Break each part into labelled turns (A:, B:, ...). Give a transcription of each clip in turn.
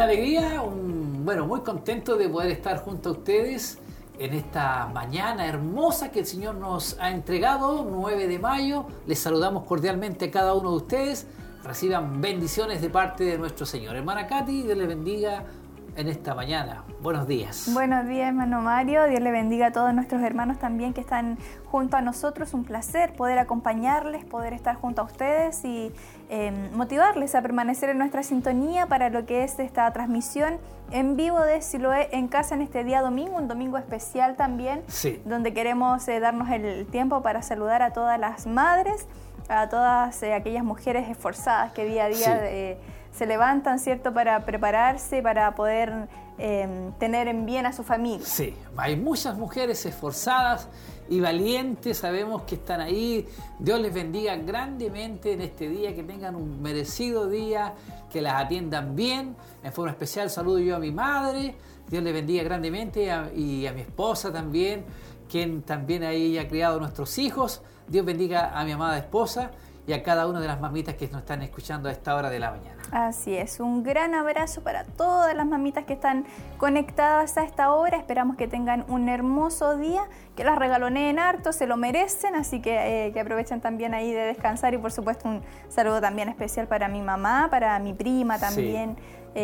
A: alegría, muy contento de poder estar junto a ustedes en esta mañana hermosa que el Señor nos ha entregado, 9 de mayo. Les saludamos cordialmente a cada uno de ustedes. Reciban bendiciones de parte de nuestro Señor. Hermana Katy, Dios les bendiga en esta mañana. Buenos días.
B: Buenos días, hermano Mario. Dios le bendiga a todos nuestros hermanos también que están junto a nosotros. Un placer poder acompañarles, poder estar junto a ustedes y motivarles a permanecer en nuestra sintonía para lo que es esta transmisión en vivo de Siloé en casa en este día domingo, un domingo especial también,
A: sí,
B: donde queremos darnos el tiempo para saludar a todas las madres, a todas aquellas mujeres esforzadas que día a día se levantan, ¿cierto?, para prepararse, para poder tener en bien a su familia.
A: Sí, hay muchas mujeres esforzadas y valientes, sabemos que están ahí. Dios les bendiga grandemente en este día, que tengan un merecido día, que las atiendan bien. En forma especial saludo yo a mi madre, Dios les bendiga grandemente, y a mi esposa también, quien también ahí ha criado a nuestros hijos. Dios bendiga a mi amada esposa y a cada una de las mamitas que nos están escuchando a esta hora de la mañana.
B: Así es, un gran abrazo para todas las mamitas que están conectadas a esta hora. Esperamos que tengan un hermoso día, que las regaloneen harto, se lo merecen, así que aprovechen también ahí de descansar. Y por supuesto un saludo también especial para mi mamá, para mi prima también,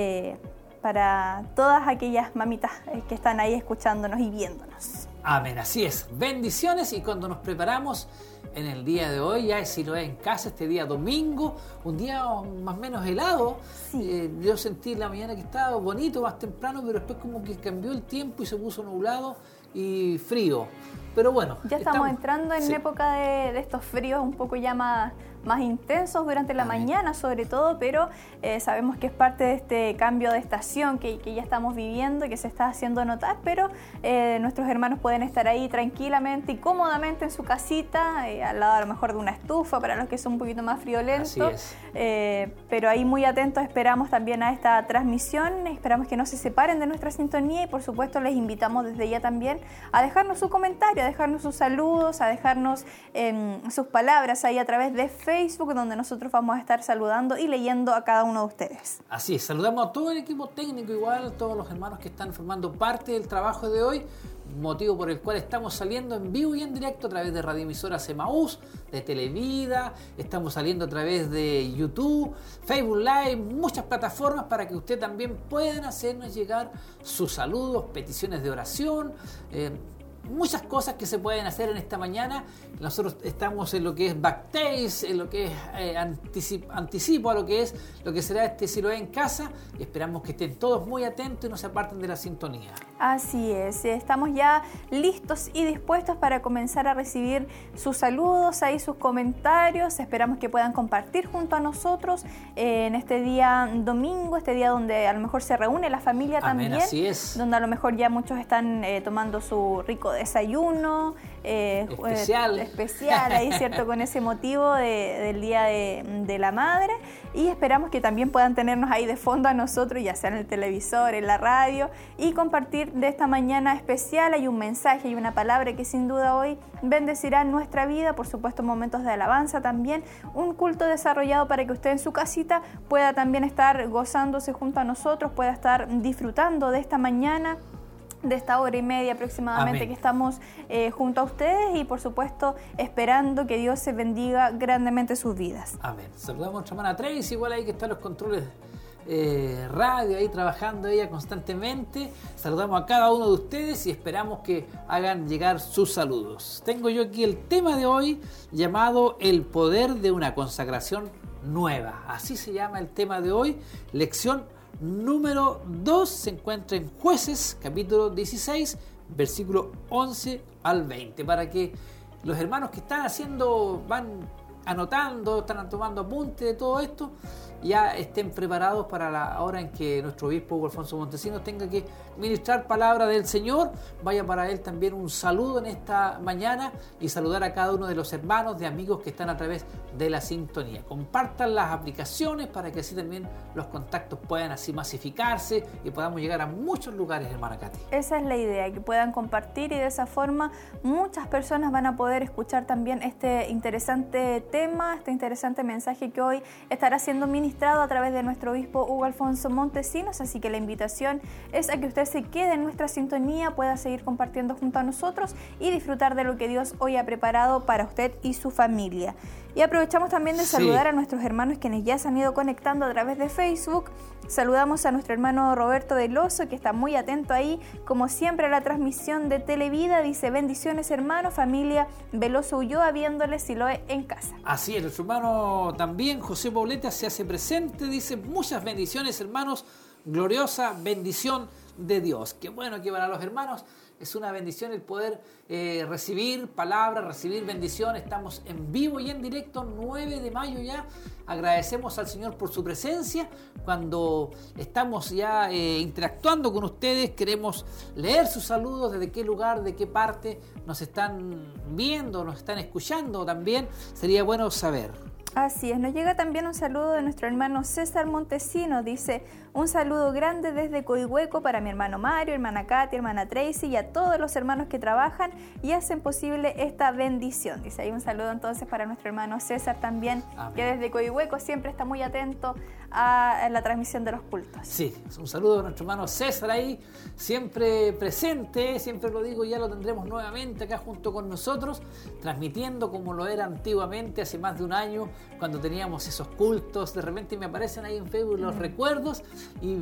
B: para todas aquellas mamitas que están ahí escuchándonos y viéndonos.
A: Amén, así es. Bendiciones. Y cuando nos preparamos en el día de hoy, ya es Siloé en casa, este día domingo, un día más o menos helado.
B: Sí.
A: Yo sentí en la mañana que estaba bonito, más temprano, pero después como que cambió el tiempo y se puso nublado y frío. Pero bueno.
B: Ya estamos entrando en época de estos fríos un poco ya más intensos durante la mañana sobre todo, pero sabemos que es parte de este cambio de estación que ya estamos viviendo y que se está haciendo notar, pero nuestros hermanos pueden estar ahí tranquilamente y cómodamente en su casita, al lado a lo mejor de una estufa para los que son un poquito más friolentos.
A: Así es.
B: Pero ahí muy atentos esperamos también a esta transmisión, esperamos que no se separen de nuestra sintonía y por supuesto les invitamos desde ya también a dejarnos su comentario, a dejarnos sus saludos, a dejarnos sus palabras ahí a través de Facebook, donde nosotros vamos a estar saludando y leyendo a cada uno de ustedes.
A: Así es, saludamos a todo el equipo técnico, igual a todos los hermanos que están formando parte del trabajo de hoy, motivo por el cual estamos saliendo en vivo y en directo a través de radioemisoras Emaús, de Televida, estamos saliendo a través de YouTube, Facebook Live, muchas plataformas para que usted también puedan hacernos llegar sus saludos, peticiones de oración, muchas cosas que se pueden hacer en esta mañana. Nosotros estamos en lo que es backstage, en lo que es anticipo a lo que será este Siloé en casa. Esperamos que estén todos muy atentos y no se aparten de la sintonía.
B: Así es, estamos ya listos y dispuestos para comenzar a recibir sus saludos, ahí sus comentarios. Esperamos que puedan compartir junto a nosotros en este día domingo, este día donde a lo mejor se reúne la familia.
A: Amén,
B: también,
A: así es.
B: Donde a lo mejor ya muchos están tomando su rico desayuno especial ahí, ¿cierto? Con ese motivo del Día de la Madre, y esperamos que también puedan tenernos ahí de fondo a nosotros, ya sea en el televisor, en la radio, y compartir de esta mañana especial. Hay un mensaje y una palabra que sin duda hoy bendecirá nuestra vida, por supuesto momentos de alabanza también, un culto desarrollado para que usted en su casita pueda también estar gozándose junto a nosotros, pueda estar disfrutando de esta mañana, de esta hora y media aproximadamente. Amén. Que estamos junto a ustedes y por supuesto esperando que Dios se bendiga grandemente sus vidas.
A: Amén. Saludamos a nuestra hermana Tracy, igual ahí que están los controles radio, ahí trabajando ella constantemente. Saludamos a cada uno de ustedes y esperamos que hagan llegar sus saludos. Tengo yo aquí el tema de hoy llamado El poder de una consagración nueva. Así se llama el tema de hoy, lección número 2, se encuentra en Jueces, capítulo 16, versículo 11 al 20, para que los hermanos que están van anotando, están tomando apunte de todo esto, ya estén preparados para la hora en que nuestro obispo Hugo Alfonso Montesinos tenga que ministrar palabra del Señor. Vaya para él también un saludo en esta mañana y saludar a cada uno de los hermanos, de amigos que están a través de la sintonía. Compartan las aplicaciones para que así también los contactos puedan así masificarse y podamos llegar a muchos lugares, hermana Katy.
B: Esa es la idea, que puedan compartir y de esa forma muchas personas van a poder escuchar también este interesante tema, este interesante mensaje que hoy estará siendo ministrado a través de nuestro obispo Hugo Alfonso Montesinos, así que la invitación es a que usted se quede en nuestra sintonía, pueda seguir compartiendo junto a nosotros y disfrutar de lo que Dios hoy ha preparado para usted y su familia. Y aprovechamos también de saludar a nuestros hermanos quienes ya se han ido conectando a través de Facebook. Saludamos a nuestro hermano Roberto Veloso, que está muy atento ahí, como siempre, a la transmisión de Televida. Dice: bendiciones, hermano, familia Veloso Ulloa, viéndole Siloé en casa.
A: Así es, nuestro hermano también, José Pobleta, se hace presente. Dice: muchas bendiciones, hermanos, gloriosa bendición de Dios. Qué bueno que para los hermanos es una bendición el poder recibir palabras, recibir bendición. Estamos en vivo y en directo, 9 de mayo ya. Agradecemos al Señor por su presencia. Cuando estamos ya interactuando con ustedes, queremos leer sus saludos, desde qué lugar, de qué parte nos están viendo, nos están escuchando también. Sería bueno saber.
B: Así es, nos llega también un saludo de nuestro hermano César Montesinos. Dice: un saludo grande desde Coihueco para mi hermano Mario, hermana Katy, hermana Tracy y a todos los hermanos que trabajan y hacen posible esta bendición. Dice ahí un saludo entonces para nuestro hermano César también. Amén. Que desde Coihueco siempre está muy atento a la transmisión de los cultos.
A: Sí, un saludo a nuestro hermano César ahí, siempre presente, siempre lo digo, ya lo tendremos nuevamente acá junto con nosotros, transmitiendo como lo era antiguamente, hace más de un año, cuando teníamos esos cultos. De repente me aparecen ahí en Facebook los recuerdos y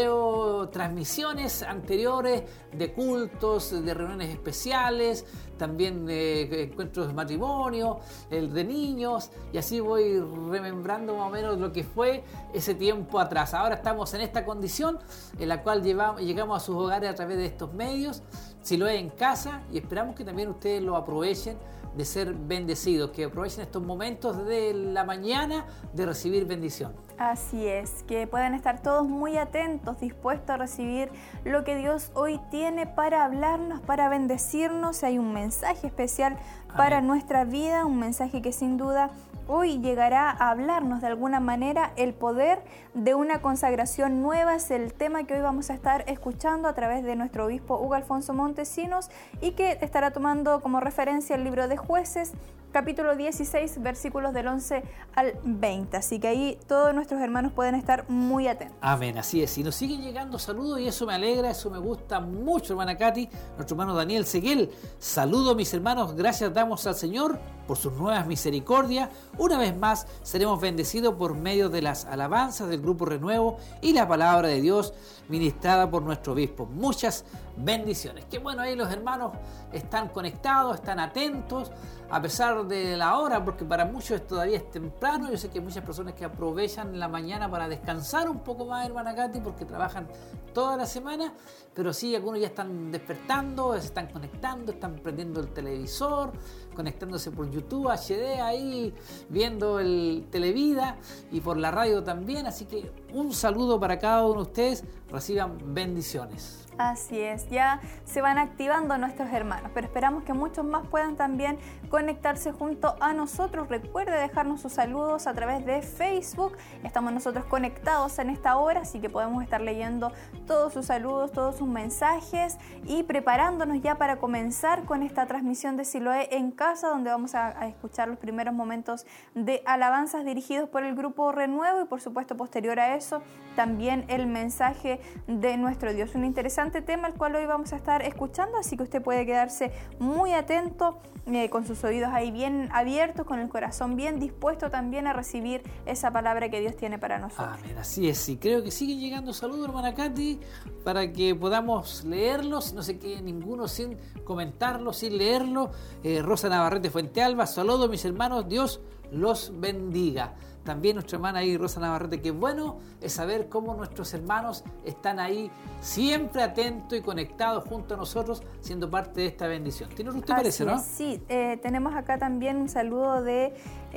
A: veo transmisiones anteriores de cultos, de reuniones especiales, también encuentros de matrimonio, el de niños, y así voy remembrando más o menos lo que fue ese tiempo atrás. Ahora estamos en esta condición en la cual llegamos a sus hogares a través de estos medios, Siloé en casa, y esperamos que también ustedes lo aprovechen de ser bendecidos, que aprovechen estos momentos de la mañana de recibir bendición.
B: Así es, que puedan estar todos muy atentos, dispuestos a recibir lo que Dios hoy tiene para hablarnos, para bendecirnos. Hay un mensaje especial para nuestra vida, un mensaje que sin duda hoy llegará a hablarnos de alguna manera. El poder de una consagración nueva es el tema que hoy vamos a estar escuchando a través de nuestro obispo Hugo Alfonso Montesinos, y que estará tomando como referencia el libro de Jueces, capítulo 16, versículos del 11 al 20. Así que ahí todos nuestros hermanos pueden estar muy atentos.
A: Amén, así es. Y nos siguen llegando saludos y eso me alegra, eso me gusta mucho, hermana Katy. Nuestro hermano Daniel Seguel: saludos, mis hermanos, gracias damos al Señor por sus nuevas misericordias. Una vez más seremos bendecidos por medio de las alabanzas del Grupo Renuevo y la palabra de Dios ministrada por nuestro obispo. Muchas bendiciones. Qué bueno, ahí los hermanos están conectados, están atentos, a pesar de la hora, porque para muchos todavía es temprano. Yo sé que hay muchas personas que aprovechan la mañana para descansar un poco más, hermana Katy, porque trabajan toda la semana, pero sí, algunos ya están despertando, se están conectando, están prendiendo el televisor, conectándose por YouTube, HD, ahí viendo el Televida, y por la radio también. Así que un saludo para cada uno de ustedes, reciban bendiciones.
B: Así es, ya se van activando nuestros hermanos, pero esperamos que muchos más puedan también conectarse junto a nosotros. Recuerde dejarnos sus saludos a través de Facebook. Estamos nosotros conectados en esta hora, así que podemos estar leyendo todos sus saludos, todos sus mensajes, y preparándonos ya para comenzar con esta transmisión de Siloé en casa, donde vamos a escuchar los primeros momentos de alabanzas dirigidos por el Grupo Renuevo, y por supuesto posterior a eso también el mensaje de nuestro Dios. Un interesante tema el cual hoy vamos a estar escuchando, así que usted puede quedarse muy atento, con sus oídos ahí bien abiertos, con el corazón bien dispuesto también a recibir esa palabra que Dios tiene para nosotros.
A: Amén, así es, y creo que siguen llegando saludos, hermana Katy, para que podamos leerlos. No se quede ninguno sin comentarlo, sin leerlo. Rosa Navarrete Fuentealba: saludos, mis hermanos, Dios los bendiga. También nuestra hermana ahí, Rosa Navarrete: qué bueno es saber cómo nuestros hermanos están ahí siempre atentos y conectados junto a nosotros, siendo parte de esta bendición. ¿Tiene usted parece, no?
B: Sí, tenemos acá también un saludo de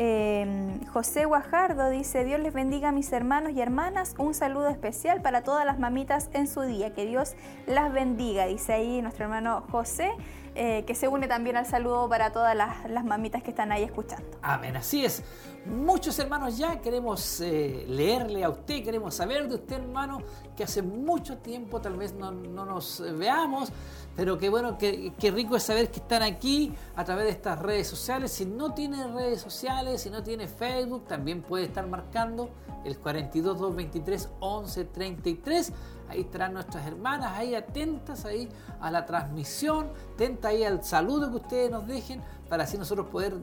B: José Guajardo. Dice: Dios les bendiga a mis hermanos y hermanas, un saludo especial para todas las mamitas en su día, que Dios las bendiga. Dice ahí nuestro hermano José, que se une también al saludo para todas las mamitas que están ahí escuchando.
A: Amén, así es. Muchos hermanos ya queremos leerle a usted, queremos saber de usted, hermano, que hace mucho tiempo tal vez no nos veamos, Pero qué bueno, qué rico es saber que están aquí a través de estas redes sociales. Si no tiene redes sociales, si no tiene Facebook, también puede estar marcando el 42 223 11 33. Ahí estarán nuestras hermanas ahí atentas ahí a la transmisión, atentas ahí al saludo que ustedes nos dejen, para así nosotros poder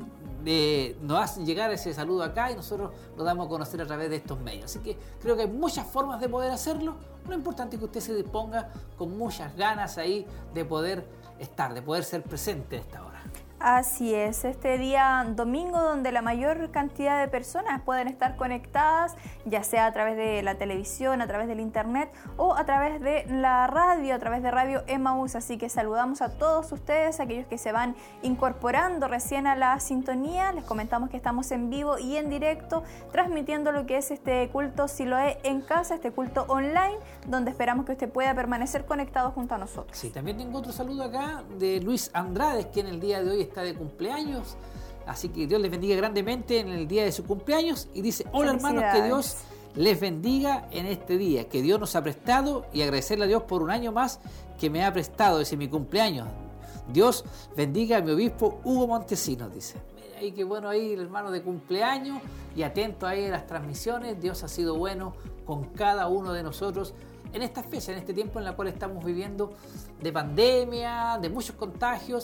A: nos hacen llegar ese saludo acá y nosotros lo damos a conocer a través de estos medios. Así que creo que hay muchas formas de poder hacerlo. Lo importante es que usted se disponga con muchas ganas ahí de poder estar, de poder ser presente en esta hora.
B: Así es, este día domingo donde la mayor cantidad de personas pueden estar conectadas, ya sea a través de la televisión, a través del internet o a través de la radio, a través de Radio Emaús. Así que saludamos a todos ustedes, aquellos que se van incorporando recién a la sintonía. Les comentamos que estamos en vivo y en directo transmitiendo lo que es este culto Siloé en casa, este culto online, donde esperamos que usted pueda permanecer conectado junto a nosotros.
A: Sí, también tengo otro saludo acá de Luis Andrade, que en el día de hoy está de cumpleaños, así que Dios les bendiga grandemente en el día de su cumpleaños, y dice: hola hermanos, que Dios les bendiga en este día que Dios nos ha prestado, y agradecerle a Dios por un año más que me ha prestado, ese mi cumpleaños. Dios bendiga a mi obispo Hugo Montesinos, dice. Mira ahí, qué bueno ahí el hermano de cumpleaños, y atento ahí a las transmisiones. Dios ha sido bueno con cada uno de nosotros en esta fecha, en este tiempo en el cual estamos viviendo de pandemia, de muchos contagios.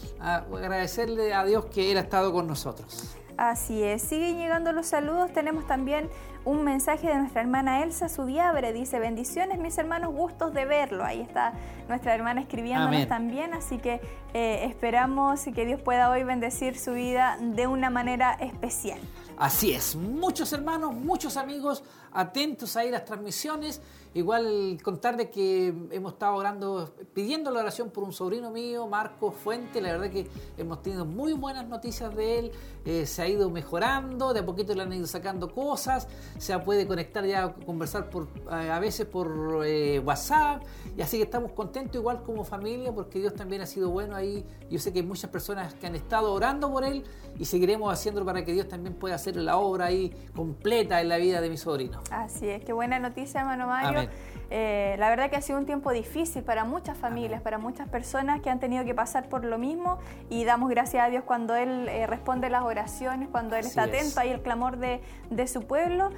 A: Agradecerle a Dios que Él ha estado con nosotros.
B: Así es, siguen llegando los saludos. Tenemos también un mensaje de nuestra hermana Elsa Subiabre. Dice: bendiciones mis hermanos, gustos de verlo. Ahí está nuestra hermana escribiéndonos. Amén. También, así que esperamos que Dios pueda hoy bendecir su vida de una manera especial.
A: Así es, muchos hermanos, muchos amigos atentos ahí a las transmisiones. Igual contarles que hemos estado orando, pidiendo la oración por un sobrino mío, Marco Fuente. La verdad que hemos tenido muy buenas noticias de él. Se ha ido mejorando, de a poquito le han ido sacando cosas. Se puede conectar ya a conversar a veces por WhatsApp. Y así que estamos contentos igual como familia, porque Dios también ha sido bueno ahí. Yo sé que hay muchas personas que han estado orando por él, y seguiremos haciéndolo para que Dios también pueda hacer la obra ahí completa en la vida de mi sobrino.
B: Así es, qué buena noticia, hermano Mario. La verdad que ha sido un tiempo difícil para muchas familias, Amén. Para muchas personas que han tenido que pasar por lo mismo, y damos gracias a Dios cuando Él responde las oraciones, cuando Él está atento ahí al clamor de su pueblo,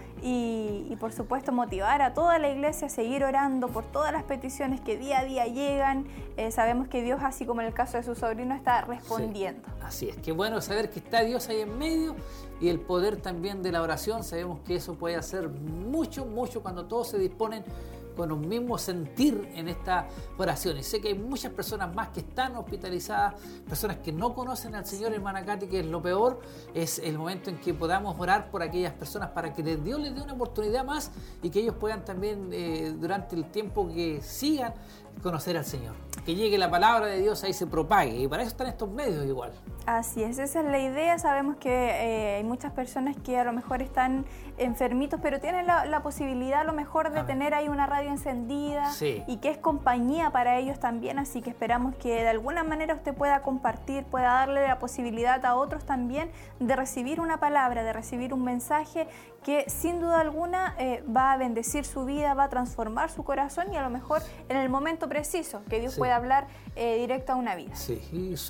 B: y por supuesto motivar a toda la iglesia a seguir orando por todas las peticiones que día a día llegan. Sabemos que Dios, así como en el caso de su sobrino, está respondiendo.
A: Sí, así es, qué bueno saber que está Dios ahí en medio, y el poder también de la oración. Sabemos que eso puede hacer mucho, mucho cuando todos se disponen con un mismo sentir en esta oración. Y sé que hay muchas personas más que están hospitalizadas, personas que no conocen al Señor, hermana Katy, que es lo peor. Es el momento en que podamos orar por aquellas personas para que Dios les dé una oportunidad más, y que ellos puedan también durante el tiempo que sigan conocer al Señor, que llegue la palabra de Dios ahí, se propague, y para eso están estos medios igual.
B: Así es, esa es la idea. Sabemos que hay muchas personas que a lo mejor están enfermitos, pero tienen la posibilidad a lo mejor de tener ahí una radio encendida, y que es compañía para ellos también. Así que esperamos que de alguna manera usted pueda compartir, pueda darle la posibilidad a otros también de recibir una palabra, de recibir un mensaje que sin duda alguna va a bendecir su vida, va a transformar su corazón, y a lo mejor en el momento preciso que Dios pueda hablar directo a una vida.
A: Sí,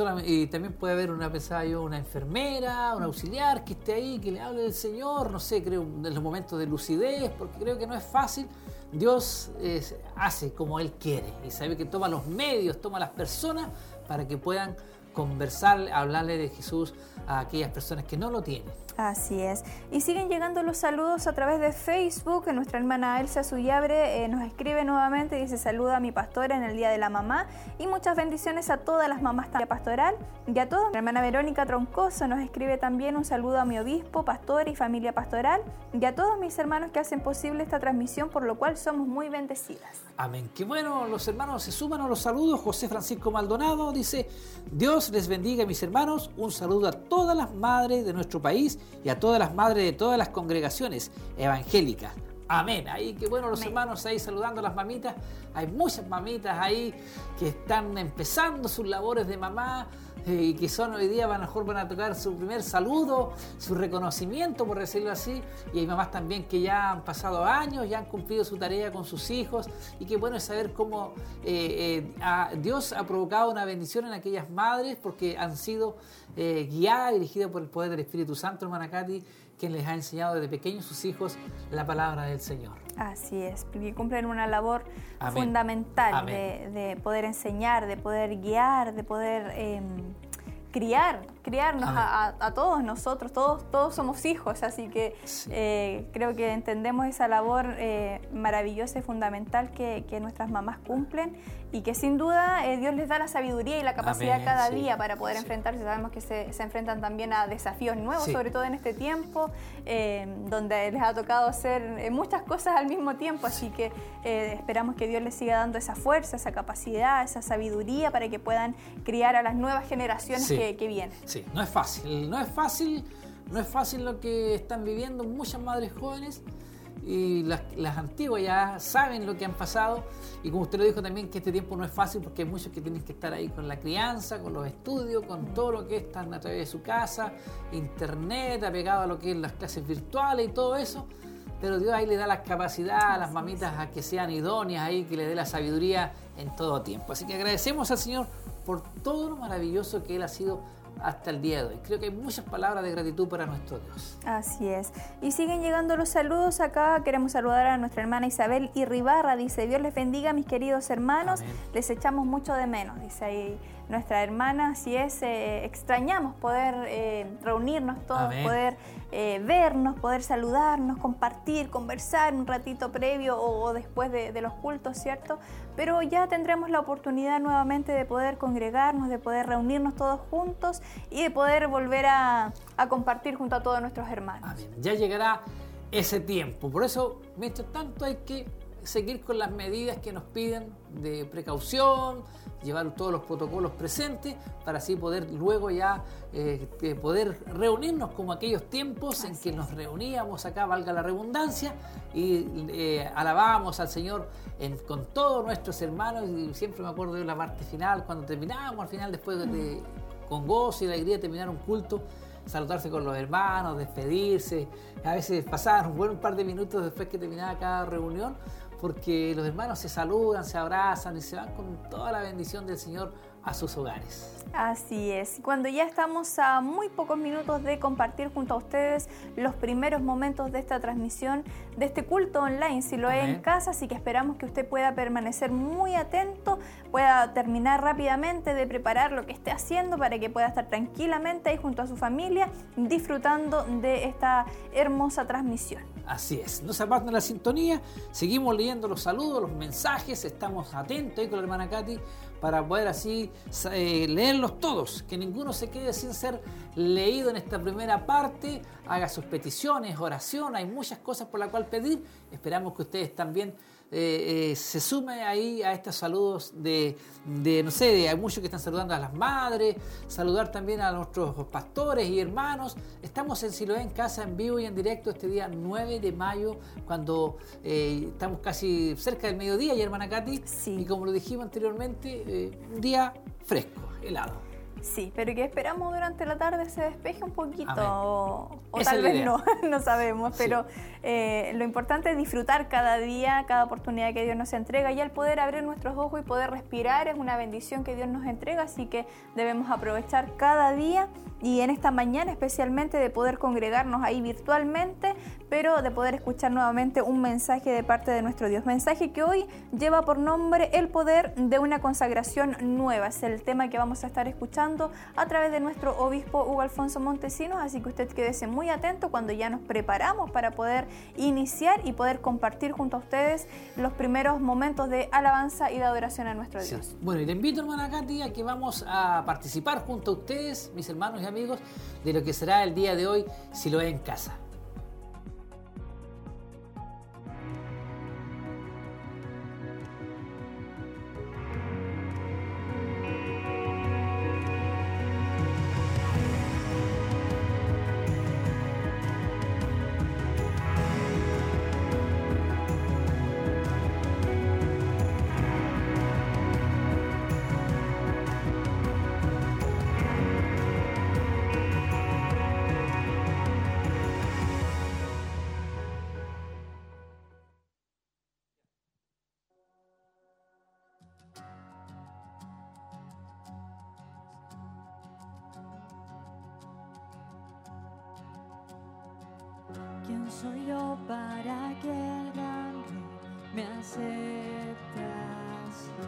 A: y también puede haber una enfermera, un auxiliar que esté ahí, que le hable del Señor, no sé, creo, en los momentos de lucidez, porque creo que no es fácil. Dios hace como Él quiere, y sabe que toma los medios, toma las personas para que puedan conversar, hablarle de Jesús a aquellas personas que no lo tienen.
B: Así es. Y siguen llegando los saludos a través de Facebook. Nuestra hermana Elsa Suyabre nos escribe nuevamente, dice: saluda a mi pastora en el Día de la Mamá, y muchas bendiciones a todas las mamás de pastoral y a todos. La hermana Verónica Troncoso nos escribe también: un saludo a mi obispo, pastor y familia pastoral, y a todos mis hermanos que hacen posible esta transmisión, por lo cual somos muy bendecidas.
A: Amén. Qué bueno, los hermanos se suman a los saludos. José Francisco Maldonado dice: Dios les bendiga, mis hermanos. Un saludo a todas las madres de nuestro país y a todas las madres de todas las congregaciones evangélicas. Amén. Ahí, qué bueno, los hermanos ahí saludando a las mamitas. Hay muchas mamitas ahí que están empezando sus labores de mamá. y que son hoy día, a lo mejor van a tocar su primer saludo, su reconocimiento, por decirlo así, y hay mamás también que ya han pasado años, ya han cumplido su tarea con sus hijos, y qué bueno es saber cómo Dios ha provocado una bendición en aquellas madres, porque han sido guiadas, dirigidas por el poder del Espíritu Santo, hermana Katy, quien les ha enseñado desde pequeños sus hijos la palabra del Señor.
B: Así es, porque cumplen una labor
A: Amén.
B: Fundamental de poder enseñar, de poder guiar, de poder criarnos a todos nosotros, todos somos hijos, así que sí. Creo que entendemos esa labor maravillosa y fundamental que nuestras mamás cumplen, y que sin duda Dios les da la sabiduría y la capacidad cada día para poder enfrentarse. Sabemos que se enfrentan también a desafíos nuevos, sobre todo en este tiempo, donde les ha tocado hacer muchas cosas al mismo tiempo, así que esperamos que Dios les siga dando esa fuerza, esa capacidad, esa sabiduría para que puedan criar a las nuevas generaciones que vienen.
A: Sí, no es fácil lo que están viviendo muchas madres jóvenes, y las antiguas ya saben lo que han pasado, y como usted lo dijo también, que este tiempo no es fácil porque hay muchos que tienen que estar ahí con la crianza, con los estudios, con todo lo que están a través de su casa, internet, apegado a lo que es las clases virtuales y todo eso, pero Dios ahí le da la capacidad a las mamitas a que sean idóneas ahí, que le dé la sabiduría en todo tiempo. Así que agradecemos al Señor por todo lo maravilloso que Él ha sido hasta el día de hoy. Creo que hay muchas palabras de gratitud para nuestro Dios.
B: Así es. Y siguen llegando los saludos acá. Queremos saludar a nuestra hermana Isabel Irribarra. Dice: Dios les bendiga, mis queridos hermanos. Amén. Les echamos mucho de menos. Dice ahí nuestra hermana. Así es, extrañamos poder reunirnos todos, Amén. Poder vernos, poder saludarnos, compartir, conversar un ratito previo o después de los cultos, ¿cierto? Pero ya tendremos la oportunidad nuevamente de poder congregarnos, de poder reunirnos todos juntos y de poder volver a compartir junto a todos nuestros hermanos.
A: Amén. Ya llegará ese tiempo. Por eso, mientras tanto, hay que seguir con las medidas que nos piden de precaución, llevar todos los protocolos presentes para así poder luego ya poder reunirnos como aquellos tiempos en que nos reuníamos acá, valga la redundancia, y alabábamos al Señor con todos nuestros hermanos. Y siempre me acuerdo de la parte final, cuando terminábamos al final, después con gozo y alegría terminar un culto, saludarse con los hermanos, despedirse. A veces pasaban un par de minutos después que terminaba cada reunión, porque los hermanos se saludan, se abrazan y se van con toda la bendición del Señor a sus hogares.
B: Así es. Cuando ya estamos a muy pocos minutos de compartir junto a ustedes los primeros momentos de esta transmisión, de este culto online, si lo es en casa, así que esperamos que usted pueda permanecer muy atento, pueda terminar rápidamente de preparar lo que esté haciendo para que pueda estar tranquilamente ahí junto a su familia, disfrutando de esta hermosa transmisión.
A: Así es, no se aparten de la sintonía, seguimos leyendo los saludos, los mensajes, estamos atentos ahí con la hermana Katy para poder así leerlos todos, que ninguno se quede sin ser leído en esta primera parte. Haga sus peticiones, oración, hay muchas cosas por las cuales pedir. Esperamos que ustedes también se sume ahí a estos saludos hay muchos que están saludando a las madres, saludar también a nuestros pastores y hermanos. Estamos en Siloé en Casa, en vivo y en directo este día 9 de mayo, cuando estamos casi cerca del mediodía, y hermana Katy,
B: sí.
A: Y como lo dijimos anteriormente, un día fresco, helado.
B: Sí, pero que esperamos durante la tarde se despeje un poquito, o
A: tal
B: vez no sabemos, pero lo importante es disfrutar cada día, cada oportunidad que Dios nos entrega, y al poder abrir nuestros ojos y poder respirar es una bendición que Dios nos entrega, así que debemos aprovechar cada día, y en esta mañana especialmente de poder congregarnos ahí virtualmente, pero de poder escuchar nuevamente un mensaje de parte de nuestro Dios, mensaje que hoy lleva por nombre El poder de una consagración nueva. Es el tema que vamos a estar escuchando a través de nuestro obispo Hugo Alfonso Montesinos, así que usted quédese muy atento cuando ya nos preparamos para poder iniciar y poder compartir junto a ustedes los primeros momentos de alabanza y de adoración a nuestro Dios.
A: Sí. Bueno, y le invito, hermana Katy, a que vamos a participar junto a ustedes, mis hermanos y amigos, de lo que será el día de hoy, si lo es en casa.
C: ¿Quién soy yo para que el gran Rey me acepte así?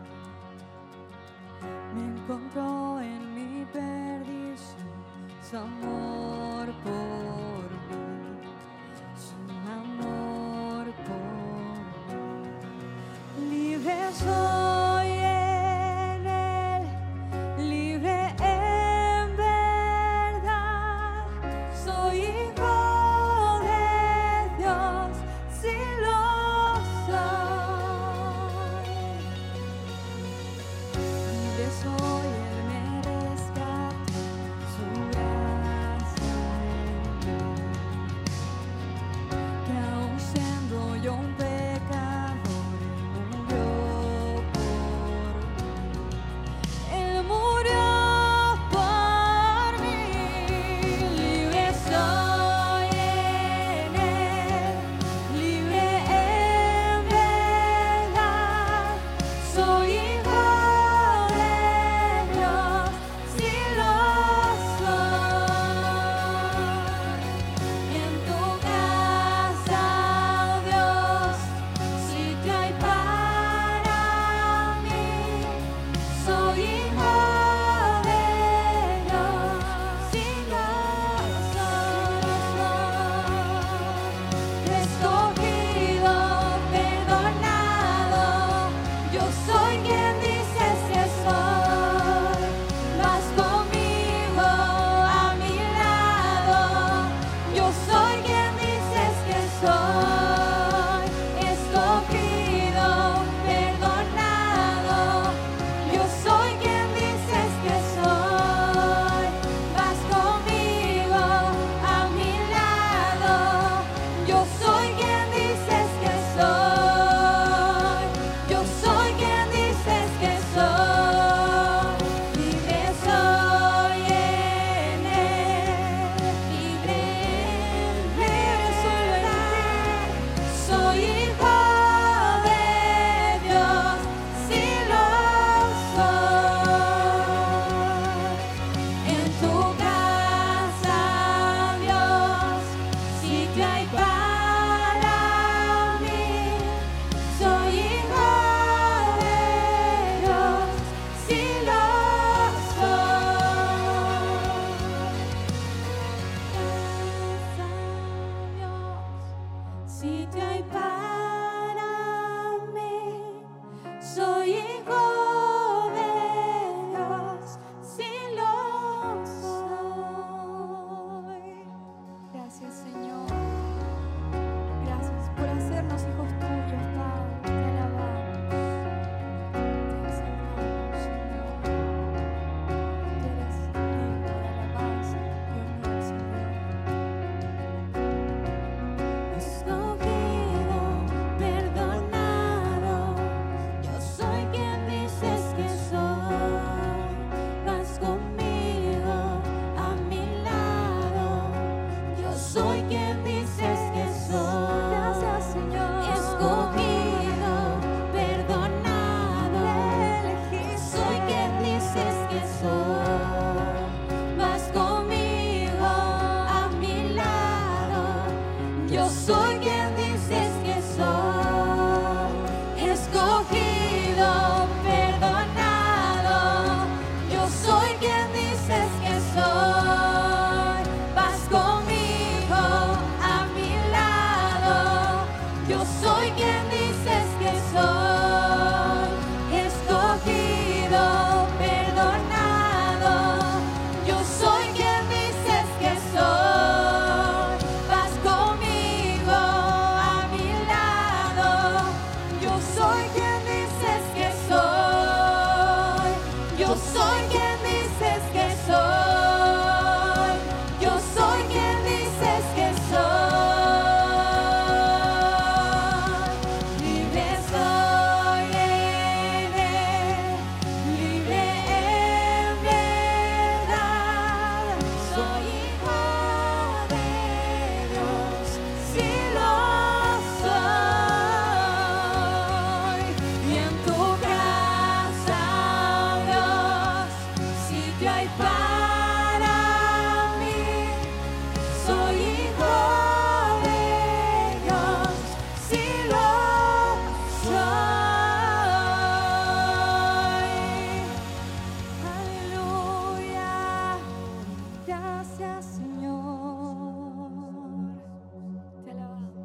C: Me encontró en mi perdición su amor por mí, su amor por mí. Libre soy en él, libre en verdad, soy hijo de Dios, sí lo soy. Libre soy, él me rescató, su gracia en mí, que aun siendo yo un pecador, Él murió por mí. Libre soy en él, libre en verdad, soy hijo de Dios, sí lo soy. En tu casa, Dios, sitio hay para mí. Soy hijo de Dios, sí lo soy. Escogido, perdonado, yo soy quien dices que soy. Vas conmigo a mi lado, yo soy quien dices que soy. Escogido, perdonado, yo soy quien dices que soy. Vas conmigo a mi lado, yo soy quien dices que soy. Yo soy quien dices que soy. Libre soy en él, libre soy en él, soy hijo de Dios, sí lo soy. En tu casa, Dios, sitio hay para mí. Soy hijo de Dios, sí lo soy. Dios, sitio hay para mí. Soy hijo de Dios, sí lo soy. Gracias, Señor. Gracias por hacernos hijos tuyos, Padre. Te alabamos. Te exaltamos, Señor. Tú eres digno de alabanza y honor, Señor. Escogido, Gracias, Señor. Te alabamos.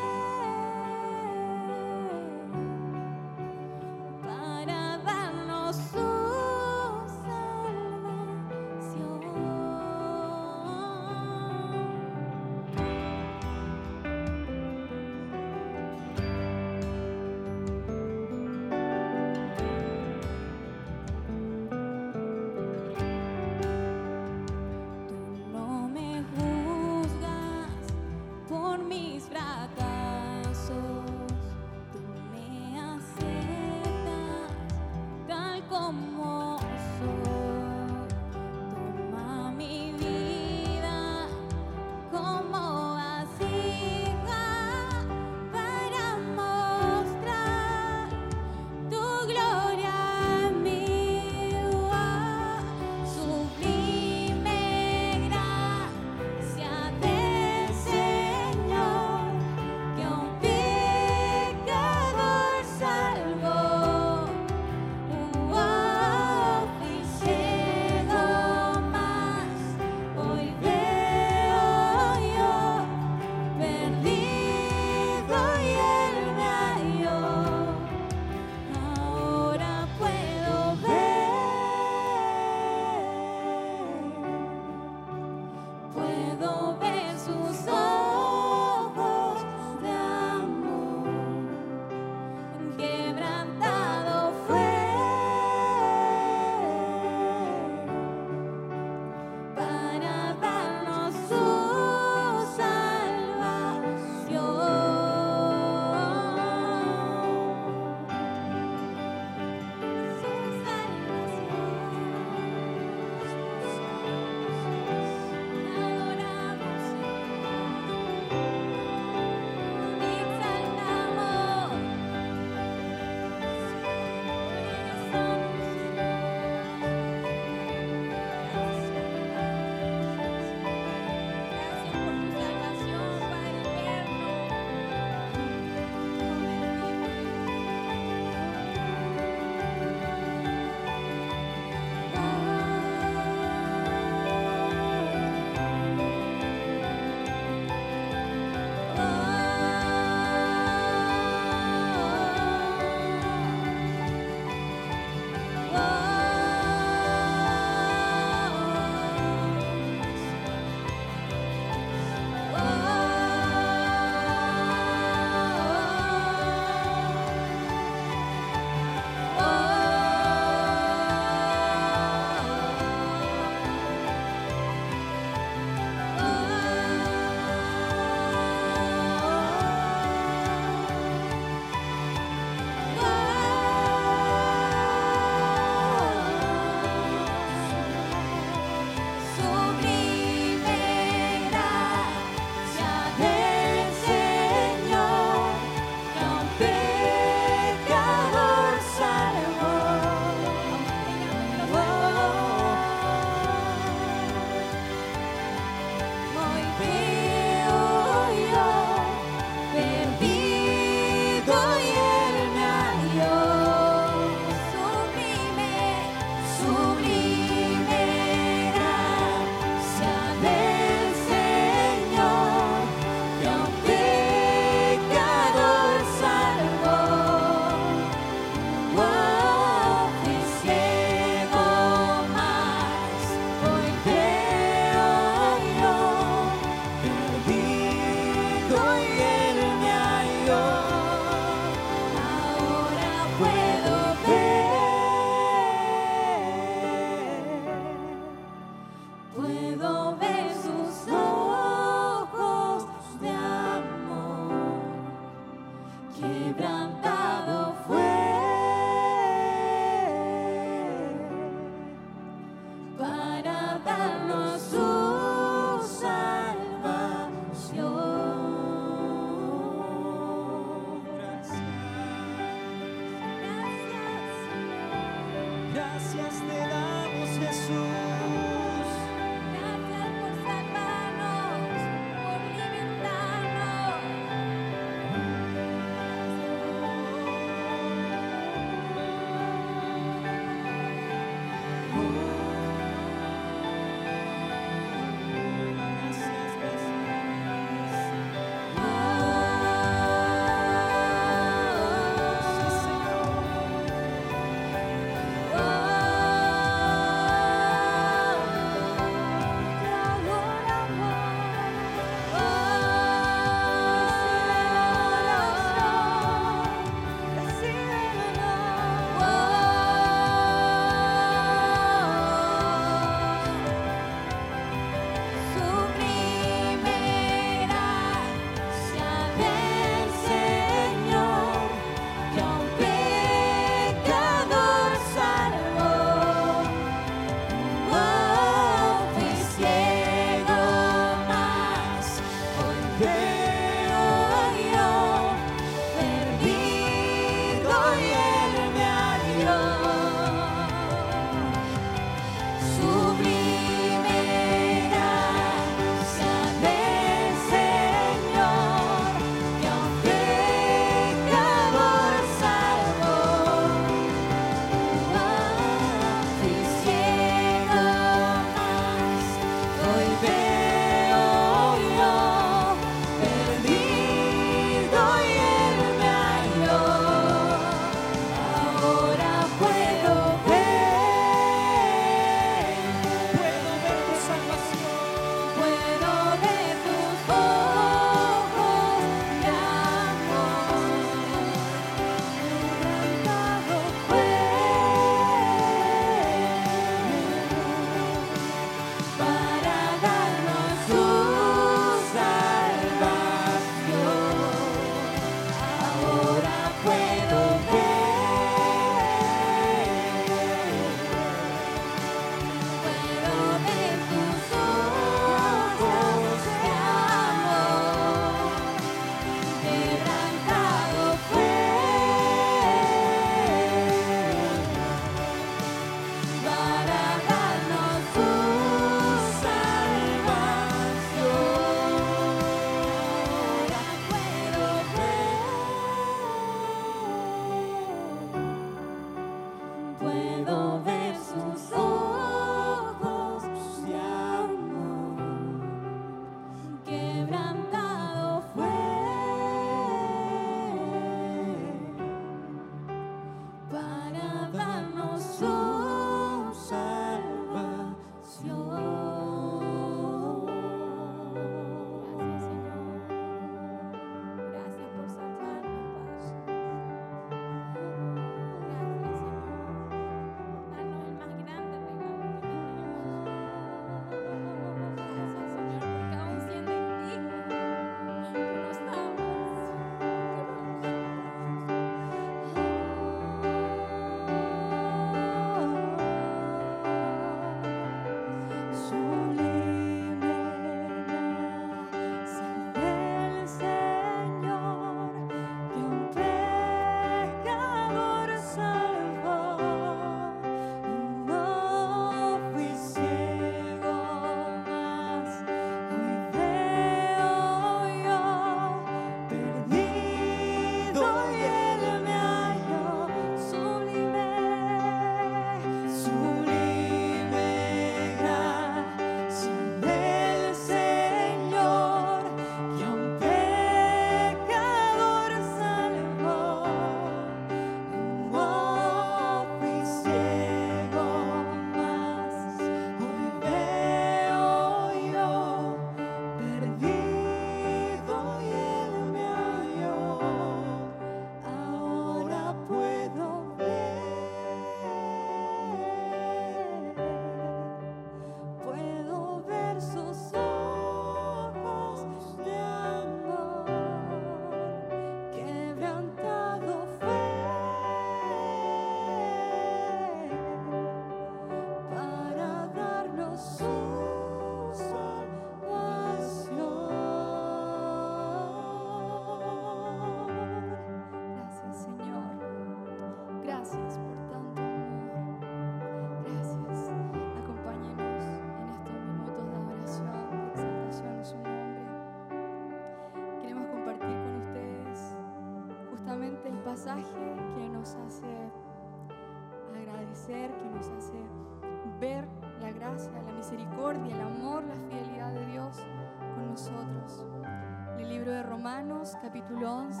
C: pasaje que nos hace agradecer, que nos hace ver la gracia, la misericordia, el amor, la fidelidad de Dios con nosotros. El libro de Romanos, capítulo 11,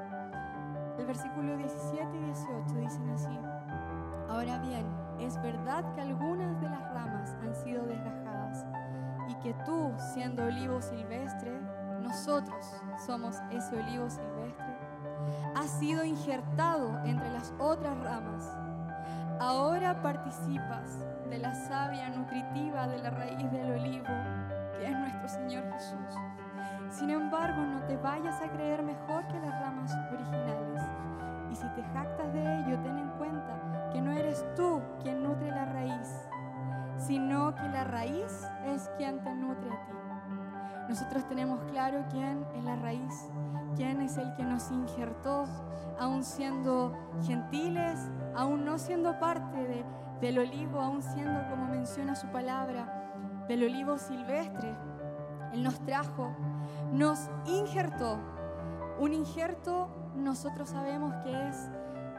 C: el versículo 17 y 18 dicen así: Ahora bien, es verdad que algunas de las ramas han sido desgajadas y que tú, siendo olivo silvestre, nosotros somos ese olivo silvestre, has sido injertado entre las otras ramas. Ahora participas de la savia nutritiva de la raíz del olivo, que es nuestro Señor Jesús. Sin embargo, no te vayas a creer mejor que las ramas originales. Y si te jactas de ello, ten en cuenta que no eres tú quien nutre la raíz, sino que la raíz es quien te nutre a ti. Nosotros tenemos claro quién es la raíz, quién es el que nos injertó, aún siendo gentiles, aún no siendo parte del olivo, aún siendo, como menciona su palabra, del olivo silvestre. Él nos trajo, nos injertó. Un injerto, nosotros sabemos que es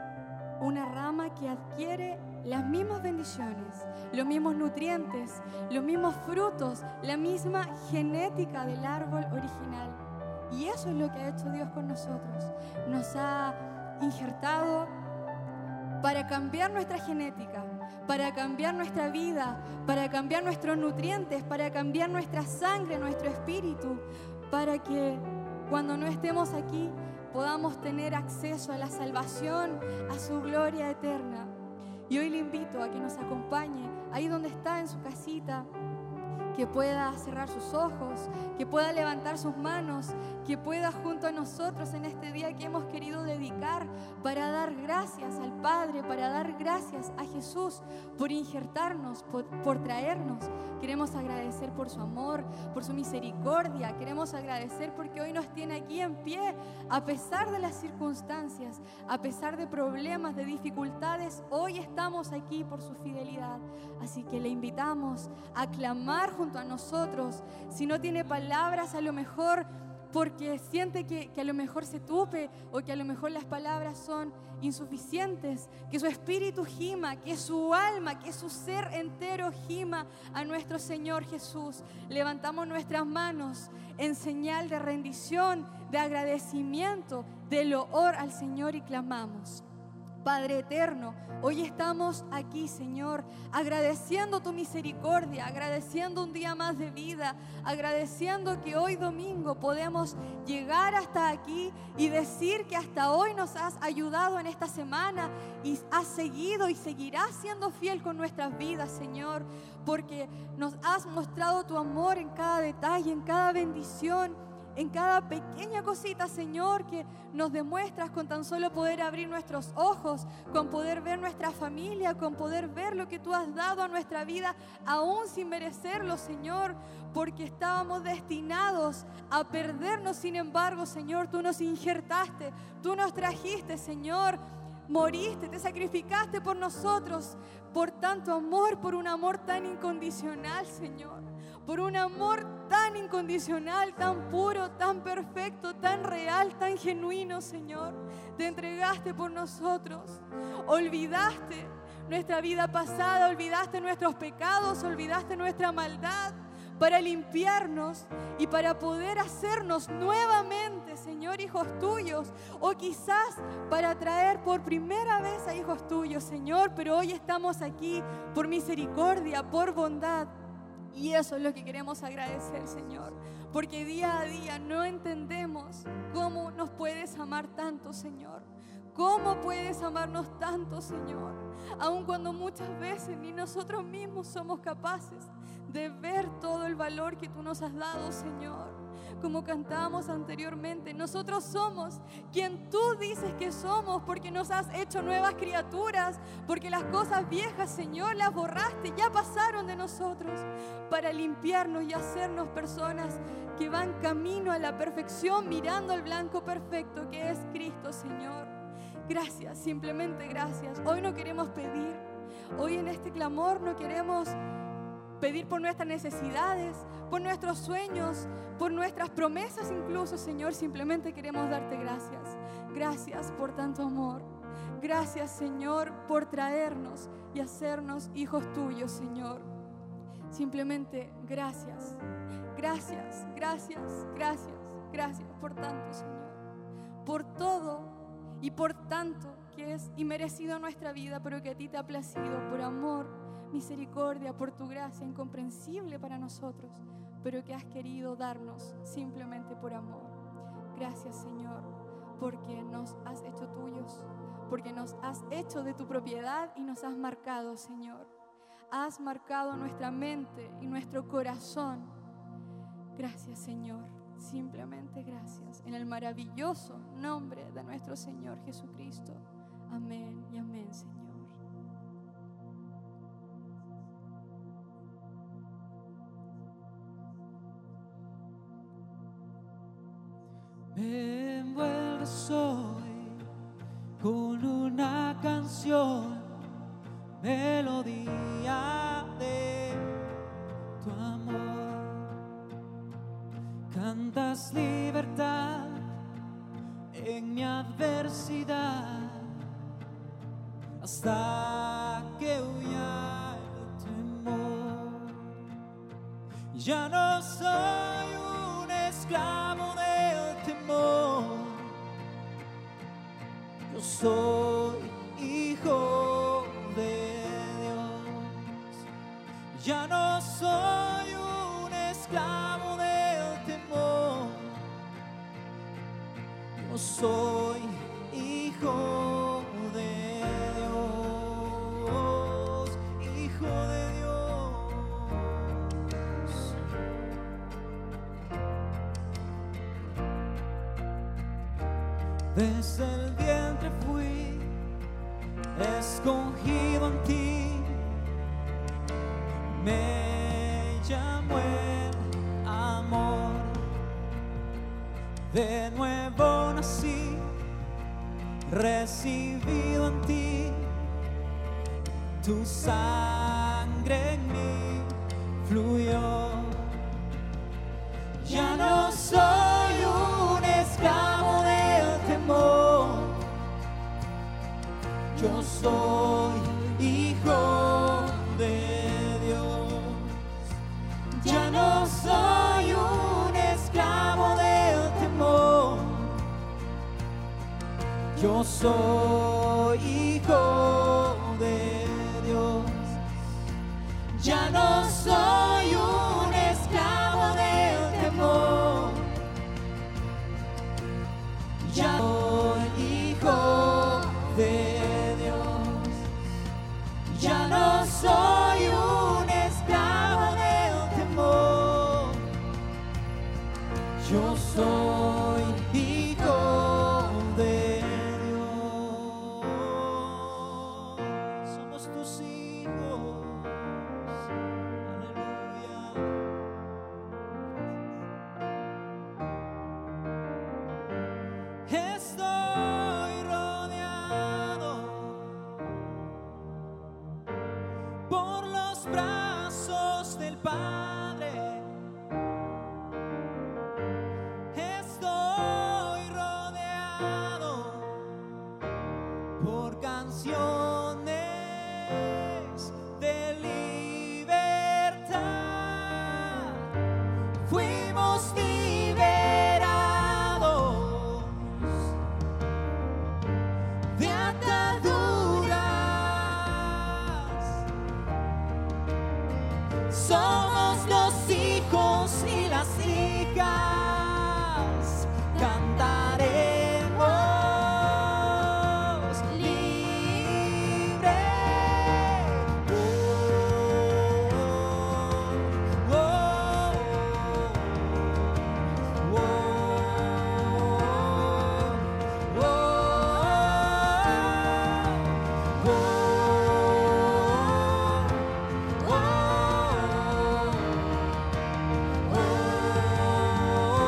C: una rama que adquiere las mismas bendiciones, los mismos nutrientes, los mismos frutos, la misma genética del árbol original. Y eso es lo que ha hecho Dios con nosotros. Nos ha injertado para cambiar nuestra genética, para cambiar nuestra vida, para cambiar nuestros nutrientes, para cambiar nuestra sangre, nuestro espíritu, para que cuando no estemos aquí podamos tener acceso a la salvación, a su gloria eterna. Y hoy le invito a que nos acompañe ahí donde está en su casita, que pueda cerrar sus ojos, que pueda levantar sus manos, que pueda junto a nosotros en este día que hemos querido dedicar para dar gracias al Padre, para dar gracias a Jesús por injertarnos, por traernos. Queremos agradecer por su amor, por su misericordia. Queremos agradecer porque hoy nos tiene aquí en pie, a pesar de las circunstancias, a pesar de problemas, de dificultades. Hoy estamos aquí por su fidelidad. Así que le invitamos a clamar junto a nosotros. Si no tiene palabras, a lo mejor porque siente que a lo mejor se tupe o que a lo mejor las palabras son insuficientes, que su espíritu gima, que su alma, que su ser entero gima a nuestro Señor Jesús. Levantamos nuestras manos en señal de rendición, de agradecimiento, de loor al Señor y clamamos: Padre eterno, hoy estamos aquí, Señor, agradeciendo tu misericordia, agradeciendo un día más de vida, agradeciendo que hoy domingo podemos llegar hasta aquí y decir que hasta hoy nos has ayudado en esta semana y has seguido y seguirás siendo fiel con nuestras vidas, Señor, porque nos has mostrado tu amor en cada detalle, en cada bendición, en cada pequeña cosita, Señor, que nos demuestras con tan solo poder abrir nuestros ojos, con poder ver nuestra familia, con poder ver lo que tú has dado a nuestra vida, aún sin merecerlo, Señor, porque estábamos destinados a perdernos. Sin embargo, Señor, tú nos injertaste, tú nos trajiste, Señor, moriste, te sacrificaste por nosotros, por tanto amor, por un amor tan incondicional, Señor. Por un amor tan incondicional, tan puro, tan perfecto, tan real, tan genuino, Señor. Te entregaste por nosotros. Olvidaste nuestra vida pasada, olvidaste nuestros pecados, olvidaste nuestra maldad para limpiarnos y para poder hacernos nuevamente, Señor, hijos tuyos. O quizás para traer por primera vez a hijos tuyos, Señor. Pero hoy estamos aquí por misericordia, por bondad. Y eso es lo que queremos agradecer, Señor, porque día a día no entendemos cómo nos puedes amar tanto, Señor. ¿Cómo puedes amarnos tanto, Señor? Aun cuando muchas veces ni nosotros mismos somos capaces de ver todo el valor que tú nos has dado, Señor. Como cantábamos anteriormente, nosotros somos quien tú dices que somos, porque nos has hecho nuevas criaturas, porque las cosas viejas, Señor, las borraste, ya pasaron de nosotros, para limpiarnos y hacernos personas que van camino a la perfección, mirando al blanco perfecto que es Cristo, Señor. Gracias, simplemente gracias. Hoy no queremos pedir, hoy en este clamor no queremos pedir por nuestras necesidades, por nuestros sueños, por nuestras promesas incluso, Señor. Simplemente queremos darte gracias. Gracias por tanto amor. Gracias, Señor, por traernos y hacernos hijos tuyos, Señor. Simplemente gracias. Gracias, gracias, gracias, gracias por tanto, Señor. Por todo y por tanto que es inmerecido en nuestra vida, pero que a ti te ha placido, por amor, misericordia, por tu gracia incomprensible para nosotros, pero que has querido darnos simplemente por amor. Gracias, Señor, porque nos has hecho tuyos, porque nos has hecho de tu propiedad y nos has marcado, Señor. Has marcado nuestra mente y nuestro corazón. Gracias, Señor, simplemente gracias. En el maravilloso nombre de nuestro Señor Jesucristo. Amén y amén, Señor.
D: Me envuelves hoy con una canción, melodía de tu amor. Cantas libertad en mi adversidad hasta que huya el temor. Ya no soy un esclavo del temor, yo soy hijo de Dios. Ya no soy un esclavo del temor, yo soy hijo de Dios, hijo de Dios. Desde el vientre fui escogido en ti, me llamó el amor. De nuevo nací, recibido en ti, tu sangre en mí fluyó. Ya no soy un esclavo del temor, yo soy hijo de Dios. Ya no soy un esclavo del temor, yo soy hijo de Dios. Ya no soy un esclavo del temor, ya soy hijo de Dios. Ya no soy un esclavo del temor, yo soy hijo de Dios. Somos tus hijos, aleluya. Estoy rodeado por los brazos del Padre. Estoy rodeado por canciones de libertad. Fuimos liberados de ataduras. Somos los hijos y las hijas, cantaremos libre. Oh, oh, oh, oh, oh, oh, oh.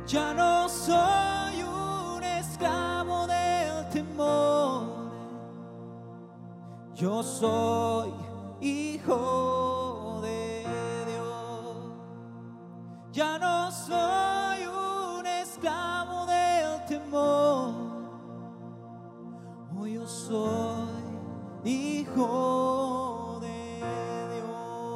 D: Ya no soy un esclavo del temor, yo soy hijo de Dios. Ya no soy un esclavo del temor, hoy yo soy hijo de Dios.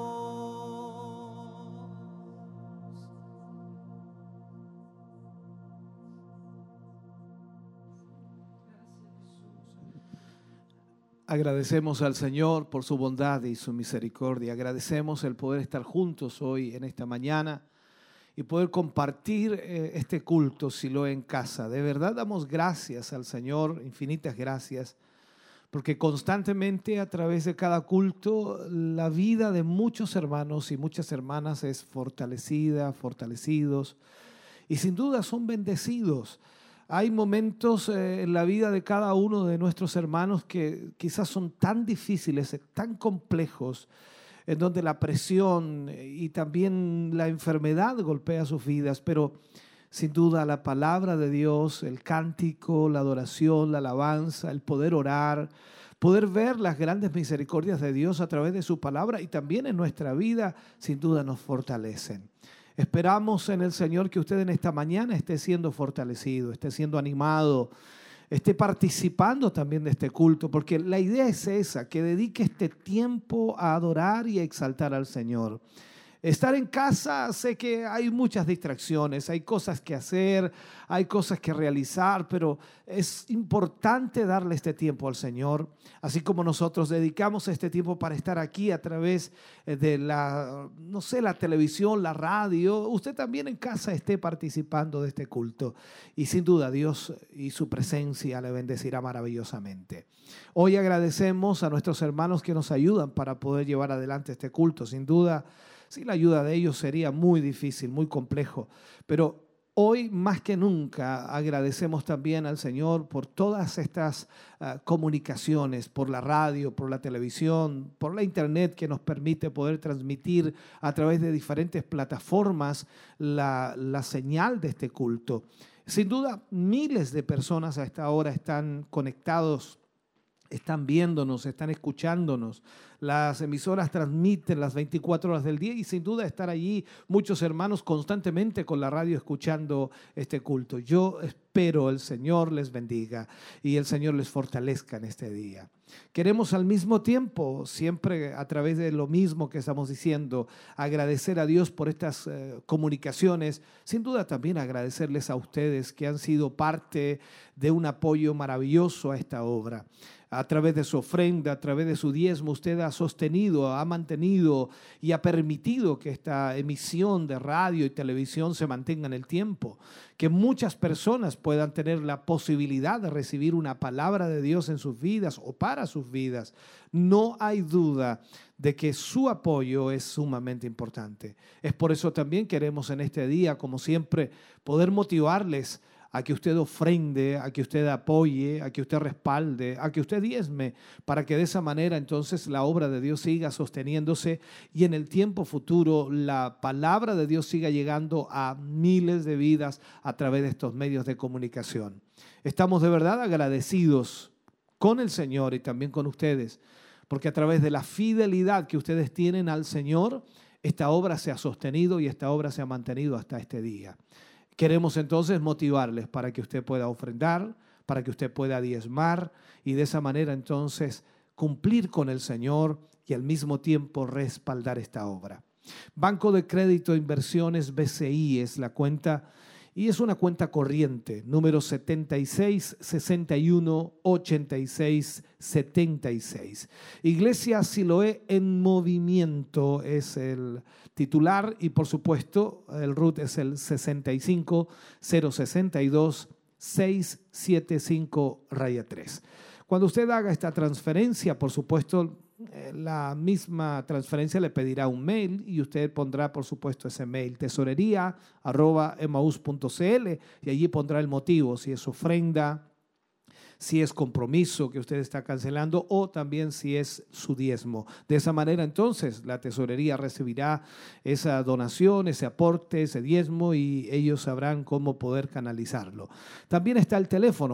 E: Agradecemos al Señor por su bondad y su misericordia. Agradecemos el poder estar juntos hoy en esta mañana y poder compartir este culto Siloé en casa. De verdad damos gracias al Señor, infinitas gracias, porque constantemente a través de cada culto la vida de muchos hermanos y muchas hermanas es fortalecida, fortalecidos y sin duda son bendecidos. Hay momentos en la vida de cada uno de nuestros hermanos que quizás son tan difíciles, tan complejos, en donde la presión y también la enfermedad golpea sus vidas, pero sin duda la palabra de Dios, el cántico, la adoración, la alabanza, el poder orar, poder ver las grandes misericordias de Dios a través de su palabra y también en nuestra vida, sin duda nos fortalecen. Esperamos en el Señor que usted en esta mañana esté siendo fortalecido, esté siendo animado, esté participando también de este culto, porque la idea es esa, que dedique este tiempo a adorar y a exaltar al Señor. Estar en casa, sé que hay muchas distracciones, hay cosas que hacer, hay cosas que realizar, pero es importante darle este tiempo al Señor, así como nosotros dedicamos este tiempo para estar aquí a través de la televisión, la radio. Usted también en casa esté participando de este culto y sin duda Dios y su presencia le bendecirá maravillosamente. Hoy agradecemos a nuestros hermanos que nos ayudan para poder llevar adelante este culto. Sin duda, sin la ayuda de ellos sería muy difícil, muy complejo, pero hoy más que nunca agradecemos también al Señor por todas estas comunicaciones, por la radio, por la televisión, por la internet que nos permite poder transmitir a través de diferentes plataformas la señal de este culto. Sin duda, miles de personas a esta hora están conectados, están viéndonos, están escuchándonos. Las emisoras transmiten las 24 horas del día y sin duda estar allí muchos hermanos constantemente con la radio escuchando este culto. Yo espero el Señor les bendiga y el Señor les fortalezca en este día. Queremos al mismo tiempo, siempre a través de lo mismo que estamos diciendo, agradecer a Dios por estas comunicaciones. Sin duda también agradecerles a ustedes que han sido parte de un apoyo maravilloso a esta obra. A través de su ofrenda, a través de su diezmo, usted ha sostenido, ha mantenido y ha permitido que esta emisión de radio y televisión se mantenga en el tiempo, que muchas personas puedan tener la posibilidad de recibir una palabra de Dios en sus vidas o para sus vidas. No hay duda de que su apoyo es sumamente importante. Es por eso también queremos en este día, como siempre, poder motivarles a que usted ofrende, a que usted apoye, a que usted respalde, a que usted diezme, para que de esa manera entonces la obra de Dios siga sosteniéndose y en el tiempo futuro la palabra de Dios siga llegando a miles de vidas a través de estos medios de comunicación. Estamos de verdad agradecidos con el Señor y también con ustedes, porque a través de la fidelidad que ustedes tienen al Señor, esta obra se ha sostenido y esta obra se ha mantenido hasta este día. Queremos entonces motivarles para que usted pueda ofrendar, para que usted pueda diezmar y de esa manera entonces cumplir con el Señor y al mismo tiempo respaldar esta obra. Banco de Crédito e Inversiones BCI es la cuenta y es una cuenta corriente, número 76 61 86 76. Iglesia Siloé en Movimiento es el titular y por supuesto el RUT es el 65 062 675-3. Cuando usted haga esta transferencia, por supuesto, la misma transferencia le pedirá un mail y usted pondrá, por supuesto, ese mail, tesorería@emaus.cl, y allí pondrá el motivo, si es ofrenda, si es compromiso que usted está cancelando o también si es su diezmo. De esa manera entonces la tesorería recibirá esa donación, ese aporte, ese diezmo y ellos sabrán cómo poder canalizarlo. También está el teléfono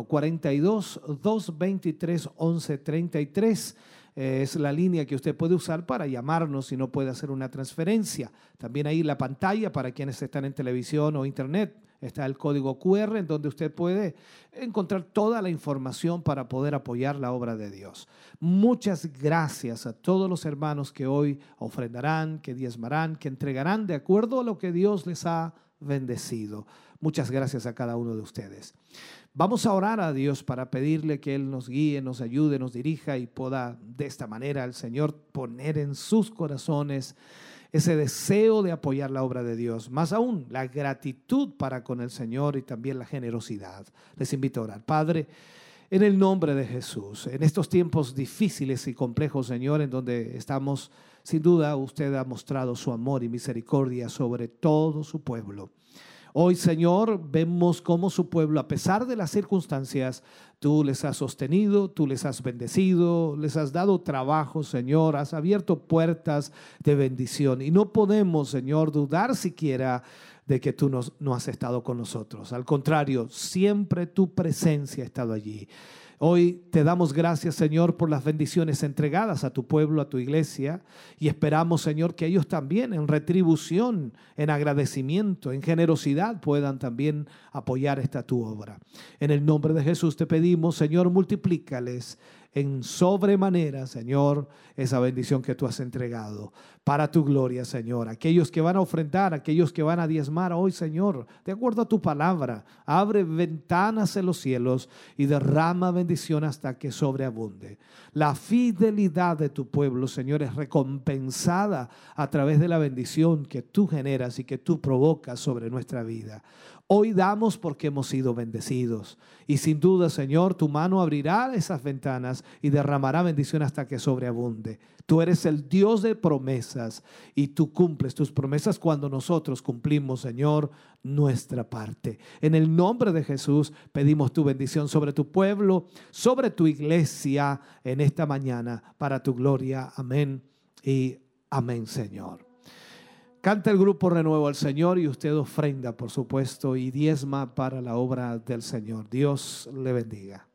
E: 42-223-1133. Es la línea que usted puede usar para llamarnos si no puede hacer una transferencia. También ahí en la pantalla para quienes están en televisión o internet está el código QR en donde usted puede encontrar toda la información para poder apoyar la obra de Dios. Muchas gracias a todos los hermanos que hoy ofrendarán, que diezmarán, que entregarán de acuerdo a lo que Dios les ha bendecido. Muchas gracias a cada uno de ustedes. Vamos a orar a Dios para pedirle que Él nos guíe, nos ayude, nos dirija y pueda de esta manera el Señor poner en sus corazones ese deseo de apoyar la obra de Dios. Más aún, la gratitud para con el Señor y también la generosidad. Les invito a orar. Padre, en el nombre de Jesús, en estos tiempos difíciles y complejos, Señor, en donde estamos, sin duda, usted ha mostrado su amor y misericordia sobre todo su pueblo. Hoy, Señor, vemos cómo su pueblo, a pesar de las circunstancias, tú les has sostenido, tú les has bendecido, les has dado trabajo, Señor, has abierto puertas de bendición. Y no podemos, Señor, dudar siquiera de que tú no has estado con nosotros. Al contrario, siempre tu presencia ha estado allí. Hoy te damos gracias, Señor, por las bendiciones entregadas a tu pueblo, a tu iglesia, y esperamos, Señor, que ellos también en retribución, en agradecimiento, en generosidad puedan también apoyar esta tu obra. En el nombre de Jesús te pedimos, Señor, multiplícales en sobremanera, Señor, esa bendición que tú has entregado para tu gloria, Señor. Aquellos que van a ofrendar, aquellos que van a diezmar hoy, Señor, de acuerdo a tu palabra, abre ventanas en los cielos y derrama bendición hasta que sobreabunde. La fidelidad de tu pueblo, Señor, es recompensada a través de la bendición que tú generas y que tú provocas sobre nuestra vida. Hoy damos porque hemos sido bendecidos y sin duda, Señor, tu mano abrirá esas ventanas y derramará bendición hasta que sobreabunde. Tú eres el Dios de promesas y tú cumples tus promesas cuando nosotros cumplimos, Señor, nuestra parte. En el nombre de Jesús pedimos tu bendición sobre tu pueblo, sobre tu iglesia en esta mañana para tu gloria. Amén y amén, Señor. Canta el grupo Renuevo al Señor y usted ofrenda, por supuesto, y diezma para la obra del Señor. Dios le bendiga.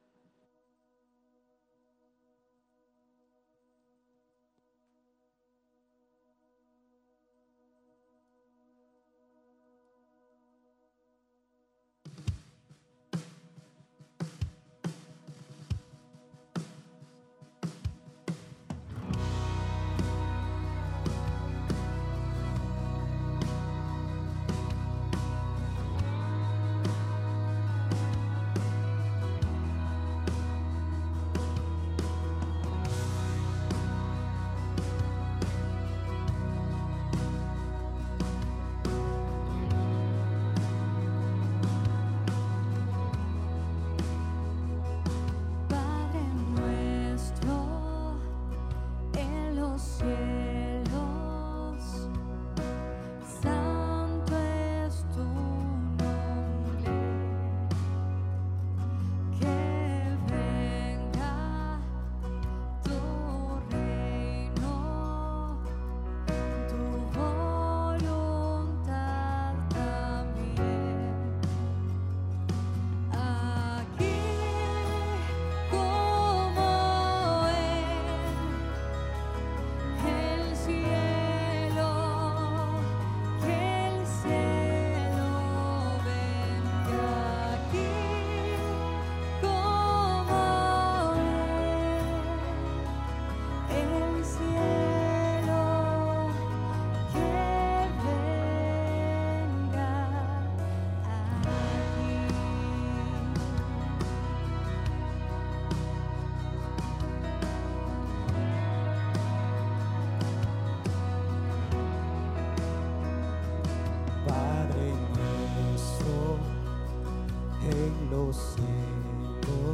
D: los cielos,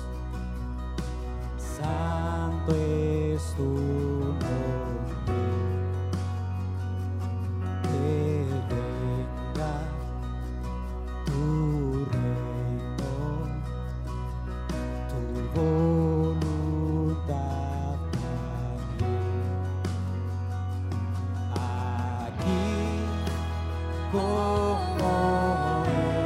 D: santo es tu nombre, que venga tu reino, tu como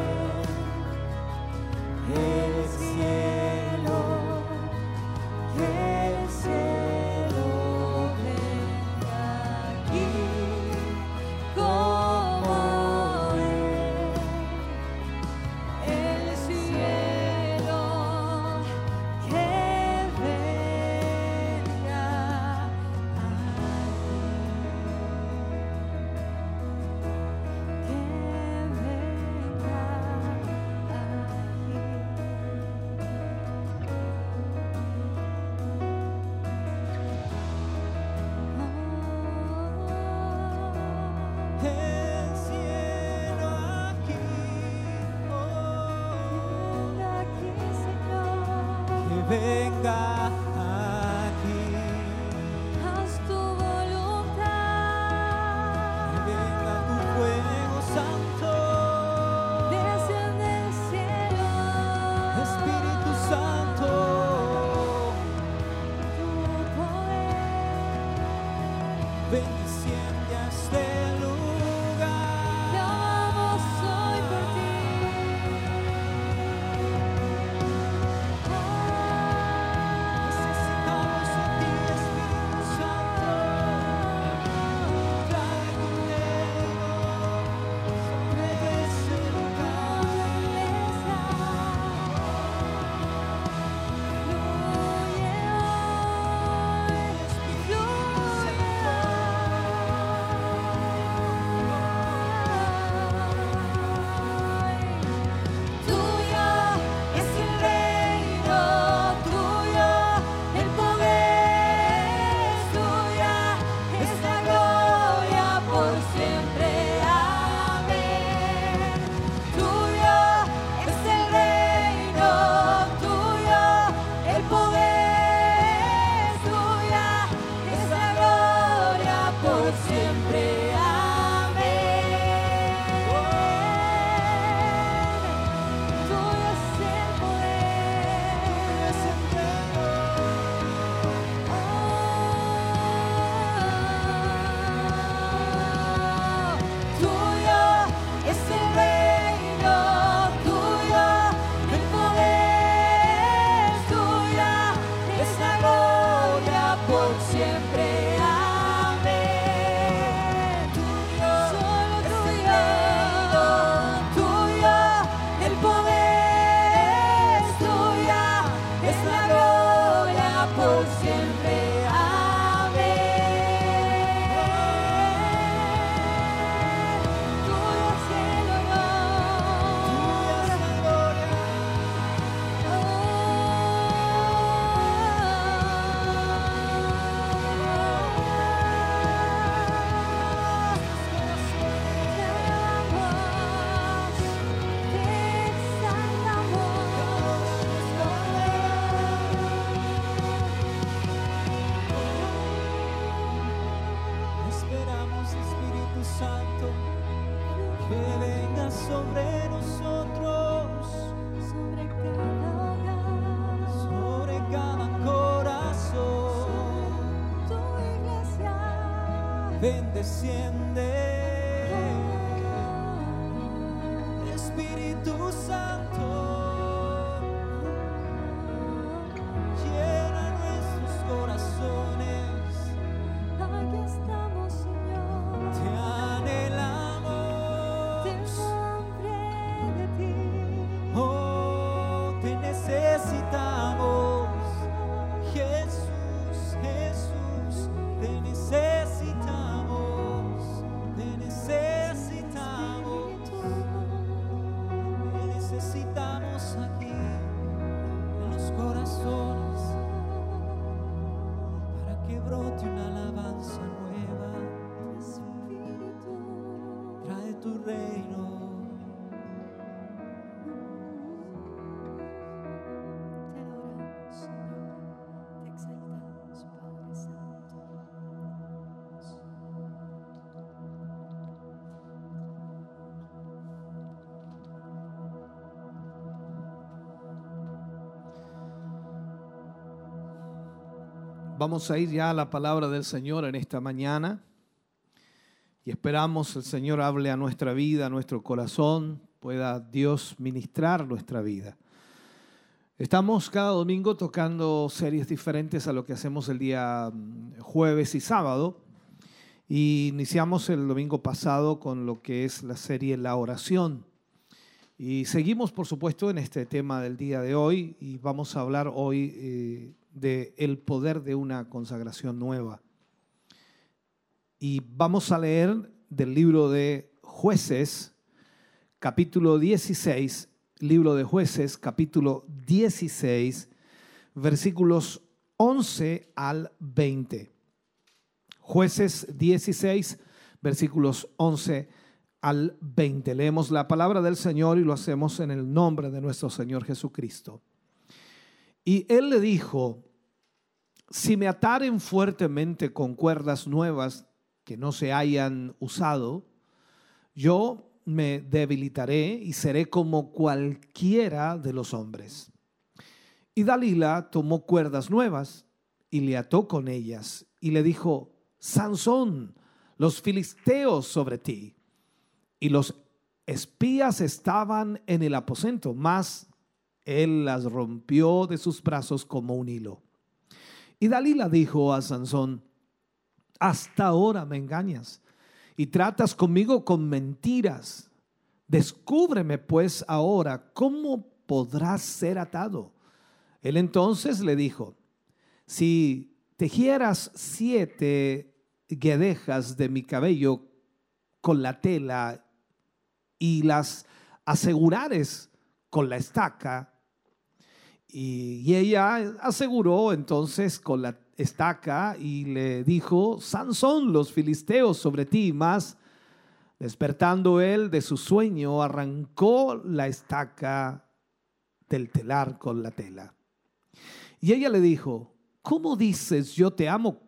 D: el cielo, que el cielo venga aquí, como el cielo, que venga el cielo aquí, que venga aquí,
C: Haz tu voluntad.
D: que venga tu fuego santo,
C: Desciende del cielo.
D: Espíritu Santo,
C: Tu poder.
D: ven desciende a este lugar.
C: Clamamos hoy por ti.
D: Necesitamos de ti, Espíritu Santo. Trae tu reino sobre este lugar.
C: Tuyo es el reino, tuyo el poder, tuya es la gloria por siempre. Amén. Tuyo es el reino, tuyo el poder, tuya es la gloria por siempre. Amén. Tuyo es el poder, tuyo es el reino, tuyo el poder, tuya es la gloria por siempre. Amén. Solo tuyo, tuyo el poder, tuya es la gloria por siempre. Amén. Tuyo es el honor.
D: Esperamos, Espíritu Santo, que venga sobre nosotros,
C: Sobre cada hogar,
D: sobre cada corazón.
C: tu iglesia.
D: Ven, desciende, Espíritu Santo, llena nuestros corazones,
C: Aquí estamos, Señor.
D: te anhelamos,
C: Tengo hambre de ti.
D: oh, te necesitamos, Jesús, Jesús, te necesitamos, te necesitamos. Te necesitamos aquí en los corazones para que brote una alabanza nueva.
C: Espíritu.
D: Trae tu reino.
C: Te adoramos, Señor. Te exaltamos, Padre Santo.
E: Vamos a ir ya a la palabra del Señor en esta mañana. y esperamos el Señor hable a nuestra vida, a nuestro corazón, pueda Dios ministrar nuestra vida. Estamos cada domingo tocando series diferentes a lo que hacemos el día jueves y sábado. Y iniciamos el domingo pasado con lo que es la serie La Oración. Y seguimos, por supuesto, en este tema del día de hoy y vamos a hablar hoy de el poder de una consagración nueva. Y vamos a leer del libro de Jueces, capítulo 16, libro de Jueces, capítulo 16, versículos 11 al 20. Jueces 16, versículos 11 al 20. Leemos la palabra del Señor y lo hacemos en el nombre de nuestro Señor Jesucristo. Y él le dijo: si me ataren fuertemente con cuerdas nuevas que no se hayan usado, yo me debilitaré y seré como cualquiera de los hombres. Y Dalila tomó cuerdas nuevas y le ató con ellas y le dijo: Sansón, los filisteos sobre ti. Y los espías estaban en el aposento, mas él las rompió de sus brazos como un hilo. Y Dalila dijo a Sansón: hasta ahora me engañas y tratas conmigo con mentiras. Descúbreme pues ahora cómo podrás ser atado. Él entonces le dijo: si tejieras 7 guedejas de mi cabello con la tela y las asegurares con la estaca. Y ella aseguró entonces con la estaca y le dijo: Sansón, los filisteos sobre ti. Mas despertando él de su sueño, arrancó la estaca del telar con la tela. Y ella le dijo: ¿cómo dices yo te amo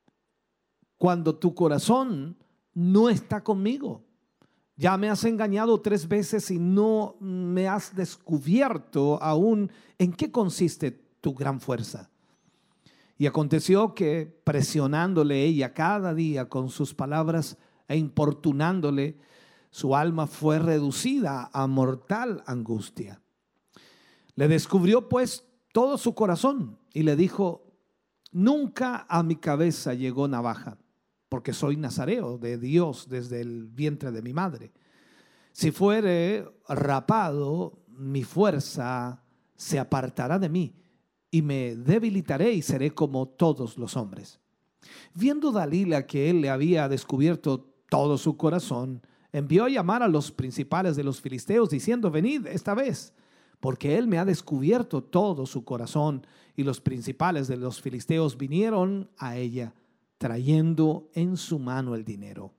E: cuando tu corazón no está conmigo? Ya me has engañado 3 veces y no me has descubierto aún en qué consiste tu gran fuerza. Y aconteció que presionándole ella cada día con sus palabras e importunándole, su alma fue reducida a mortal angustia. Le descubrió pues todo su corazón y le dijo: nunca a mi cabeza llegó navaja, porque soy nazareo de Dios desde el vientre de mi madre. Si fuere rapado, mi fuerza se apartará de mí y me debilitaré y seré como todos los hombres. Viendo Dalila que él le había descubierto todo su corazón, envió a llamar a los principales de los filisteos diciendo: venid esta vez, porque él me ha descubierto todo su corazón. Y los principales de los filisteos vinieron a ella, trayendo en su mano el dinero.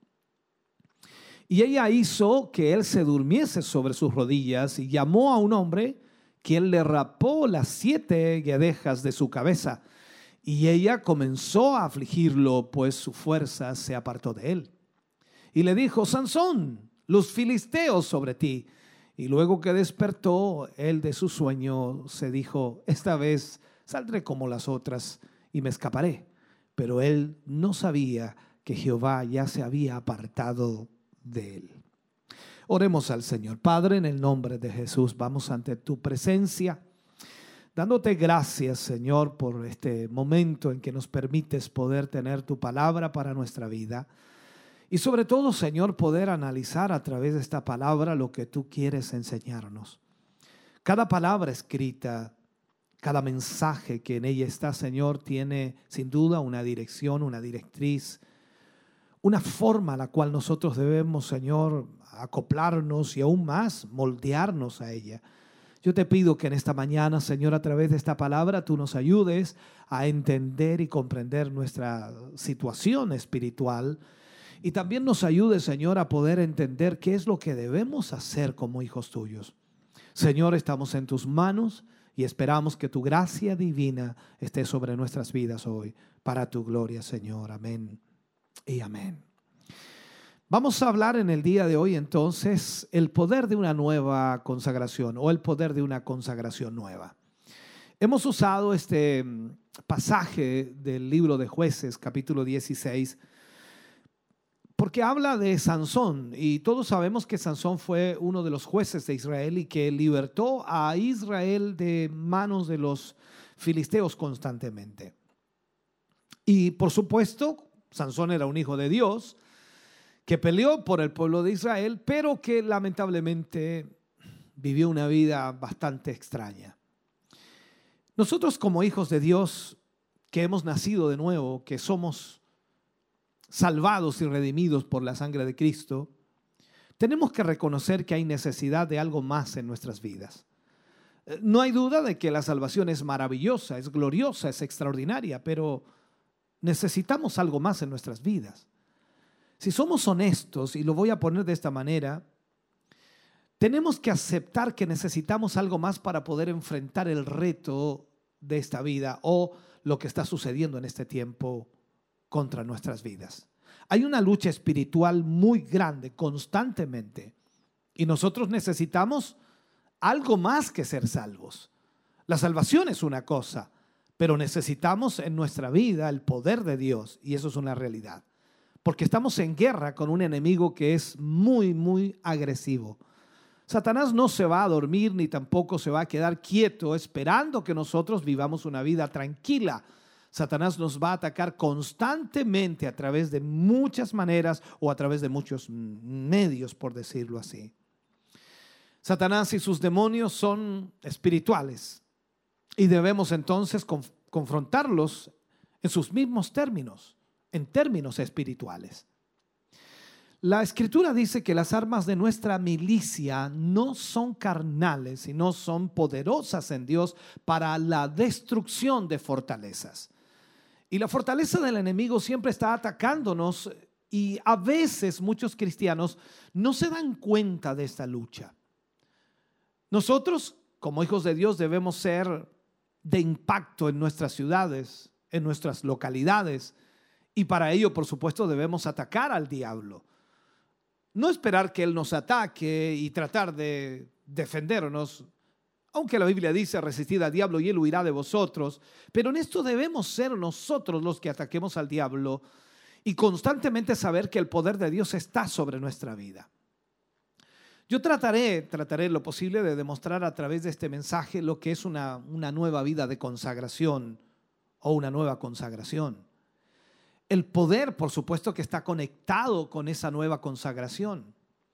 E: Y ella hizo que él se durmiese sobre sus rodillas y llamó a un hombre, quien le rapó las 7 guedejas de su cabeza. Y ella comenzó a afligirlo, pues su fuerza se apartó de él. Y le dijo: Sansón, los filisteos sobre ti. Y luego que despertó él de su sueño, se dijo: esta vez saldré como las otras y me escaparé. Pero él no sabía que Jehová ya se había apartado de él. Oremos al Señor. Padre, en el nombre de Jesús, vamos ante tu presencia, dándote gracias, Señor, por este momento en que nos permites poder tener tu palabra para nuestra vida. Y sobre todo, Señor, poder analizar a través de esta palabra lo que tú quieres enseñarnos. Cada palabra escrita, cada mensaje que en ella está, Señor, tiene sin duda una dirección, una directriz, una forma a la cual nosotros debemos, Señor, acoplarnos y aún más moldearnos a ella. Yo te pido que en esta mañana, Señor, a través de esta palabra, tú nos ayudes a entender y comprender nuestra situación espiritual y también nos ayudes, Señor, a poder entender qué es lo que debemos hacer como hijos tuyos. Señor, estamos en tus manos y esperamos que tu gracia divina esté sobre nuestras vidas hoy, para tu gloria, Señor. Amén y amén. Vamos a hablar en el día de hoy entonces el poder de una nueva consagración o el poder de una consagración nueva. Hemos usado este pasaje del libro de Jueces, capítulo 16, Porque habla de Sansón, y todos sabemos que Sansón fue uno de los jueces de Israel y que libertó a Israel de manos de los filisteos constantemente. Y por supuesto, Sansón era un hijo de Dios que peleó por el pueblo de Israel, pero que lamentablemente vivió una vida bastante extraña. Nosotros, como hijos de Dios que hemos nacido de nuevo, que somos salvados y redimidos por la sangre de Cristo, tenemos que reconocer que hay necesidad de algo más en nuestras vidas. No hay duda de que la salvación es maravillosa, es gloriosa, es extraordinaria, pero necesitamos algo más en nuestras vidas. Si somos honestos, y lo voy a poner de esta manera, tenemos que aceptar que necesitamos algo más para poder enfrentar el reto de esta vida o lo que está sucediendo en este tiempo contra nuestras vidas. Hay una lucha espiritual muy grande constantemente y nosotros necesitamos algo más que ser salvos. La salvación es una cosa, pero necesitamos en nuestra vida el poder de Dios, y eso es una realidad, porque estamos en guerra con un enemigo que es muy, muy agresivo. Satanás no se va a dormir ni tampoco se va a quedar quieto esperando que nosotros vivamos una vida tranquila. Satanás nos va a atacar constantemente a través de muchas maneras o a través de muchos medios, por decirlo así. Satanás y sus demonios son espirituales y debemos entonces confrontarlos en sus mismos términos, en términos espirituales. La Escritura dice que las armas de nuestra milicia no son carnales, sino son poderosas en Dios para la destrucción de fortalezas. Y la fortaleza del enemigo siempre está atacándonos y a veces muchos cristianos no se dan cuenta de esta lucha. Nosotros, como hijos de Dios, debemos ser de impacto en nuestras ciudades, en nuestras localidades, y para ello, por supuesto, debemos atacar al diablo. No esperar que él nos ataque y tratar de defendernos, aunque la Biblia dice: resistid al diablo y él huirá de vosotros. Pero en esto debemos ser nosotros los que ataquemos al diablo y constantemente saber que el poder de Dios está sobre nuestra vida. Yo trataré lo posible de demostrar a través de este mensaje lo que es una nueva vida de consagración o una nueva consagración. El poder, por supuesto, que está conectado con esa nueva consagración.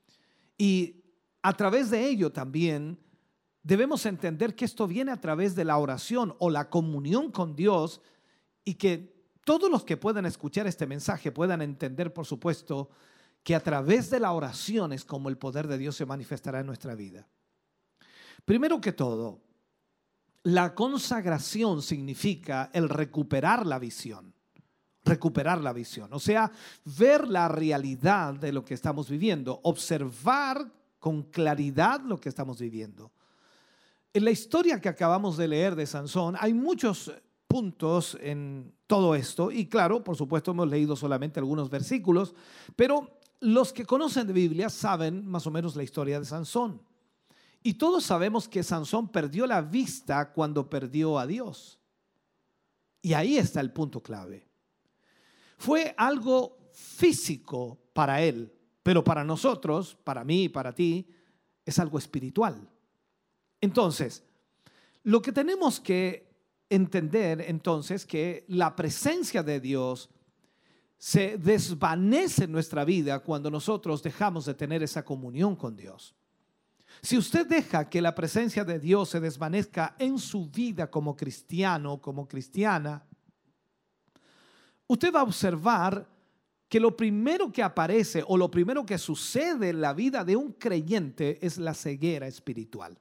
E: Y a través de ello también debemos entender que esto viene a través de la oración o la comunión con Dios, y que todos los que puedan escuchar este mensaje puedan entender, por supuesto, que a través de la oración es como el poder de Dios se manifestará en nuestra vida. Primero que todo, la consagración significa el recuperar la visión. Recuperar la visión, o sea, ver la realidad de lo que estamos viviendo, observar con claridad lo que estamos viviendo. En la historia que acabamos de leer de Sansón hay muchos puntos en todo esto, y claro, por supuesto hemos leído solamente algunos versículos, pero los que conocen de Biblia saben más o menos la historia de Sansón. Y todos sabemos que Sansón perdió la vista cuando perdió a Dios. Y ahí está el punto clave. Fue algo físico para él, pero para nosotros, para mí y para ti, es algo espiritual. Entonces, lo que tenemos que entender entonces que la presencia de Dios se desvanece en nuestra vida cuando nosotros dejamos de tener esa comunión con Dios. Si usted deja que la presencia de Dios se desvanezca en su vida como cristiano, como cristiana, usted va a observar que lo primero que aparece o lo primero que sucede en la vida de un creyente es la ceguera espiritual.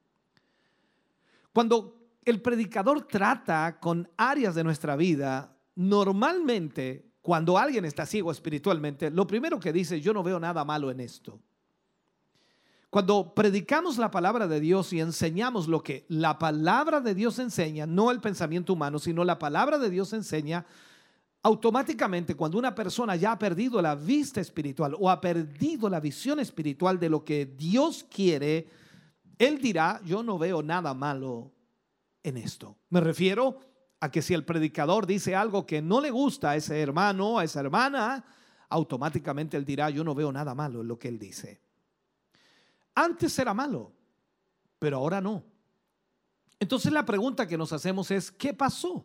E: Cuando el predicador trata con áreas de nuestra vida, normalmente cuando alguien está ciego espiritualmente, lo primero que dice: yo no veo nada malo en esto. Cuando predicamos la palabra de Dios y enseñamos lo que la palabra de Dios enseña, no el pensamiento humano, sino la palabra de Dios enseña, automáticamente cuando una persona ya ha perdido la vista espiritual o ha perdido la visión espiritual de lo que Dios quiere, él dirá: yo no veo nada malo en esto. Me refiero a que si el predicador dice algo que no le gusta a ese hermano, a esa hermana, automáticamente él dirá, yo no veo nada malo en lo que él dice. Antes era malo, pero ahora no. Entonces la pregunta que nos hacemos es, ¿qué pasó?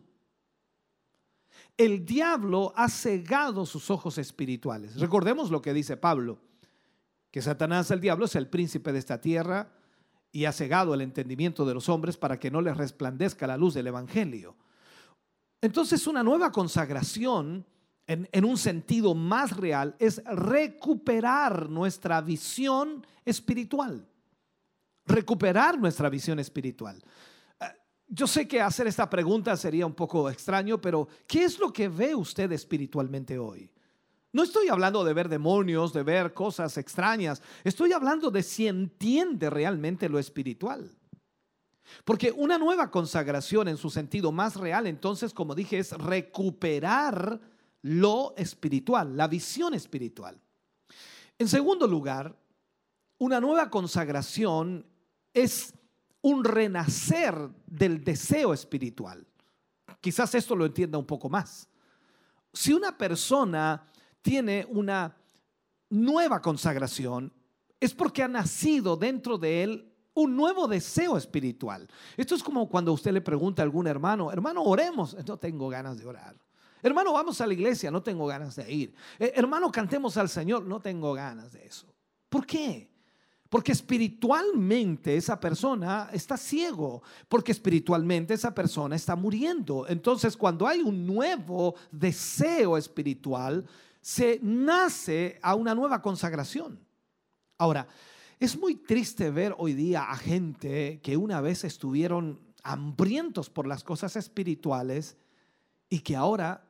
E: El diablo ha cegado sus ojos espirituales. Recordemos lo que dice Pablo, que Satanás, el diablo, es el príncipe de esta tierra y ha cegado el entendimiento de los hombres para que no les resplandezca la luz del evangelio. Entonces una nueva consagración en un sentido más real es recuperar nuestra visión espiritual. Recuperar nuestra visión espiritual. Yo sé que hacer esta pregunta sería un poco extraño, pero ¿qué es lo que ve usted espiritualmente hoy? No estoy hablando de ver demonios, de ver cosas extrañas. Estoy hablando de si entiende realmente lo espiritual. Porque una nueva consagración en su sentido más real, entonces, como dije, es recuperar lo espiritual, la visión espiritual. En segundo lugar, una nueva consagración es un renacer del deseo espiritual. Quizás esto lo entienda un poco más. Si una persona tiene una nueva consagración, es porque ha nacido dentro de él un nuevo deseo espiritual. Esto es como cuando usted le pregunta a algún hermano, hermano, oremos. No tengo ganas de orar. Hermano, vamos a la iglesia. No tengo ganas de ir. Hermano, cantemos al Señor. No tengo ganas de eso. ¿Por qué? Porque espiritualmente esa persona está ciego, porque espiritualmente esa persona está muriendo. Entonces, cuando hay un nuevo deseo espiritual, se nace a una nueva consagración. Ahora, es muy triste ver hoy día a gente que una vez estuvieron hambrientos por las cosas espirituales y que ahora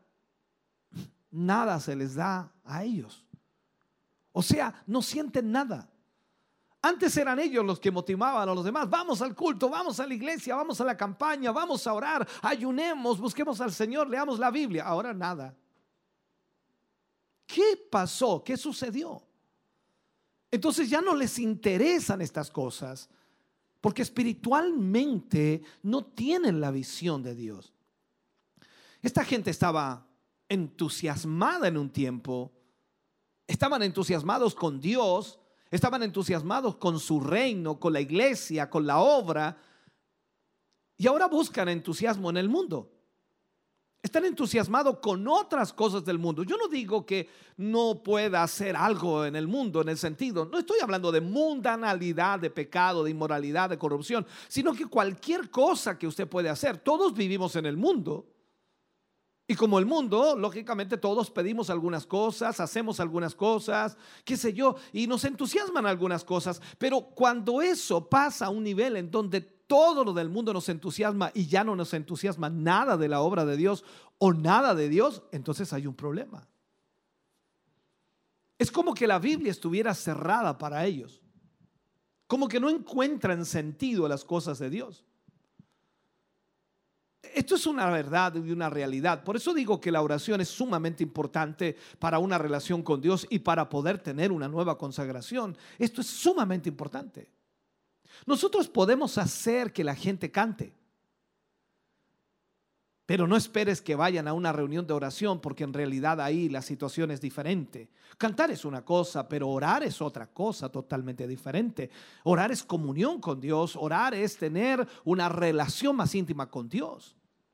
E: nada se les da a ellos. O sea, no sienten nada. Antes eran ellos los que motivaban a los demás. Vamos al culto, vamos a la iglesia, vamos a la campaña, vamos a orar, ayunemos, busquemos al Señor, leamos la Biblia. Ahora nada. ¿Qué pasó? ¿Qué sucedió? Entonces ya no les interesan estas cosas porque espiritualmente no tienen la visión de Dios. Esta gente estaba entusiasmada en un tiempo, estaban entusiasmados con Dios, estaban entusiasmados con su reino, con la iglesia, con la obra, y ahora buscan entusiasmo en el mundo. Están entusiasmados con otras cosas del mundo. Yo no digo que no pueda hacer algo en el mundo, en el sentido, no estoy hablando de mundanalidad, de pecado, de inmoralidad, de corrupción, sino que cualquier cosa que usted puede hacer. Todos vivimos en el mundo. Y como el mundo, lógicamente todos pedimos algunas cosas, hacemos algunas cosas, qué sé yo, y nos entusiasman algunas cosas. Pero cuando eso pasa a un nivel en donde todo lo del mundo nos entusiasma y ya no nos entusiasma nada de la obra de Dios o nada de Dios, entonces hay un problema. Es como que la Biblia estuviera cerrada para ellos, como que no encuentran sentido a las cosas de Dios. Esto es una verdad y una realidad. Por eso digo que la oración es sumamente importante para una relación con Dios y para poder tener una nueva consagración. Esto es sumamente importante. Nosotros podemos hacer que la gente cante, pero no esperes que vayan a una reunión de oración, porque en realidad ahí la situación es diferente. Cantar es una cosa, pero orar es otra cosa totalmente diferente. Orar es comunión con Dios, orar es tener una relación más íntima con Dios.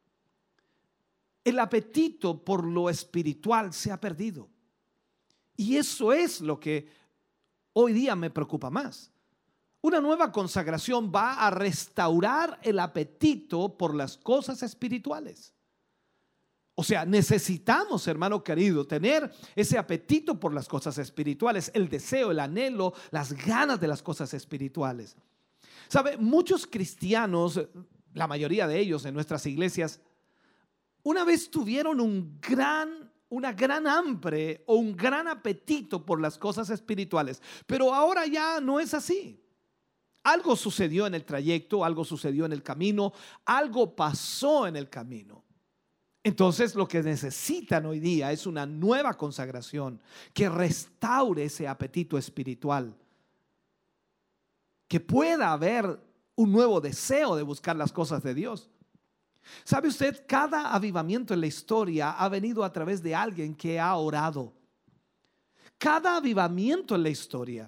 E: El apetito por lo espiritual se ha perdido. Y eso es lo que hoy día me preocupa más. Una nueva consagración va a restaurar el apetito por las cosas espirituales. O sea, necesitamos, hermano querido, tener ese apetito por las cosas espirituales, el deseo, el anhelo, las ganas de las cosas espirituales. ¿Sabe? Muchos cristianos, la mayoría de ellos en nuestras iglesias, una vez tuvieron una gran hambre o un gran apetito por las cosas espirituales, pero ahora ya no es así. Algo sucedió en el trayecto, algo sucedió en el camino, algo pasó en el camino. Entonces lo que necesitan hoy día es una nueva consagración que restaure ese apetito espiritual, que pueda haber un nuevo deseo de buscar las cosas de Dios. ¿Sabe usted? Cada avivamiento en la historia ha venido a través de alguien que ha orado. cada avivamiento en la historia,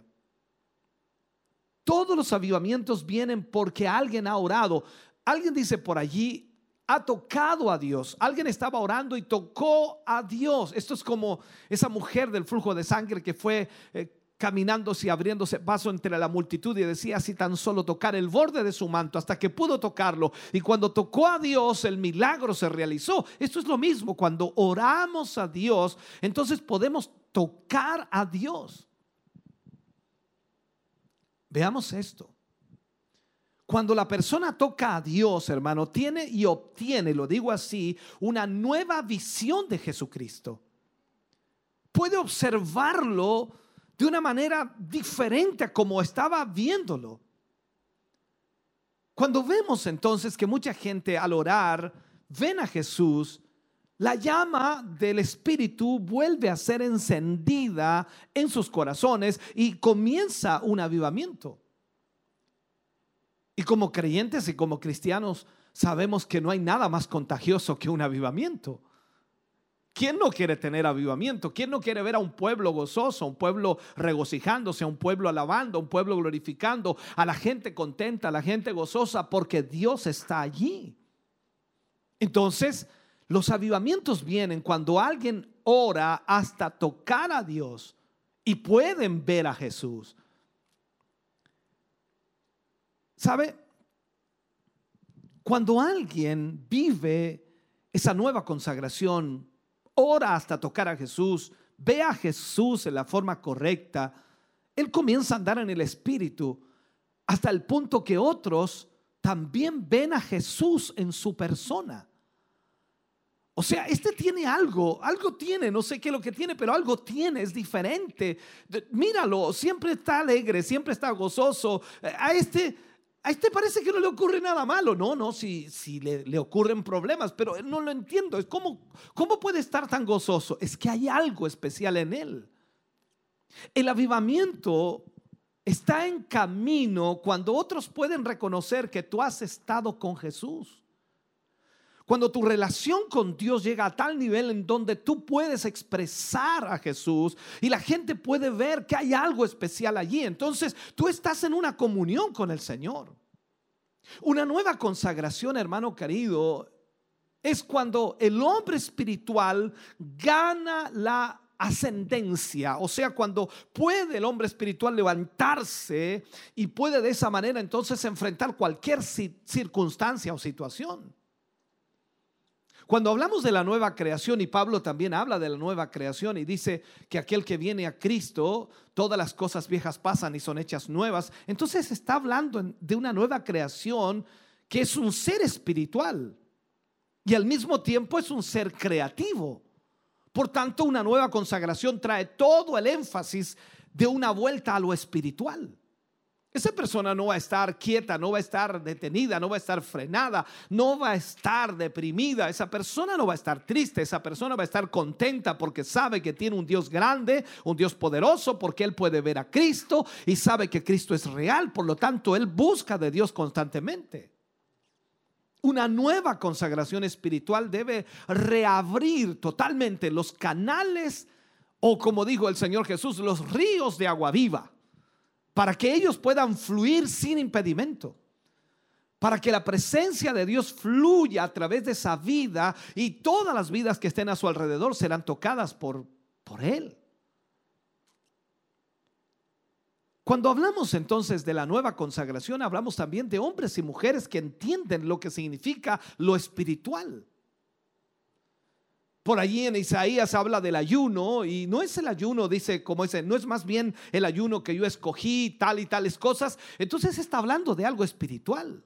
E: todos los avivamientos vienen porque alguien ha orado. Alguien dice por allí, ha tocado a Dios. Alguien estaba orando y tocó a Dios. Esto es como esa mujer del flujo de sangre que fue caminándose y abriéndose paso entre la multitud y decía, si tan solo tocar el borde de su manto, hasta que pudo tocarlo. Y cuando tocó a Dios, el milagro se realizó. Esto es lo mismo, cuando oramos a Dios, entonces podemos tocar a Dios. Veamos esto. Cuando la persona toca a Dios, hermano, tiene y obtiene, lo digo así, una nueva visión de Jesucristo. Puede observarlo de una manera diferente a como estaba viéndolo. Cuando vemos entonces que mucha gente al orar ven a Jesús, la llama del Espíritu vuelve a ser encendida en sus corazones y comienza un avivamiento. Y como creyentes y como cristianos sabemos que no hay nada más contagioso que un avivamiento. ¿Quién no quiere tener avivamiento? ¿Quién no quiere ver a un pueblo gozoso, un pueblo regocijándose, a un pueblo alabando, a un pueblo glorificando, a la gente contenta, a la gente gozosa porque Dios está allí? Entonces, los avivamientos vienen cuando alguien ora hasta tocar a Dios y pueden ver a Jesús. ¿Sabe? Cuando alguien vive esa nueva consagración, ora hasta tocar a Jesús, ve a Jesús en la forma correcta, él comienza a andar en el Espíritu hasta el punto que otros también ven a Jesús en su persona. O sea, este tiene algo tiene, no sé qué es lo que tiene, pero algo tiene, es diferente. Míralo, siempre está alegre, siempre está gozoso. A este parece que no le ocurre nada malo. No, si le ocurren problemas, pero no lo entiendo. Es ¿cómo puede estar tan gozoso? Es que hay algo especial en él. El avivamiento está en camino cuando otros pueden reconocer que tú has estado con Jesús. Cuando tu relación con Dios llega a tal nivel en donde tú puedes expresar a Jesús y la gente puede ver que hay algo especial allí, entonces tú estás en una comunión con el Señor. Una nueva consagración, hermano querido, es cuando el hombre espiritual gana la ascendencia, o sea, cuando puede el hombre espiritual levantarse y puede de esa manera entonces enfrentar cualquier circunstancia o situación. Cuando hablamos de la nueva creación, y Pablo también habla de la nueva creación y dice que aquel que viene a Cristo, todas las cosas viejas pasan y son hechas nuevas, entonces está hablando de una nueva creación que es un ser espiritual y al mismo tiempo es un ser creativo. Por tanto, una nueva consagración trae todo el énfasis de una vuelta a lo espiritual. Esa persona no va a estar quieta, no va a estar detenida, no va a estar frenada, no va a estar deprimida. Esa persona no va a estar triste, esa persona va a estar contenta porque sabe que tiene un Dios grande, un Dios poderoso, porque él puede ver a Cristo y sabe que Cristo es real. Por lo tanto, él busca de Dios constantemente. Una nueva consagración espiritual debe reabrir totalmente los canales, o como dijo el Señor Jesús, los ríos de agua viva, para que ellos puedan fluir sin impedimento, para que la presencia de Dios fluya a través de esa vida y todas las vidas que estén a su alrededor serán tocadas por Él. Cuando hablamos entonces de la nueva consagración, hablamos también de hombres y mujeres que entienden lo que significa lo espiritual. Por allí en Isaías habla del ayuno, y no es el ayuno, dice, como dice, no es más bien el ayuno que yo escogí, tal y tales cosas. Entonces está hablando de algo espiritual.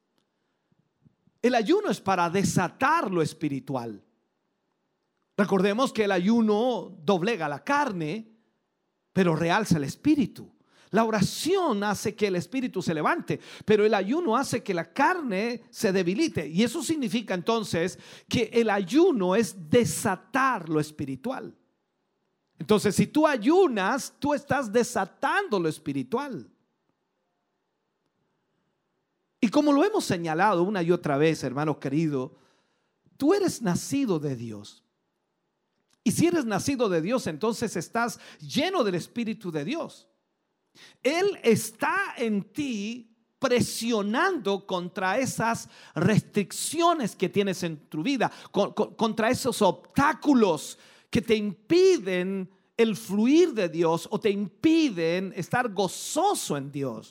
E: El ayuno es para desatar lo espiritual. Recordemos que el ayuno doblega la carne, pero realza el espíritu. La oración hace que el espíritu se levante, pero el ayuno hace que la carne se debilite. Y eso significa entonces que el ayuno es desatar lo espiritual. Entonces, si tú ayunas, tú estás desatando lo espiritual. Y como lo hemos señalado una y otra vez, hermano querido, tú eres nacido de Dios. Y si eres nacido de Dios, entonces estás lleno del Espíritu de Dios. Él está en ti presionando contra esas restricciones que tienes en tu vida, contra esos obstáculos que te impiden el fluir de Dios o te impiden estar gozoso en Dios.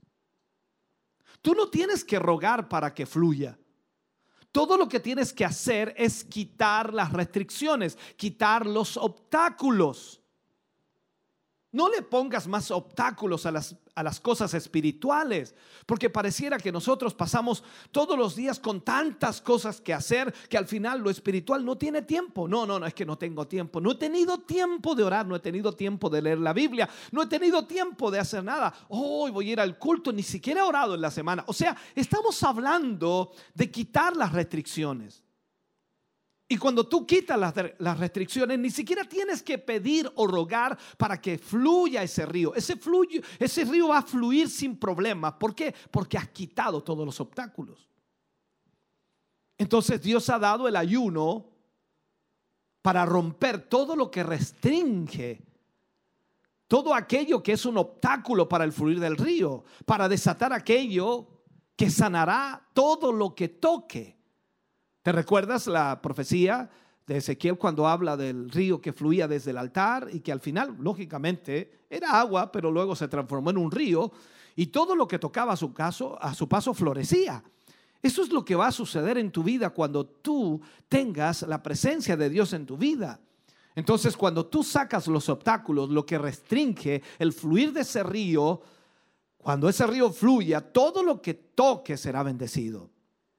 E: Tú no tienes que rogar para que fluya. Todo lo que tienes que hacer es quitar las restricciones, quitar los obstáculos. No le pongas más obstáculos a las cosas espirituales, porque pareciera que nosotros pasamos todos los días con tantas cosas que hacer que al final lo espiritual no tiene tiempo. No, es que no tengo tiempo. No he tenido tiempo de orar, no he tenido tiempo de leer la Biblia, no he tenido tiempo de hacer nada. Hoy voy a ir al culto, ni siquiera he orado en la semana. O sea, estamos hablando de quitar las restricciones. Y cuando tú quitas las restricciones, ni siquiera tienes que pedir o rogar para que fluya ese río. Ese río va a fluir sin problema. ¿Por qué? Porque has quitado todos los obstáculos. Entonces Dios ha dado el ayuno para romper todo lo que restringe, todo aquello que es un obstáculo para el fluir del río, para desatar aquello que sanará todo lo que toque. ¿Te recuerdas la profecía de Ezequiel cuando habla del río que fluía desde el altar y que al final, lógicamente, era agua, pero luego se transformó en un río y todo lo que tocaba a su paso florecía? Eso es lo que va a suceder en tu vida cuando tú tengas la presencia de Dios en tu vida. Entonces, cuando tú sacas los obstáculos, lo que restringe el fluir de ese río, cuando ese río fluya, todo lo que toque será bendecido.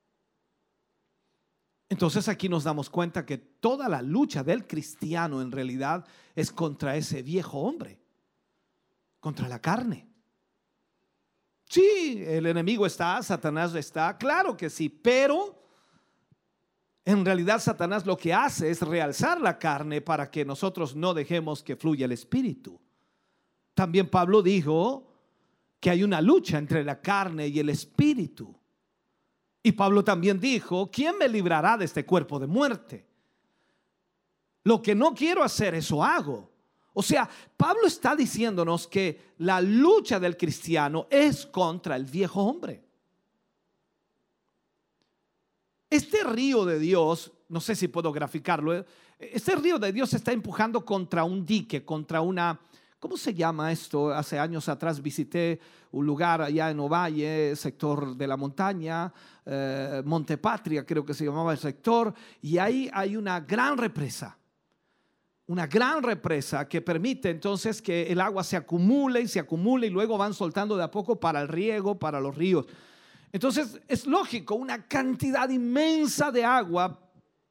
E: Entonces aquí nos damos cuenta que toda la lucha del cristiano en realidad es contra ese viejo hombre, contra la carne. Sí, el enemigo está, Satanás está, claro que sí, pero en realidad Satanás lo que hace es realzar la carne para que nosotros no dejemos que fluya el espíritu. También Pablo dijo que hay una lucha entre la carne y el espíritu. Y Pablo también dijo, ¿quién me librará de este cuerpo de muerte? Lo que no quiero hacer, eso hago. O sea, Pablo está diciéndonos que la lucha del cristiano es contra el viejo hombre. Este río de Dios, no sé si puedo graficarlo, este río de Dios está empujando contra un dique, contra una... ¿Cómo se llama esto? Hace años atrás visité un lugar allá en Ovalle, sector de la montaña, Montepatria creo que se llamaba el sector, y ahí hay una gran represa que permite entonces que el agua se acumule y luego van soltando de a poco para el riego, para los ríos. Entonces es lógico, una cantidad inmensa de agua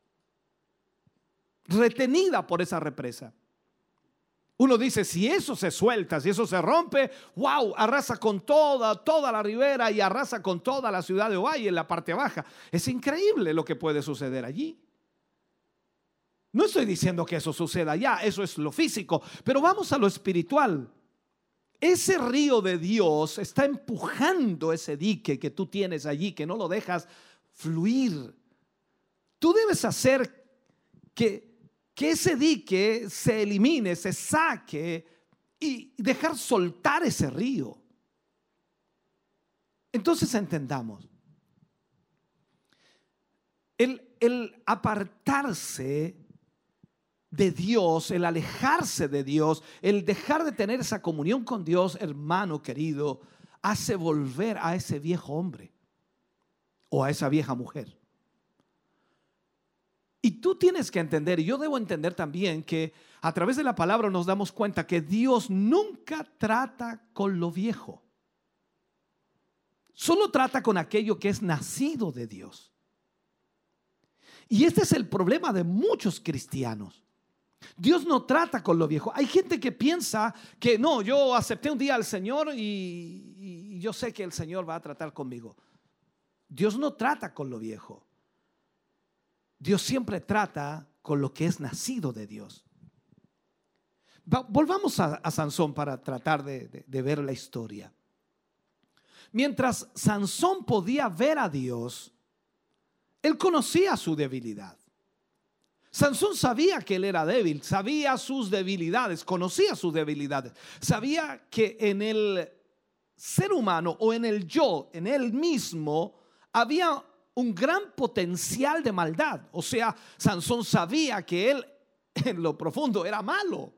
E: retenida por esa represa. Uno dice, si eso se suelta, si eso se rompe, wow, arrasa con toda la ribera y arrasa con toda la ciudad de Ovalle en la parte baja. Es increíble lo que puede suceder allí. No estoy diciendo que eso suceda allá, eso es lo físico, pero vamos a lo espiritual. Ese río de Dios está empujando ese dique que tú tienes allí, que no lo dejas fluir. Tú debes hacer que ese dique se elimine, se saque y dejar soltar ese río. Entonces entendamos, el apartarse de Dios, el alejarse de Dios, el dejar de tener esa comunión con Dios, hermano querido, hace volver a ese viejo hombre o a esa vieja mujer. Y tú tienes que entender, y yo debo entender también, que a través de la palabra nos damos cuenta que Dios nunca trata con lo viejo. Solo trata con aquello que es nacido de Dios. Y este es el problema de muchos cristianos. Dios no trata con lo viejo. Hay gente que piensa que no, yo acepté un día al Señor y yo sé que el Señor va a tratar conmigo. Dios no trata con lo viejo. Dios siempre trata con lo que es nacido de Dios. Volvamos a Sansón para tratar de ver la historia. Mientras Sansón podía ver a Dios, él conocía su debilidad. Sansón sabía que él era débil, sabía sus debilidades, conocía sus debilidades, sabía que en el ser humano o en el yo, en él mismo, había un gran potencial de maldad. O sea, Sansón sabía que él en lo profundo era malo.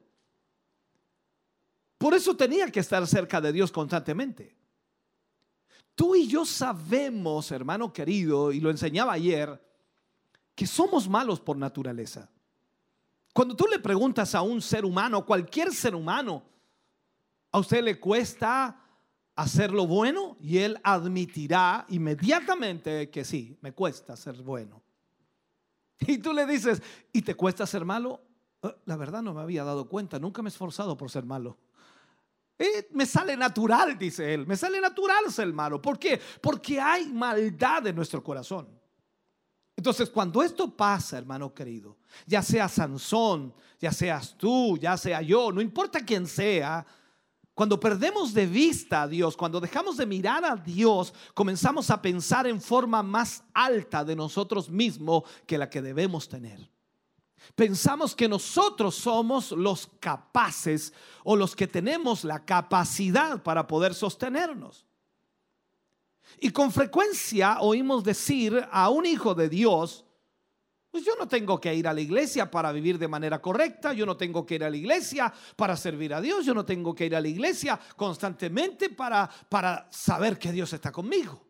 E: Por eso tenía que estar cerca de Dios constantemente. Tú y yo sabemos, hermano querido, y lo enseñaba ayer, que somos malos por naturaleza. Cuando tú le preguntas a un ser humano, cualquier ser humano, ¿a usted le cuesta hacer lo bueno? Y él admitirá inmediatamente que sí, me cuesta ser bueno. Y tú le dices, ¿y te cuesta ser malo? La verdad no me había dado cuenta, nunca me he esforzado por ser malo. Me sale natural, dice él, me sale natural ser malo. ¿Por qué? Porque hay maldad en nuestro corazón. Entonces, cuando esto pasa, hermano querido, ya sea Sansón, ya seas tú, ya sea yo, no importa quién sea, cuando perdemos de vista a Dios, cuando dejamos de mirar a Dios, comenzamos a pensar en forma más alta de nosotros mismos que la que debemos tener. Pensamos que nosotros somos los capaces o los que tenemos la capacidad para poder sostenernos. Y con frecuencia oímos decir a un hijo de Dios, pues yo no tengo que ir a la iglesia para vivir de manera correcta, yo no tengo que ir a la iglesia para servir a Dios, yo no tengo que ir a la iglesia constantemente para saber que Dios está conmigo.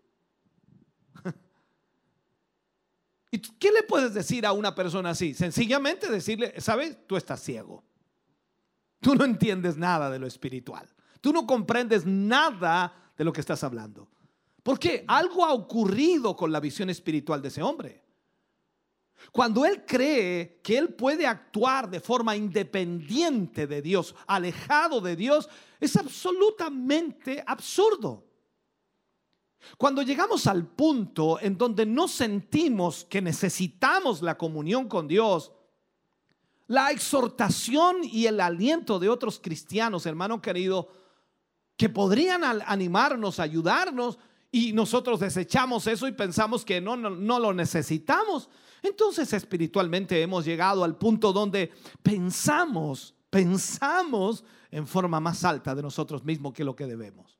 E: ¿Y qué le puedes decir a una persona así? Sencillamente decirle, ¿sabes? Tú estás ciego. Tú no entiendes nada de lo espiritual. Tú no comprendes nada de lo que estás hablando. Porque algo ha ocurrido con la visión espiritual de ese hombre. Cuando él cree que él puede actuar de forma independiente de Dios, alejado de Dios, es absolutamente absurdo. Cuando llegamos al punto en donde no sentimos que necesitamos la comunión con Dios, la exhortación y el aliento de otros cristianos, hermano querido, que podrían animarnos, ayudarnos, y nosotros desechamos eso y pensamos que no lo necesitamos, entonces espiritualmente hemos llegado al punto donde pensamos en forma más alta de nosotros mismos que lo que debemos.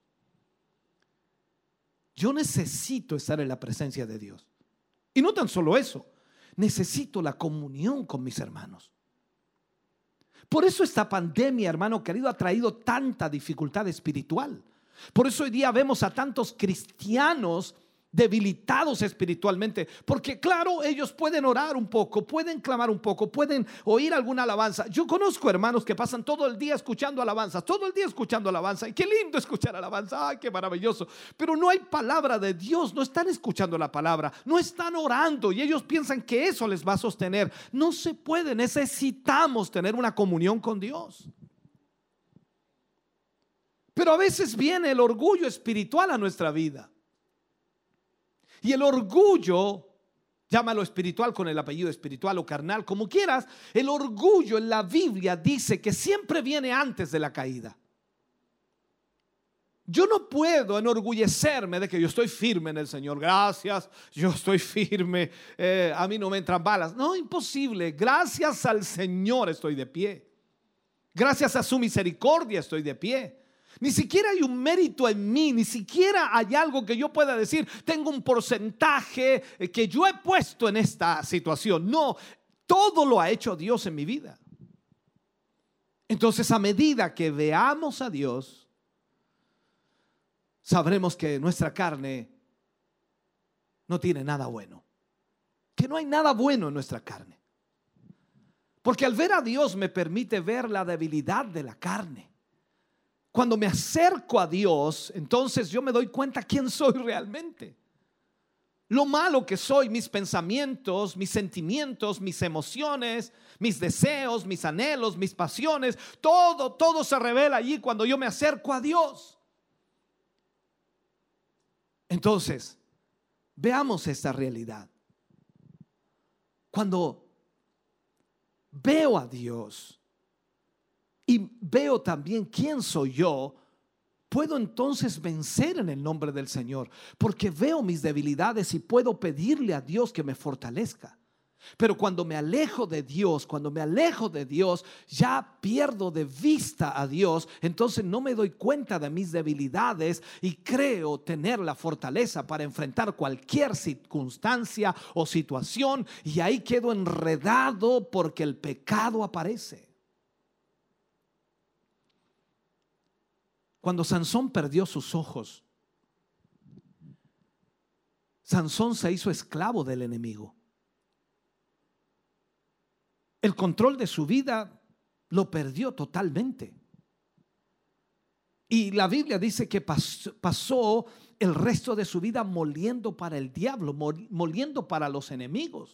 E: Yo necesito estar en la presencia de Dios. Y no tan solo eso, necesito la comunión con mis hermanos. Por eso esta pandemia, hermano querido, ha traído tanta dificultad espiritual. Por eso hoy día vemos a tantos cristianos debilitados espiritualmente, porque claro, ellos pueden orar un poco, pueden clamar un poco, pueden oír alguna alabanza. Yo conozco hermanos que pasan todo el día escuchando alabanzas, todo el día escuchando alabanza, y qué lindo escuchar alabanza, ay, qué maravilloso, pero no hay palabra de Dios, no están escuchando la palabra, no están orando, y ellos piensan que eso les va a sostener. No se puede, necesitamos tener una comunión con Dios. Pero a veces viene el orgullo espiritual a nuestra vida. Y el orgullo, llámalo espiritual con el apellido espiritual o carnal, como quieras, el orgullo en la Biblia dice que siempre viene antes de la caída. Yo no puedo enorgullecerme de que yo estoy firme en el Señor. Gracias, yo estoy firme, a mí no me entran balas. No, imposible. Gracias al Señor estoy de pie. Gracias a su misericordia estoy de pie. Ni siquiera hay un mérito en mí, ni siquiera hay algo que yo pueda decir, tengo un porcentaje que yo he puesto en esta situación. No, todo lo ha hecho Dios en mi vida. Entonces, a medida que veamos a Dios, sabremos que nuestra carne no tiene nada bueno, que no hay nada bueno en nuestra carne. Porque al ver a Dios me permite ver la debilidad de la carne. Cuando me acerco a Dios, entonces yo me doy cuenta quién soy realmente. Lo malo que soy, mis pensamientos, mis sentimientos, mis emociones, mis deseos, mis anhelos, mis pasiones, todo se revela allí cuando yo me acerco a Dios. Entonces, veamos esta realidad. Cuando veo a Dios y veo también quién soy yo, puedo entonces vencer en el nombre del Señor, porque veo mis debilidades y puedo pedirle a Dios que me fortalezca. Pero cuando me alejo de Dios, ya pierdo de vista a Dios. Entonces no me doy cuenta de mis debilidades y creo tener la fortaleza para enfrentar cualquier circunstancia o situación. Y ahí quedo enredado porque el pecado aparece. Cuando Sansón perdió sus ojos, Sansón se hizo esclavo del enemigo. El control de su vida lo perdió totalmente. Y la Biblia dice que pasó el resto de su vida moliendo para el diablo, moliendo para los enemigos.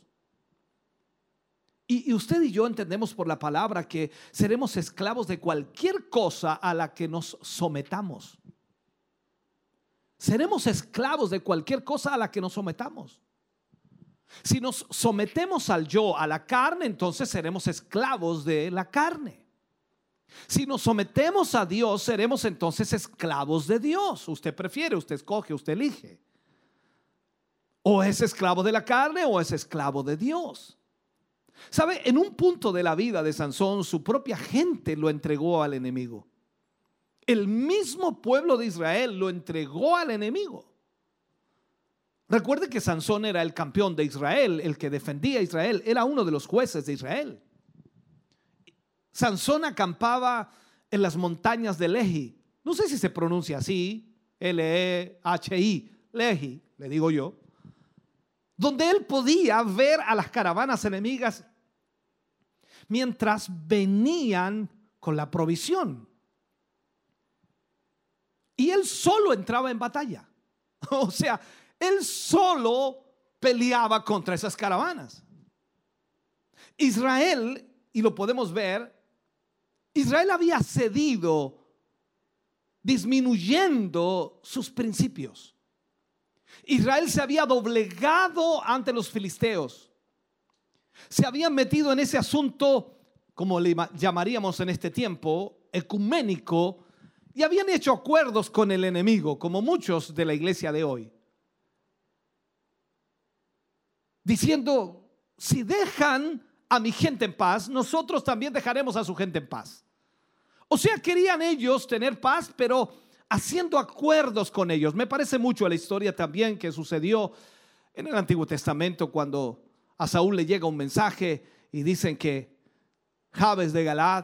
E: Y usted y yo entendemos por la palabra que seremos esclavos de cualquier cosa a la que nos sometamos. Seremos esclavos de cualquier cosa a la que nos sometamos. Si nos sometemos al yo, a la carne, entonces seremos esclavos de la carne. Si nos sometemos a Dios, seremos entonces esclavos de Dios. Usted prefiere, usted escoge, usted elige. O es esclavo de la carne o es esclavo de Dios. ¿Sabe? En un punto de la vida de Sansón, su propia gente lo entregó al enemigo. El mismo pueblo de Israel lo entregó al enemigo. Recuerde que Sansón era el campeón de Israel, el que defendía a Israel, era uno de los jueces de Israel. Sansón acampaba en las montañas de Lehi. No sé si se pronuncia así, Lehi, Lehi, le digo yo. Donde él podía ver a las caravanas enemigas mientras venían con la provisión. Y él solo entraba en batalla. O sea, él solo peleaba contra esas caravanas. Israel, y lo podemos ver, Israel había cedido, disminuyendo sus principios. Israel se había doblegado ante los filisteos. Se habían metido en ese asunto, como le llamaríamos en este tiempo, ecuménico, y habían hecho acuerdos con el enemigo, como muchos de la iglesia de hoy. Diciendo, si dejan a mi gente en paz, nosotros también dejaremos a su gente en paz. O sea, querían ellos tener paz, pero haciendo acuerdos con ellos. Me parece mucho a la historia también que sucedió en el Antiguo Testamento cuando a Saúl le llega un mensaje y dicen que Jabes de Galaad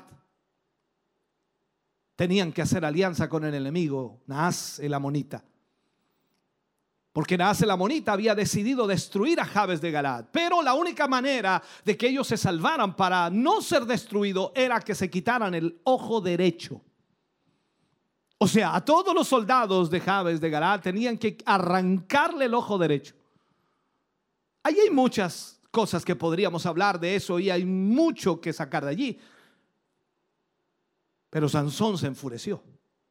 E: tenían que hacer alianza con el enemigo, Naas el amonita. Porque Naas el amonita había decidido destruir a Jabes de Galaad. Pero la única manera de que ellos se salvaran para no ser destruidos era que se quitaran el ojo derecho. O sea, a todos los soldados de Jabes de Galaad tenían que arrancarle el ojo derecho. Ahí hay muchas cosas que podríamos hablar de eso y hay mucho que sacar de allí. Pero Sansón se enfureció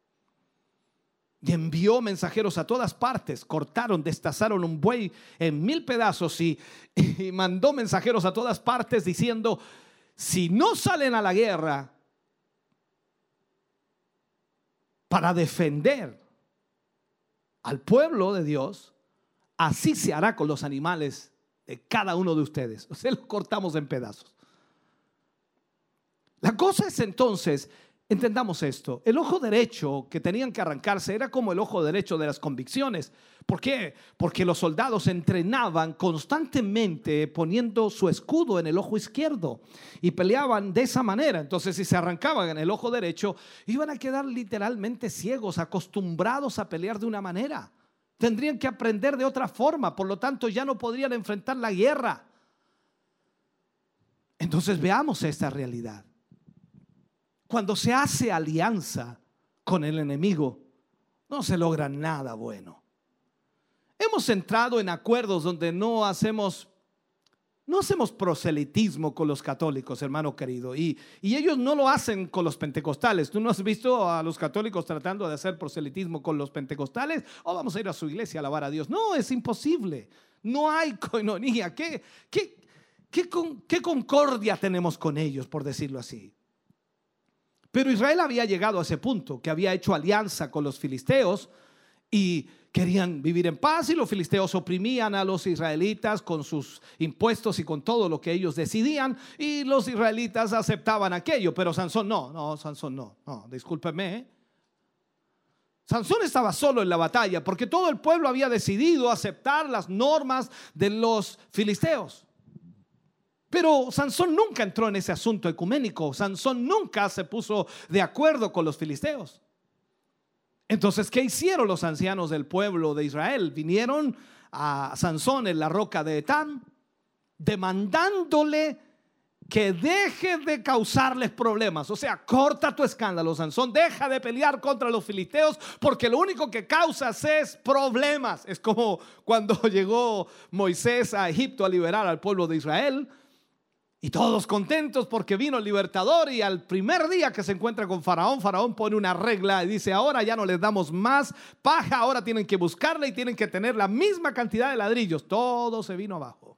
E: y envió mensajeros a todas partes. Cortaron, destazaron un buey en 1000 pedazos y mandó mensajeros a todas partes diciendo: si no salen a la guerra para defender al pueblo de Dios, así se hará con los animales de cada uno de ustedes. O sea, los cortamos en pedazos. La cosa es entonces, entendamos esto, el ojo derecho que tenían que arrancarse era como el ojo derecho de las convicciones. ¿Por qué? Porque los soldados entrenaban constantemente poniendo su escudo en el ojo izquierdo y peleaban de esa manera. Entonces, si se arrancaban en el ojo derecho, iban a quedar literalmente ciegos, acostumbrados a pelear de una manera. Tendrían que aprender de otra forma, por lo tanto ya no podrían enfrentar la guerra. Entonces veamos esta realidad. Cuando se hace alianza con el enemigo, no se logra nada bueno. Hemos entrado en acuerdos donde no hacemos proselitismo con los católicos, hermano querido, y ellos no lo hacen con los pentecostales. ¿Tú no has visto a los católicos tratando de hacer proselitismo con los pentecostales? O vamos a ir a su iglesia a alabar a Dios. No, es imposible. No hay coinonía. ¿Qué concordia tenemos con ellos, por decirlo así? Pero Israel había llegado a ese punto, que había hecho alianza con los filisteos y querían vivir en paz y los filisteos oprimían a los israelitas con sus impuestos y con todo lo que ellos decidían, y los israelitas aceptaban aquello, pero Sansón Sansón no, discúlpeme. Sansón estaba solo en la batalla porque todo el pueblo había decidido aceptar las normas de los filisteos. Pero Sansón nunca entró en ese asunto ecuménico. Sansón nunca se puso de acuerdo con los filisteos. Entonces, ¿qué hicieron los ancianos del pueblo de Israel? Vinieron a Sansón en la roca de Etán, demandándole que deje de causarles problemas. O sea, corta tu escándalo, Sansón, deja de pelear contra los filisteos, porque lo único que causas es problemas. Es como cuando llegó Moisés a Egipto a liberar al pueblo de Israel, y todos contentos porque vino el libertador, y al primer día que se encuentra con Faraón, Faraón pone una regla y dice: ahora ya no les damos más paja, ahora tienen que buscarla y tienen que tener la misma cantidad de ladrillos. Todo se vino abajo.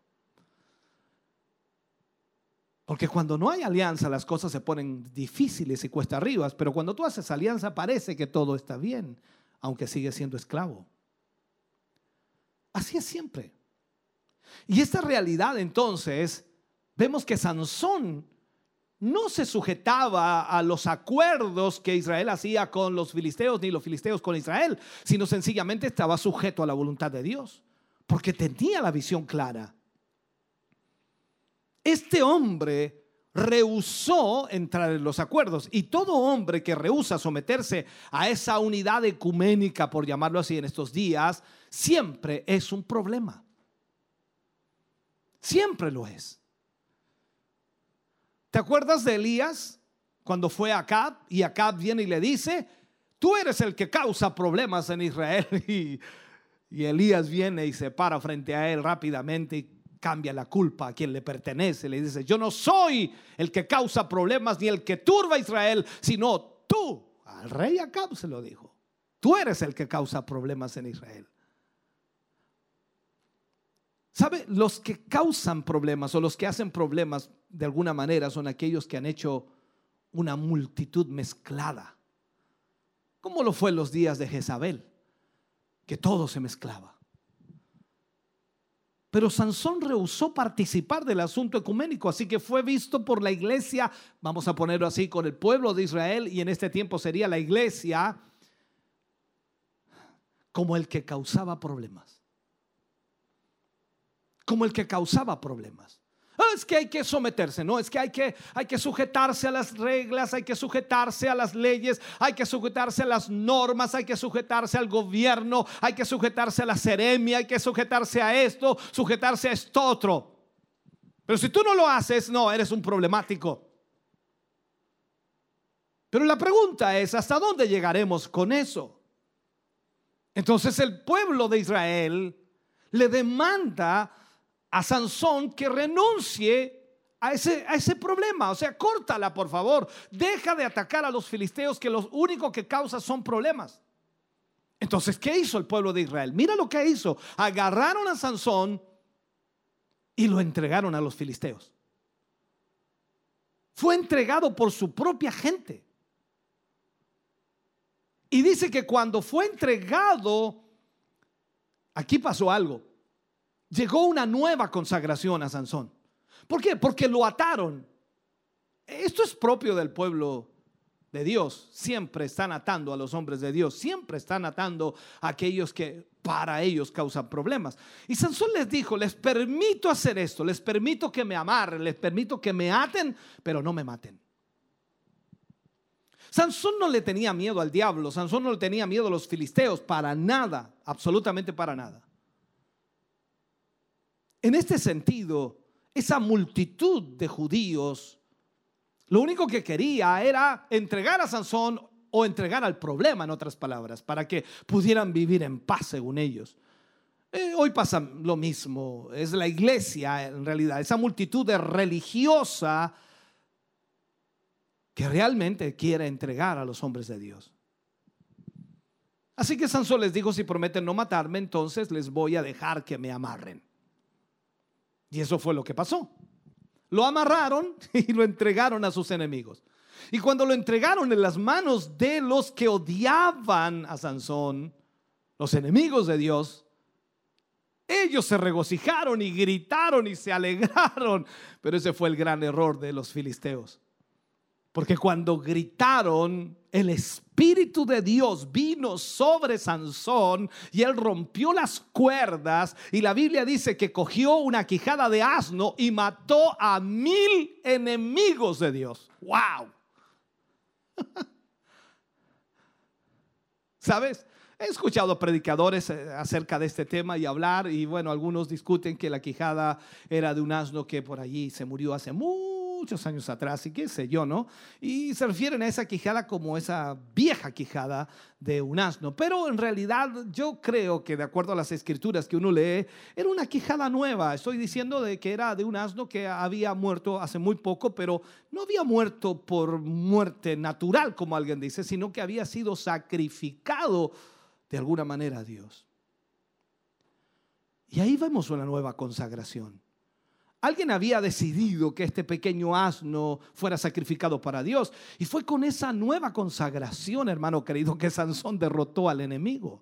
E: Porque cuando no hay alianza las cosas se ponen difíciles y cuesta arriba, pero cuando tú haces alianza parece que todo está bien, aunque sigues siendo esclavo. Así es siempre. Y esta realidad, entonces, vemos que Sansón no se sujetaba a los acuerdos que Israel hacía con los filisteos, ni los filisteos con Israel, sino sencillamente estaba sujeto a la voluntad de Dios, porque tenía la visión clara. Este hombre rehusó entrar en los acuerdos, y todo hombre que rehúsa someterse a esa unidad ecuménica, por llamarlo así en estos días, siempre es un problema. Siempre lo es. ¿Te acuerdas de Elías cuando fue a Acab, y Acab viene y le dice: tú eres el que causa problemas en Israel? Y Elías viene y se para frente a él rápidamente y cambia la culpa a quien le pertenece. Le dice: yo no soy el que causa problemas ni el que turba a Israel, sino tú. Al rey Acab se lo dijo: tú eres el que causa problemas en Israel. ¿Sabe? Los que causan problemas o los que hacen problemas de alguna manera son aquellos que han hecho una multitud mezclada, como lo fue en los días de Jezabel, que todo se mezclaba. Pero Sansón rehusó participar del asunto ecuménico, así que fue visto por la iglesia, vamos a ponerlo así, con el pueblo de Israel, y en este tiempo sería la iglesia, como el que causaba problemas. Como el que causaba problemas. Es que hay que someterse, no, es que hay que sujetarse a las reglas, hay que sujetarse a las leyes, hay que sujetarse a las normas, hay que sujetarse al gobierno, hay que sujetarse a la seremia, hay que sujetarse a esto, sujetarse a esto otro. Pero si tú no lo haces, no, eres un problemático. Pero la pregunta es: ¿hasta dónde llegaremos con eso? Entonces el pueblo de Israel le demanda a Sansón que renuncie a ese problema. O sea, córtala, por favor. Deja de atacar a los filisteos, que lo único que causa son problemas. Entonces, ¿qué hizo el pueblo de Israel? Mira lo que hizo. Agarraron a Sansón y lo entregaron a los filisteos. Fue entregado por su propia gente. Y dice que cuando fue entregado, aquí pasó algo. Llegó una nueva consagración a Sansón. ¿Por qué? Porque lo ataron. Esto es propio del pueblo de Dios. Siempre están atando a los hombres de Dios. Siempre están atando a aquellos que para ellos causan problemas. Y Sansón les dijo: les permito hacer esto, les permito que me amarren, les permito que me aten, pero no me maten. Sansón no le tenía miedo al diablo. Sansón no le tenía miedo a los filisteos, para nada, absolutamente para nada. En este sentido, esa multitud de judíos lo único que quería era entregar a Sansón, o entregar al problema, en otras palabras, para que pudieran vivir en paz según ellos. Hoy pasa lo mismo. Es la iglesia, en realidad, esa multitud de religiosa que realmente quiere entregar a los hombres de Dios. Así que Sansón les dijo: si prometen no matarme, entonces les voy a dejar que me amarren. Y eso fue lo que pasó. Lo amarraron y lo entregaron a sus enemigos. Y cuando lo entregaron en las manos de los que odiaban a Sansón, los enemigos de Dios, ellos se regocijaron y gritaron y se alegraron. Pero ese fue el gran error de los filisteos. Porque cuando gritaron, el Espíritu de Dios vino sobre Sansón y él rompió las cuerdas. Y la Biblia dice que cogió una quijada de asno y mató a 1000 enemigos de Dios. ¡Wow! ¿Sabes? He escuchado predicadores acerca de este tema y hablar, y bueno, algunos discuten que la quijada era de un asno que por allí se murió hace muchos años atrás y qué sé yo, ¿no? Y se refieren a esa quijada como esa vieja quijada de un asno, pero en realidad yo creo que de acuerdo a las escrituras que uno lee, era una quijada nueva. Estoy diciendo de que era de un asno que había muerto hace muy poco, pero no había muerto por muerte natural, como alguien dice, sino que había sido sacrificado de alguna manera a Dios. Y ahí vemos una nueva consagración. Alguien había decidido que este pequeño asno fuera sacrificado para Dios, y fue con esa nueva consagración, hermano querido, que Sansón derrotó al enemigo.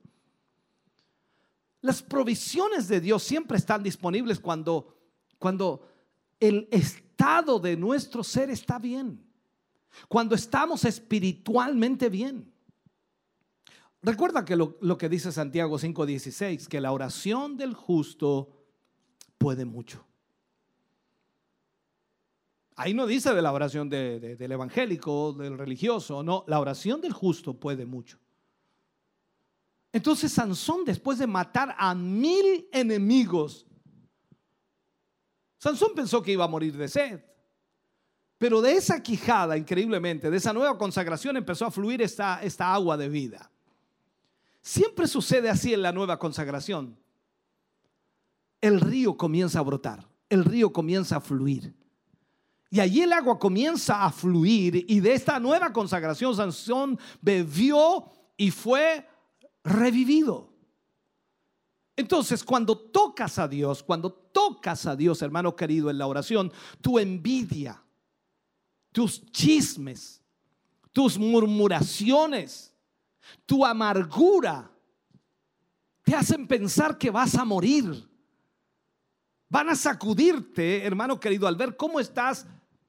E: Las provisiones de Dios siempre están disponibles cuando el estado de nuestro ser está bien, cuando estamos espiritualmente bien. Recuerda que lo que dice Santiago 5:16, que la oración del justo puede mucho. Ahí no dice de la oración del evangélico, del religioso, no, la oración del justo puede mucho. Entonces Sansón, después de matar a 1000 enemigos, Sansón pensó que iba a morir de sed. Pero de esa quijada, increíblemente, de esa nueva consagración empezó a fluir esta agua de vida. Siempre sucede así en la nueva consagración. El río comienza a brotar, el río comienza a fluir. Y allí el agua comienza a fluir, y de esta nueva consagración Sansón bebió y fue revivido. Entonces, cuando tocas a Dios, hermano querido, en la oración, tu envidia, tus chismes, tus murmuraciones, tu amargura te hacen pensar que vas a morir. Van a sacudirte, hermano querido, al ver cómo estas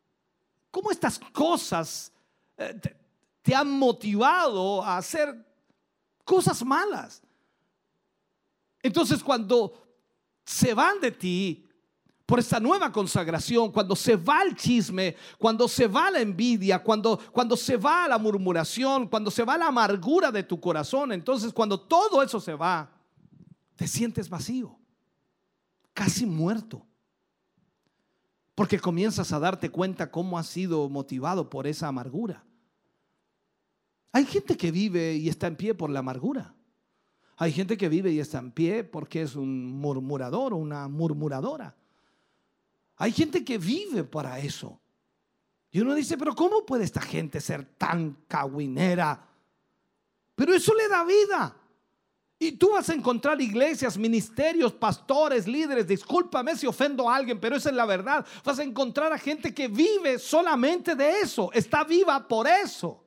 E: cosas te han motivado a hacer cosas malas. Entonces, cuando se van de ti por esta nueva consagración, cuando se va el chisme, cuando se va la envidia, cuando se va la murmuración, cuando se va la amargura de tu corazón, entonces cuando todo eso se va, te sientes vacío, casi muerto, porque comienzas a darte cuenta cómo has sido motivado por esa amargura. Hay gente que vive y está en pie por la amargura. Hay gente que vive y está en pie porque es un murmurador o una murmuradora. Hay gente que vive para eso. Y uno dice, pero ¿cómo puede esta gente ser tan cagüinera? Pero eso le da vida. Y tú vas a encontrar iglesias, ministerios, pastores, líderes, discúlpame si ofendo a alguien, pero esa es la verdad. Vas a encontrar a gente que vive solamente de eso, está viva por eso.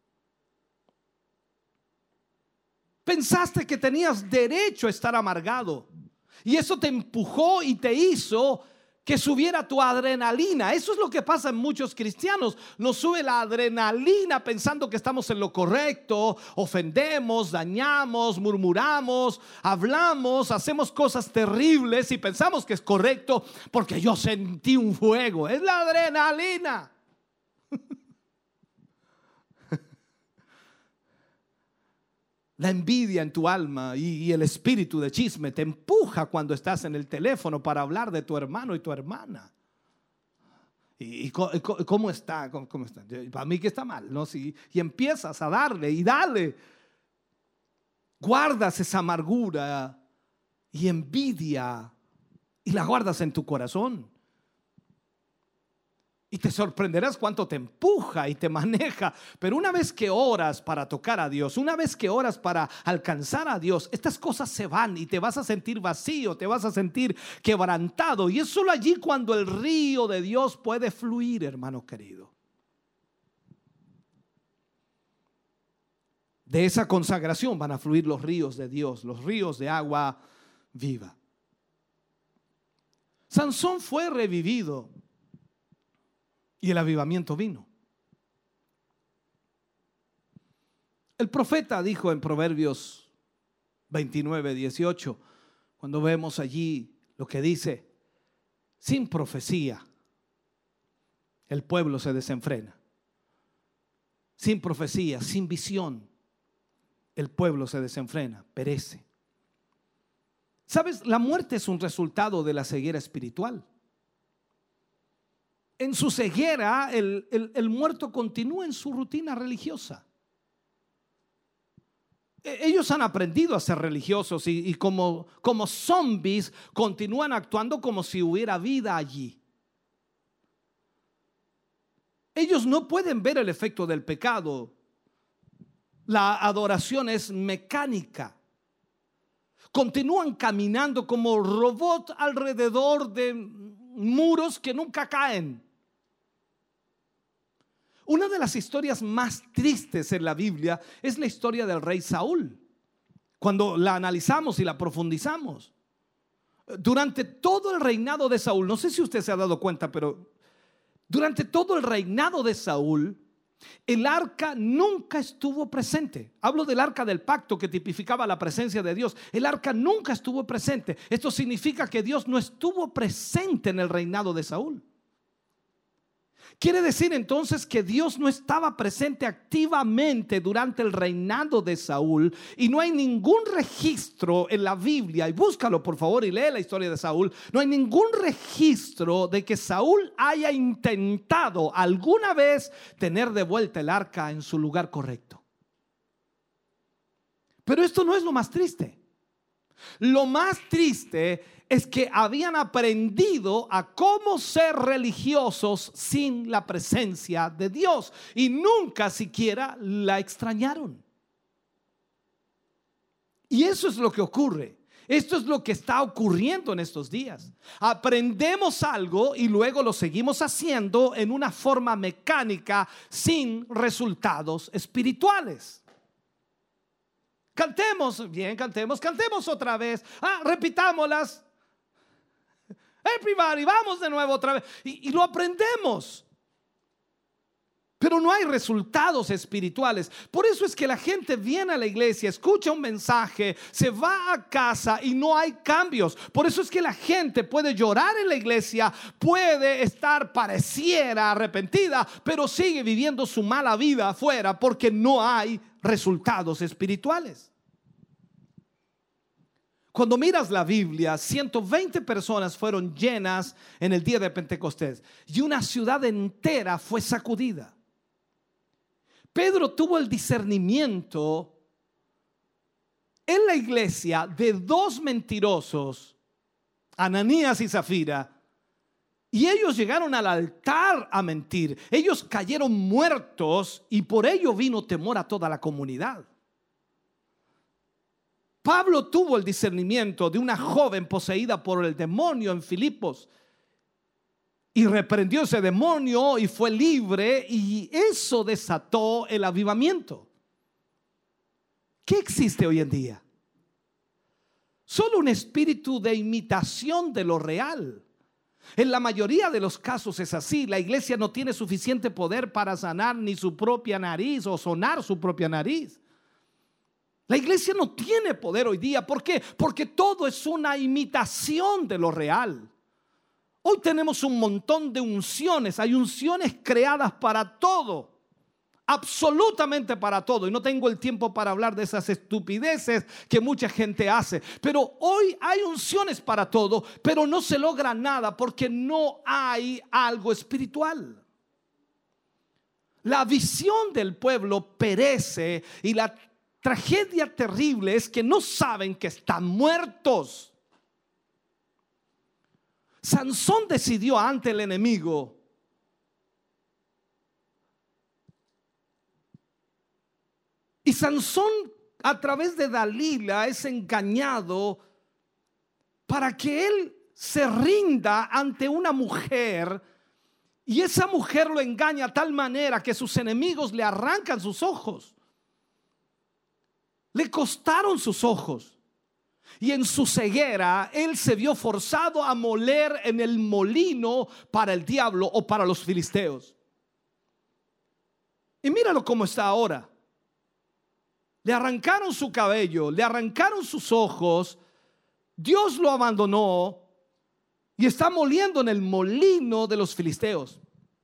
E: Pensaste que tenías derecho a estar amargado, y eso te empujó y te hizo que subiera tu adrenalina. Eso es lo que pasa en muchos cristianos. Nos sube la adrenalina pensando que estamos en lo correcto. Ofendemos, dañamos, murmuramos, hablamos, hacemos cosas terribles y pensamos que es correcto porque yo sentí un fuego. Es la adrenalina. La envidia en tu alma y el espíritu de chisme te empuja cuando estás en el teléfono para hablar de tu hermano y tu hermana. ¿Y cómo está? ¿Cómo está? Para mí que está mal, ¿no? Sí, y empiezas a darle y dale. Guardas esa amargura y envidia y la guardas en tu corazón. Y te sorprenderás cuánto te empuja y te maneja. Pero una vez que oras para tocar a Dios, una vez que oras para alcanzar a Dios, estas cosas se van y te vas a sentir vacío, te vas a sentir quebrantado. Y es solo allí cuando el río de Dios puede fluir, hermano querido. De esa consagración van a fluir los ríos de Dios, los ríos de agua viva. Sansón fue revivido y el avivamiento vino. El profeta dijo en Proverbios 29:18, cuando vemos allí lo que dice: sin profecía el pueblo se desenfrena. Sin profecía, sin visión, el pueblo se desenfrena, perece. ¿Sabes? La muerte es un resultado de la ceguera espiritual. En su ceguera, el muerto continúa en su rutina religiosa. Ellos han aprendido a ser religiosos y como zombies continúan actuando como si hubiera vida allí. Ellos no pueden ver el efecto del pecado. La adoración es mecánica. Continúan caminando como robots alrededor de muros que nunca caen. Una de las historias más tristes en la Biblia es la historia del rey Saúl. Cuando la analizamos y la profundizamos, durante todo el reinado de Saúl, no sé si usted se ha dado cuenta, pero durante todo el reinado de Saúl, el arca nunca estuvo presente. Hablo del arca del pacto, que tipificaba la presencia de Dios. El arca nunca estuvo presente. Esto significa que Dios no estuvo presente en el reinado de Saúl. Quiere decir entonces que Dios no estaba presente activamente durante el reinado de Saúl, y no hay ningún registro en la Biblia, y búscalo por favor y lee la historia de Saúl. No hay ningún registro de que Saúl haya intentado alguna vez tener de vuelta el arca en su lugar correcto. Pero esto no es lo más triste. Lo más triste es que habían aprendido a cómo ser religiosos sin la presencia de Dios y nunca siquiera la extrañaron. Y eso es lo que ocurre. Esto es lo que está ocurriendo en estos días. Aprendemos algo y luego lo seguimos haciendo en una forma mecánica sin resultados espirituales. Cantemos, bien, cantemos otra vez. Repitámoslas. Everybody, vamos de nuevo otra vez. Y lo aprendemos. Pero no hay resultados espirituales. Por eso es que la gente viene a la iglesia, escucha un mensaje, se va a casa y no hay cambios. Por eso es que la gente puede llorar en la iglesia, puede estar pareciera arrepentida, pero sigue viviendo su mala vida afuera porque no hay resultados espirituales. Cuando miras la Biblia, 120 personas fueron llenas en el día de Pentecostés y una ciudad entera fue sacudida. Pedro tuvo el discernimiento en la iglesia de dos mentirosos, Ananías y Zafira, y ellos llegaron al altar a mentir. Ellos cayeron muertos y por ello vino temor a toda la comunidad. Pablo tuvo el discernimiento de una joven poseída por el demonio en Filipos y reprendió ese demonio y fue libre, y eso desató el avivamiento. ¿Qué existe hoy en día? Solo un espíritu de imitación de lo real. En la mayoría de los casos es así. La iglesia no tiene suficiente poder para sanar ni su propia nariz o sonar su propia nariz. La iglesia no tiene poder hoy día. ¿Por qué? Porque todo es una imitación de lo real. Hoy tenemos un montón de unciones. Hay unciones creadas para todo, absolutamente para todo. Y no tengo el tiempo para hablar de esas estupideces que mucha gente hace. Pero hoy hay unciones para todo, pero no se logra nada porque no hay algo espiritual. La visión del pueblo perece y la tragedia terrible es que no saben que están muertos. Sansón decidió ante el enemigo y Sansón a través de Dalila es engañado para que él se rinda ante una mujer, y esa mujer lo engaña a tal manera que sus enemigos le arrancan sus ojos. Le costaron sus ojos. Y en su ceguera, él se vio forzado a moler en el molino para el diablo o para los filisteos. Y míralo cómo está ahora. Le arrancaron su cabello, le arrancaron sus ojos. Dios lo abandonó y está moliendo en el molino de los filisteos.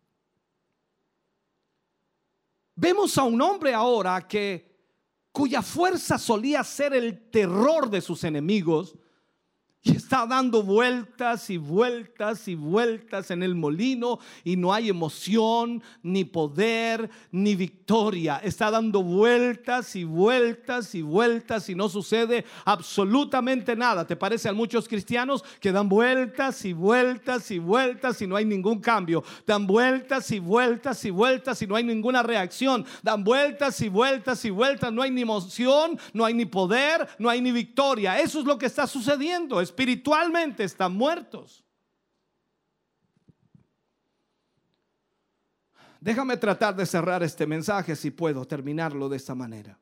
E: Vemos a un hombre ahora cuya fuerza solía ser el terror de sus enemigos, y está dando vueltas y vueltas y vueltas en el molino, y no hay emoción, ni poder, ni victoria. Está dando vueltas y vueltas y vueltas y no sucede absolutamente nada. ¿Te parece a muchos cristianos que dan vueltas y vueltas y vueltas y no hay ningún cambio? Dan vueltas y vueltas y vueltas y no hay ninguna reacción. Dan vueltas y vueltas y vueltas, no hay ni emoción, no hay ni poder, no hay ni victoria. Eso es lo que está sucediendo. Espiritualmente están muertos. Déjame tratar de cerrar este mensaje, si puedo terminarlo de esta manera.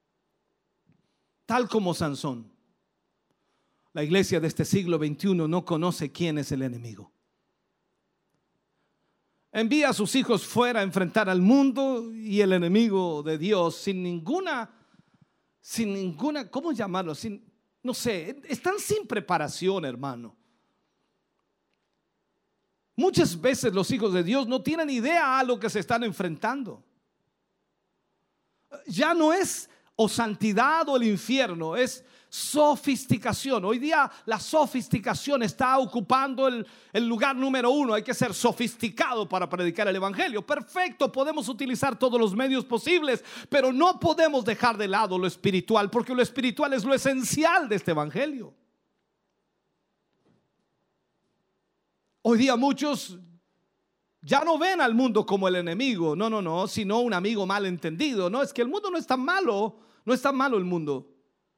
E: Tal como Sansón, la iglesia de este siglo XXI no conoce quién es el enemigo. Envía a sus hijos fuera a enfrentar al mundo y el enemigo de Dios sin ninguna, ¿cómo llamarlo? No sé, están sin preparación, hermano. Muchas veces los hijos de Dios no tienen idea a lo que se están enfrentando. Ya no es o santidad o el infierno, es sofisticación. Hoy día la sofisticación está ocupando el lugar número uno. Hay que ser sofisticado para predicar el evangelio. Perfecto, podemos utilizar todos los medios posibles, pero no podemos dejar de lado lo espiritual, porque lo espiritual es lo esencial de este evangelio. Hoy día muchos ya no ven al mundo como el enemigo, no, sino un amigo malentendido. No, es que el mundo no es tan malo, no es tan malo el mundo.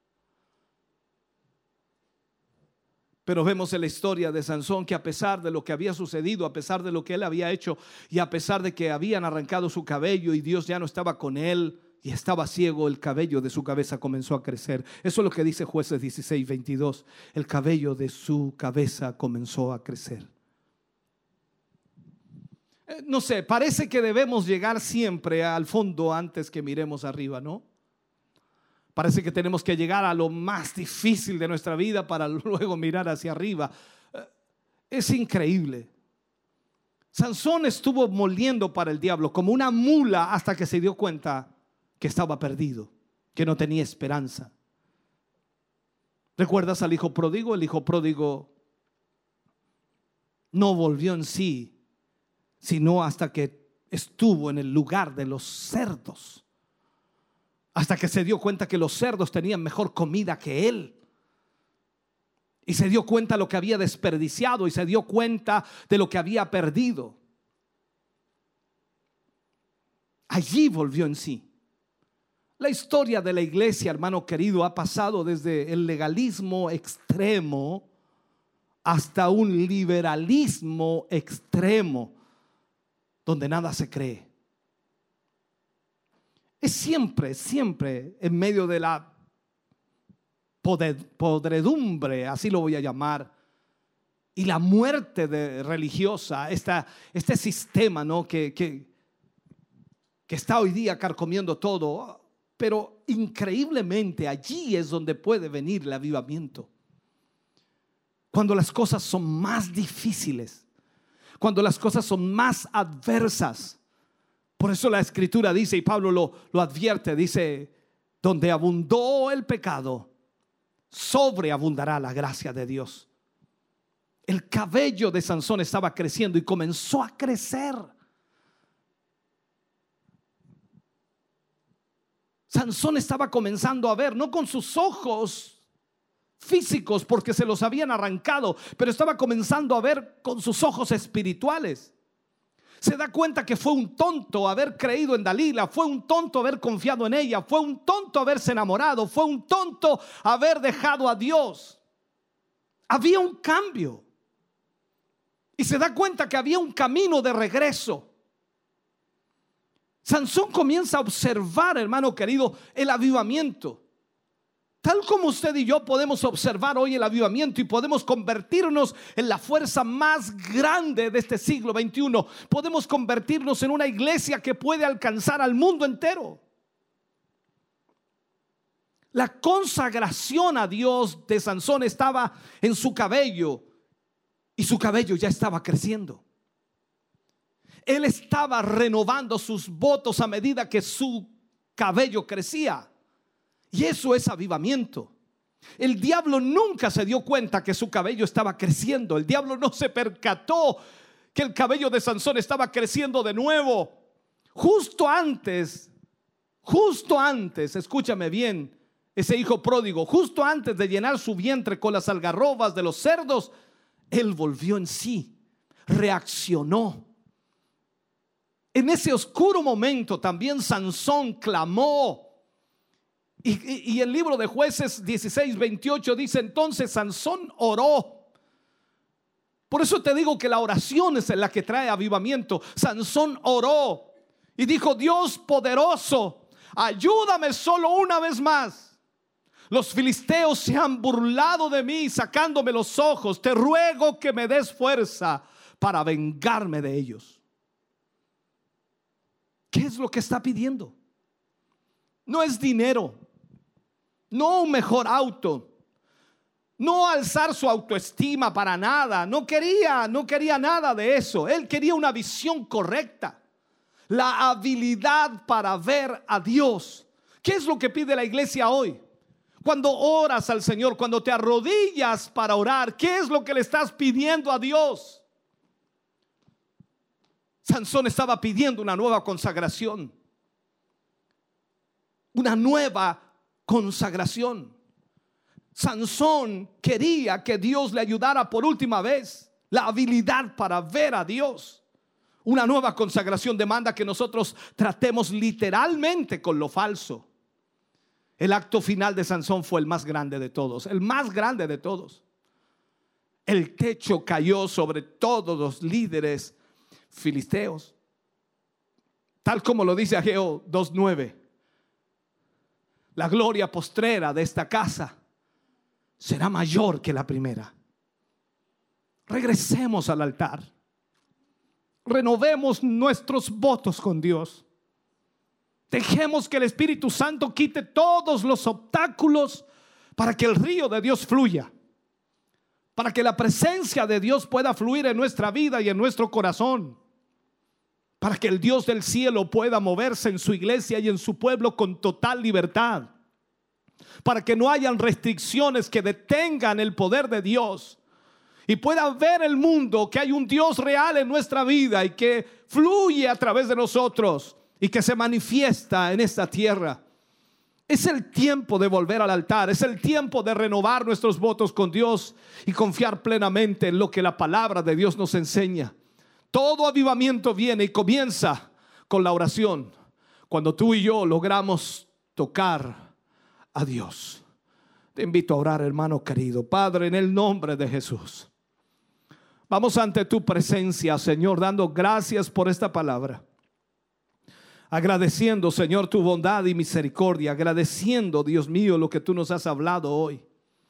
E: Pero vemos en la historia de Sansón que a pesar de lo que había sucedido, a pesar de lo que él había hecho y a pesar de que habían arrancado su cabello y Dios ya no estaba con él y estaba ciego, el cabello de su cabeza comenzó a crecer. Eso es lo que dice Jueces 16:22. El cabello de su cabeza comenzó a crecer. No sé, parece que debemos llegar siempre al fondo antes que miremos arriba, ¿no? Parece que tenemos que llegar a lo más difícil de nuestra vida para luego mirar hacia arriba. Es increíble. Sansón estuvo moliendo para el diablo como una mula hasta que se dio cuenta que estaba perdido, que no tenía esperanza. ¿Recuerdas al hijo pródigo? El hijo pródigo no volvió en sí, sino hasta que estuvo en el lugar de los cerdos. Hasta que se dio cuenta que los cerdos tenían mejor comida que él. Y se dio cuenta de lo que había desperdiciado y se dio cuenta de lo que había perdido. Allí volvió en sí. La historia de la iglesia, hermano querido, ha pasado desde el legalismo extremo hasta un liberalismo extremo, donde nada se cree. Es siempre en medio de la podredumbre, así lo voy a llamar, y la muerte religiosa, este sistema, ¿no? que está hoy día carcomiendo todo. Pero increíblemente allí es donde puede venir el avivamiento. Cuando las cosas son más difíciles, cuando las cosas son más adversas. Por eso la escritura dice, y Pablo lo advierte, dice: donde abundó el pecado, sobreabundará la gracia de Dios. El cabello de Sansón estaba creciendo y comenzó a crecer. Sansón estaba comenzando a ver, no con sus ojos físicos porque se los habían arrancado, pero estaba comenzando a ver con sus ojos espirituales. Se da cuenta que fue un tonto haber creído en Dalila, fue un tonto haber confiado en ella, fue un tonto haberse enamorado, fue un tonto haber dejado a Dios. Había un cambio y se da cuenta que había un camino de regreso. Sansón comienza a observar, hermano querido, el avivamiento. Tal como usted y yo podemos observar hoy el avivamiento y podemos convertirnos en la fuerza más grande de este siglo XXI. Podemos convertirnos en una iglesia que puede alcanzar al mundo entero. La consagración a Dios de Sansón estaba en su cabello y su cabello ya estaba creciendo. Él estaba renovando sus votos a medida que su cabello crecía. Y eso es avivamiento. El diablo nunca se dio cuenta que su cabello estaba creciendo. El diablo no se percató que el cabello de Sansón estaba creciendo de nuevo. Justo antes, escúchame bien, ese hijo pródigo, justo antes de llenar su vientre con las algarrobas de los cerdos, él volvió en sí, reaccionó. En ese oscuro momento también Sansón clamó. Y el libro de Jueces 16:28 dice: entonces Sansón oró. Por eso te digo que la oración es la que trae avivamiento. Sansón oró y dijo: Dios poderoso, ayúdame solo una vez más. Los filisteos se han burlado de mí, sacándome los ojos. Te ruego que me des fuerza para vengarme de ellos. ¿Qué es lo que está pidiendo? No es dinero, no un mejor auto, no alzar su autoestima para nada. No quería nada de eso. Él quería una visión correcta, la habilidad para ver a Dios. ¿Qué es lo que pide la iglesia hoy? Cuando oras al Señor, cuando te arrodillas para orar, ¿qué es lo que le estás pidiendo a Dios? Sansón estaba pidiendo una nueva consagración. Una nueva consagración. Sansón quería que Dios le ayudara por última vez, la habilidad para ver a Dios. Una nueva consagración demanda que nosotros tratemos literalmente con lo falso. El acto final de Sansón fue el más grande de todos, el más grande de todos. El techo cayó sobre todos los líderes filisteos, tal como lo dice Ageo 2:9. La gloria postrera de esta casa será mayor que la primera. Regresemos al altar. Renovemos nuestros votos con Dios. Dejemos que el Espíritu Santo quite todos los obstáculos para que el río de Dios fluya, para que la presencia de Dios pueda fluir en nuestra vida y en nuestro corazón, para que el Dios del cielo pueda moverse en su iglesia y en su pueblo con total libertad, para que no hayan restricciones que detengan el poder de Dios y pueda ver el mundo que hay un Dios real en nuestra vida y que fluye a través de nosotros y que se manifiesta en esta tierra. Es el tiempo de volver al altar, es el tiempo de renovar nuestros votos con Dios y confiar plenamente en lo que la palabra de Dios nos enseña. Todo avivamiento viene y comienza con la oración. Cuando tú y yo logramos tocar a Dios. Te invito a orar, hermano querido. Padre, en el nombre de Jesús, vamos ante tu presencia, Señor, dando gracias por esta palabra. Agradeciendo, Señor, tu bondad y misericordia. Agradeciendo, Dios mío, lo que tú nos has hablado hoy.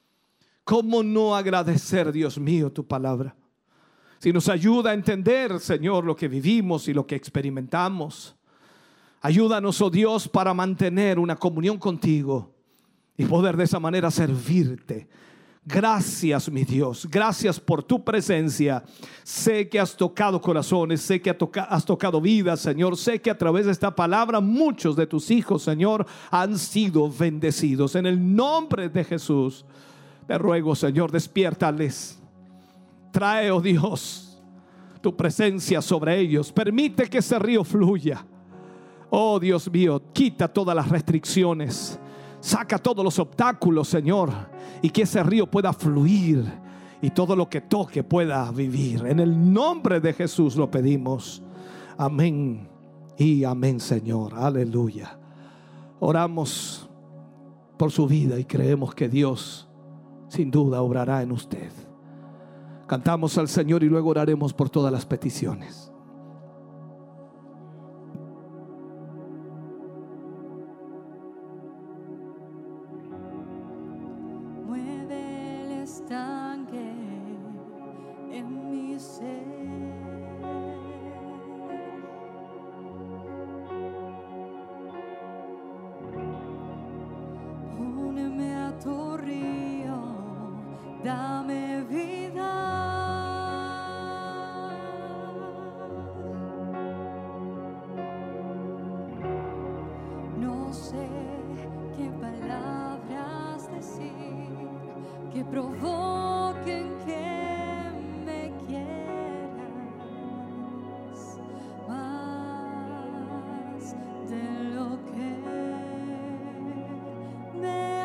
E: ¿Cómo no agradecer, Dios mío, tu palabra? Si nos ayuda a entender, Señor, lo que vivimos y lo que experimentamos. Ayúdanos, oh Dios, para mantener una comunión contigo y poder de esa manera servirte. Gracias, mi Dios, gracias por tu presencia. Sé que has tocado corazones, sé que has tocado vidas, Señor. Sé que a través de esta palabra muchos de tus hijos, Señor, han sido bendecidos. En el nombre de Jesús te ruego, Señor, despiértales. Trae, oh Dios, tu presencia sobre ellos. Permite que ese río fluya. Oh Dios mío, quita todas las restricciones. Saca todos los obstáculos, Señor, y que ese río pueda fluir y todo lo que toque pueda vivir. En el nombre de Jesús lo pedimos. Amén y amén, Señor. Aleluya. Oramos por su vida y creemos que Dios sin duda obrará en usted. Cantamos al Señor y luego oraremos por todas las peticiones.
C: estanque en mi ser. Úneme a tu río, dame vida. No sé qué palabras decir que provoquen que me quieras más de lo que me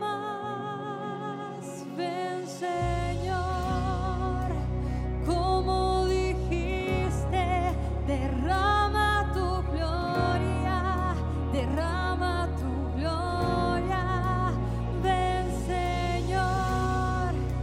C: amas. Ven, Señor, como dijiste, derrama tu gloria, derrama tu gloria. Ven, Señor,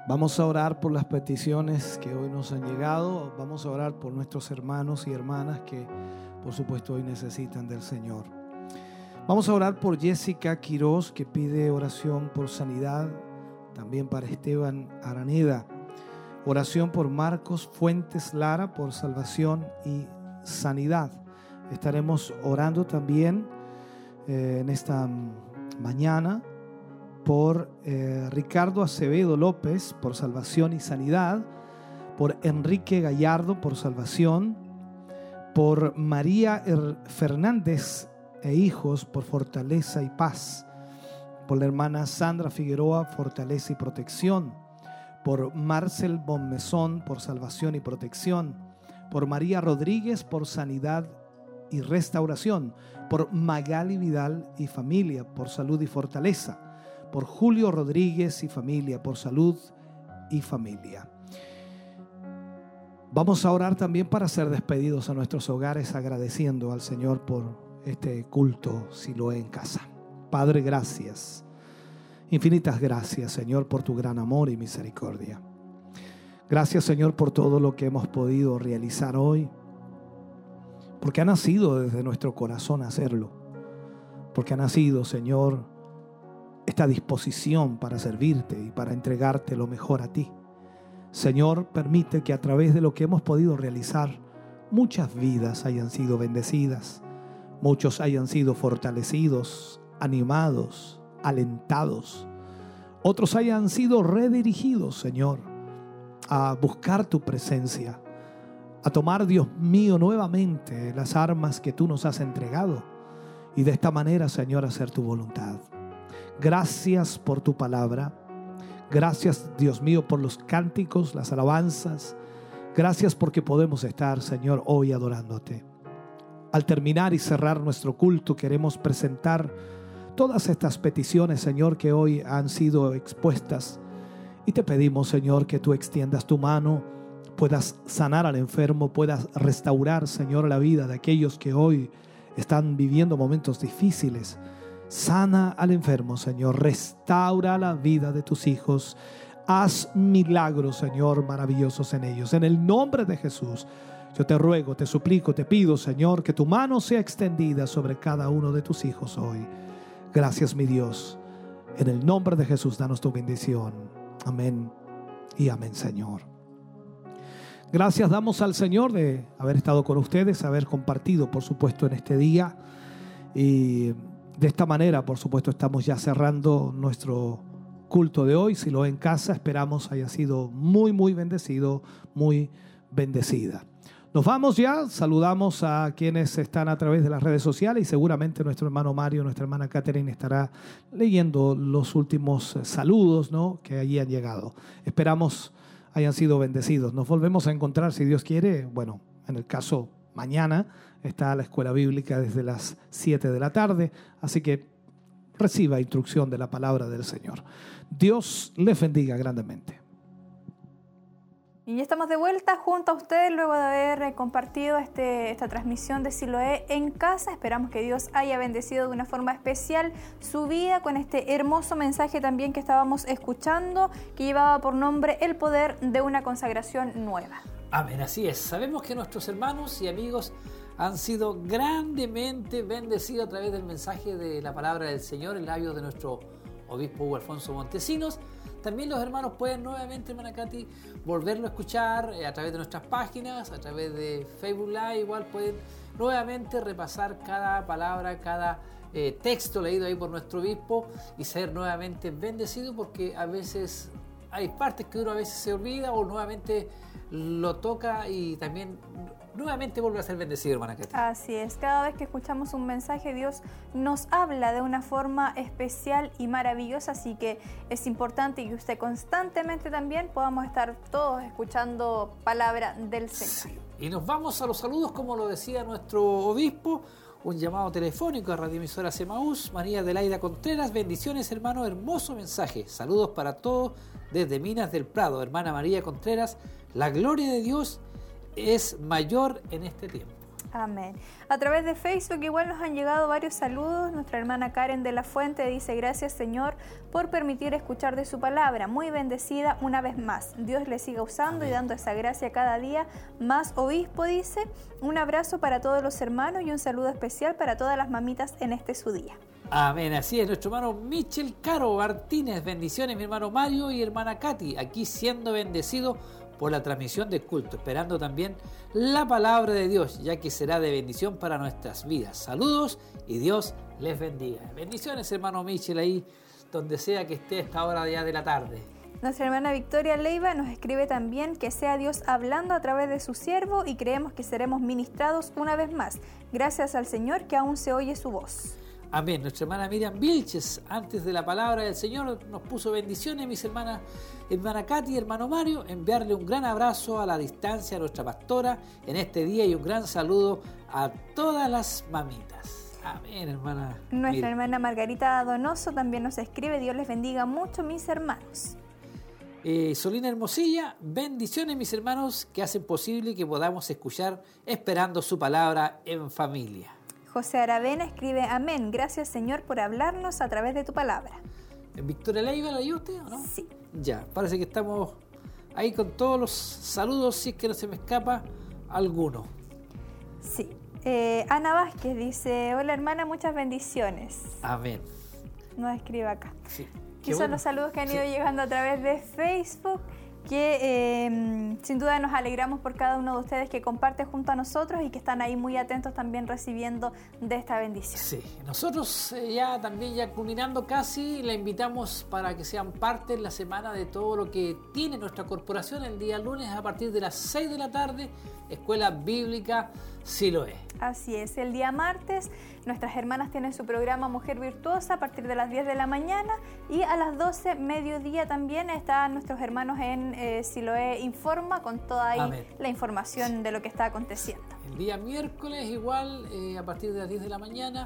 E: Vamos a orar por las peticiones que hoy nos han llegado. Vamos a orar por nuestros hermanos y hermanas que, por supuesto, hoy necesitan del Señor. Vamos a orar por Jessica Quiroz, que pide oración por sanidad. También para Esteban Araneda. Oración por Marcos Fuentes Lara, por salvación y sanidad. Estaremos orando también en esta mañana por Ricardo Acevedo López, por salvación y sanidad, por Enrique Gallardo, por salvación, por María Fernández e hijos, por fortaleza y paz, por la hermana Sandra Figueroa, fortaleza y protección, por Marcel Bonmesón, por salvación y protección, por María Rodríguez, por sanidad y restauración, por Magali Vidal y familia, por salud y fortaleza, por Julio Rodríguez y familia, por salud y familia. Vamos a orar también para ser despedidos a nuestros hogares, agradeciendo al Señor por este culto Siloé en casa. Padre, gracias, infinitas gracias, Señor, por tu gran amor y misericordia. Gracias, Señor, por todo lo que hemos podido realizar hoy, porque ha nacido desde nuestro corazón hacerlo, porque ha nacido, Señor, esta disposición para servirte y para entregarte lo mejor a ti. Señor, permite que a través de lo que hemos podido realizar, muchas vidas hayan sido bendecidas, muchos hayan sido fortalecidos, animados, alentados, otros hayan sido redirigidos, Señor, a buscar tu presencia, a tomar, Dios mío, nuevamente las armas que tú nos has entregado y de esta manera, Señor, hacer tu voluntad. Gracias por tu palabra. Gracias, Dios mío, por los cánticos, las alabanzas. Gracias porque podemos estar, Señor, hoy adorándote. Al terminar y cerrar nuestro culto, queremos presentar todas estas peticiones, Señor, que hoy han sido expuestas. Y te pedimos, Señor, que tú extiendas tu mano, puedas sanar al enfermo, puedas restaurar, Señor, la vida de aquellos que hoy están viviendo momentos difíciles. Sana al enfermo, Señor. Restaura la vida de tus hijos. Haz milagros, Señor, maravillosos en ellos. En el nombre de Jesús, yo te ruego, te suplico, te pido, Señor, que tu mano sea extendida sobre cada uno de tus hijos hoy. Gracias, mi Dios. En el nombre de Jesús, danos tu bendición. Amén y amén, Señor. Gracias damos al Señor de haber estado con ustedes, haber compartido, por supuesto, en este día. Y de esta manera, por supuesto, estamos ya cerrando nuestro culto de hoy. Si lo en casa, esperamos haya sido muy, muy bendecido, muy bendecida. Nos vamos ya, saludamos a quienes están a través de las redes sociales y seguramente nuestro hermano Mario, nuestra hermana Catherine estará leyendo los últimos saludos, ¿no?, que allí han llegado. Esperamos hayan sido bendecidos. Nos volvemos a encontrar, si Dios quiere, bueno, en el caso mañana está la escuela bíblica desde las 7 de la tarde, así que reciba instrucción de la palabra del Señor. Dios les bendiga grandemente.
B: Y ya estamos de vuelta junto a ustedes luego de haber compartido esta transmisión de Siloé en casa. Esperamos que Dios haya bendecido de una forma especial su vida con este hermoso mensaje también que estábamos escuchando, que llevaba por nombre El poder de una consagración nueva.
A: Amén, así es. Sabemos que nuestros hermanos y amigos han sido grandemente bendecidos a través del mensaje de la palabra del Señor en labios de nuestro obispo Hugo Alfonso Montesinos. También los hermanos pueden nuevamente, hermana Katy, volverlo a escuchar a través de nuestras páginas, a través de Facebook Live. Igual pueden nuevamente repasar cada palabra, cada texto leído ahí por nuestro obispo y ser nuevamente bendecido, porque a veces hay partes que uno a veces se olvida o nuevamente lo toca y también nuevamente vuelve a ser bendecido, hermana Katy.
B: Así es, cada vez que escuchamos un mensaje, Dios nos habla de una forma especial y maravillosa, así que es importante que usted constantemente también podamos estar todos escuchando palabra del Señor.
A: Sí. Y nos vamos a los saludos, como lo decía nuestro obispo, un llamado telefónico a radioemisora Semaús. María Adelaida Contreras, bendiciones, hermano, hermoso mensaje. Saludos para todos desde Minas del Prado. Hermana María Contreras, la gloria de Dios es mayor en este tiempo.
B: Amén. A través de Facebook igual nos han llegado varios saludos. Nuestra hermana Karen de la Fuente dice: gracias Señor por permitir escuchar de su palabra. Muy bendecida una vez más. Dios le siga usando y dando esa gracia cada día. Más obispo dice: un abrazo para todos los hermanos y un saludo especial para todas las mamitas en este su día.
A: Amén, así es, nuestro hermano Michel Caro Martínez. Bendiciones, mi hermano Mario y hermana Katy, aquí siendo bendecido por la transmisión del culto, esperando también la palabra de Dios, ya que será de bendición para nuestras vidas. Saludos y Dios les bendiga. Bendiciones, hermano Michel, ahí donde sea que esté a esta hora ya de la tarde.
B: Nuestra hermana Victoria Leiva nos escribe también que sea Dios hablando a través de su siervo y creemos que seremos ministrados una vez más. Gracias al Señor que aún se oye su voz.
A: Amén. Nuestra hermana Miriam Vilches, antes de la palabra del Señor, nos puso bendiciones, mis hermanas, hermana Katy y hermano Mario, enviarle un gran abrazo a la distancia a nuestra pastora en este día y un gran saludo a todas las mamitas. Amén, hermana.
B: Nuestra hermana Margarita Donoso también nos escribe: Dios les bendiga mucho, mis hermanos.
A: Solina Hermosilla, bendiciones, mis hermanos, que hacen posible que podamos escuchar esperando su palabra en familia.
B: José Aravena escribe: amén, gracias Señor por hablarnos a través de tu palabra.
A: ¿Victoria Leiva la oyó usted o no?
B: Sí.
A: Ya, parece que estamos ahí con todos los saludos, si es que no se me escapa alguno.
B: Sí. Ana Vázquez dice: hola hermana, muchas bendiciones.
A: Amén.
B: Nos escribe acá.
A: Sí.
B: Y son los saludos que han ido llegando a través de Facebook, que sin duda nos alegramos por cada uno de ustedes que comparte junto a nosotros y que están ahí muy atentos también recibiendo de esta bendición.
A: Sí, nosotros ya culminando casi, la invitamos para que sean parte en la semana de todo lo que tiene nuestra corporación el día lunes a partir de las 6 de la tarde, Escuela Bíblica Siloé.
B: Así es, el día martes nuestras hermanas tienen su programa Mujer Virtuosa a partir de las 10 de la mañana y a las 12 mediodía también están nuestros hermanos en Siloé Informa con toda ahí la información de lo que está aconteciendo.
A: El día miércoles igual a partir de las 10 de la mañana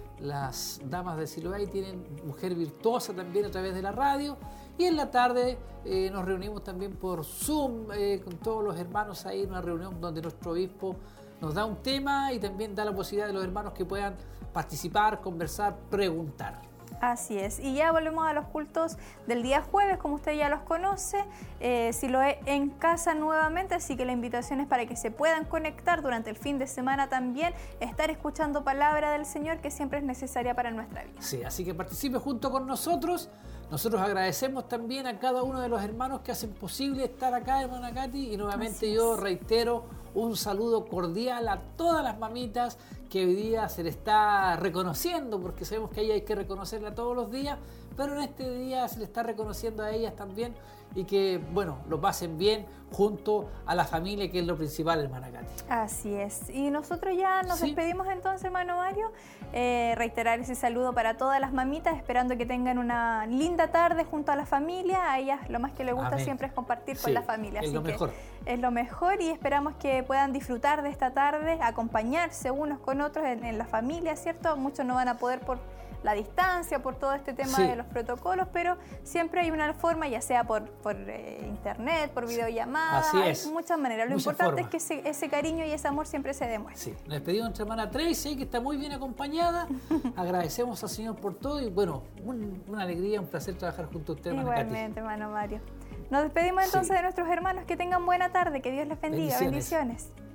A: las damas de Siloé tienen Mujer Virtuosa también a través de la radio y en la tarde nos reunimos también por Zoom con todos los hermanos ahí en una reunión donde nuestro obispo nos da un tema y también da la posibilidad de los hermanos que puedan participar, conversar, preguntar.
B: Así es, y ya volvemos a los cultos del día jueves, como usted ya los conoce, Siloé en casa nuevamente, así que la invitación es para que se puedan conectar durante el fin de semana también, estar escuchando palabra del Señor que siempre es necesaria para nuestra vida.
A: Sí, así que participe junto con nosotros. Nosotros agradecemos también a cada uno de los hermanos que hacen posible estar acá, hermana Katy, y nuevamente yo reitero un saludo cordial a todas las mamitas que hoy día se le está reconociendo, porque sabemos que a ella hay que reconocerla todos los días, pero en este día se le está reconociendo a ellas también y que, bueno, lo pasen bien junto a la familia, que es lo principal, hermana Katy.
B: Así es. Y nosotros ya nos despedimos entonces, hermano Mario. Reiterar ese saludo para todas las mamitas, esperando que tengan una linda tarde junto a la familia. A ellas lo más que les gusta siempre es compartir con la familia.
A: Es
B: así
A: lo mejor.
B: Es lo mejor y esperamos que puedan disfrutar de esta tarde, acompañarse unos con otros en la familia, ¿cierto? Muchos no van a poder por la distancia, por todo este tema de los protocolos, pero siempre hay una forma, ya sea por internet, por videollamada, hay muchas maneras. Lo importante es que ese cariño y ese amor siempre se demuestre.
A: Sí, nos despedimos de nuestra hermana Tracy, que está muy bien acompañada. Agradecemos al Señor por todo y bueno, una alegría, un placer trabajar junto a usted, hermana Katy.
B: Igualmente, hermano Mario. Nos despedimos entonces de nuestros hermanos, que tengan buena tarde, que Dios les bendiga. Bendiciones.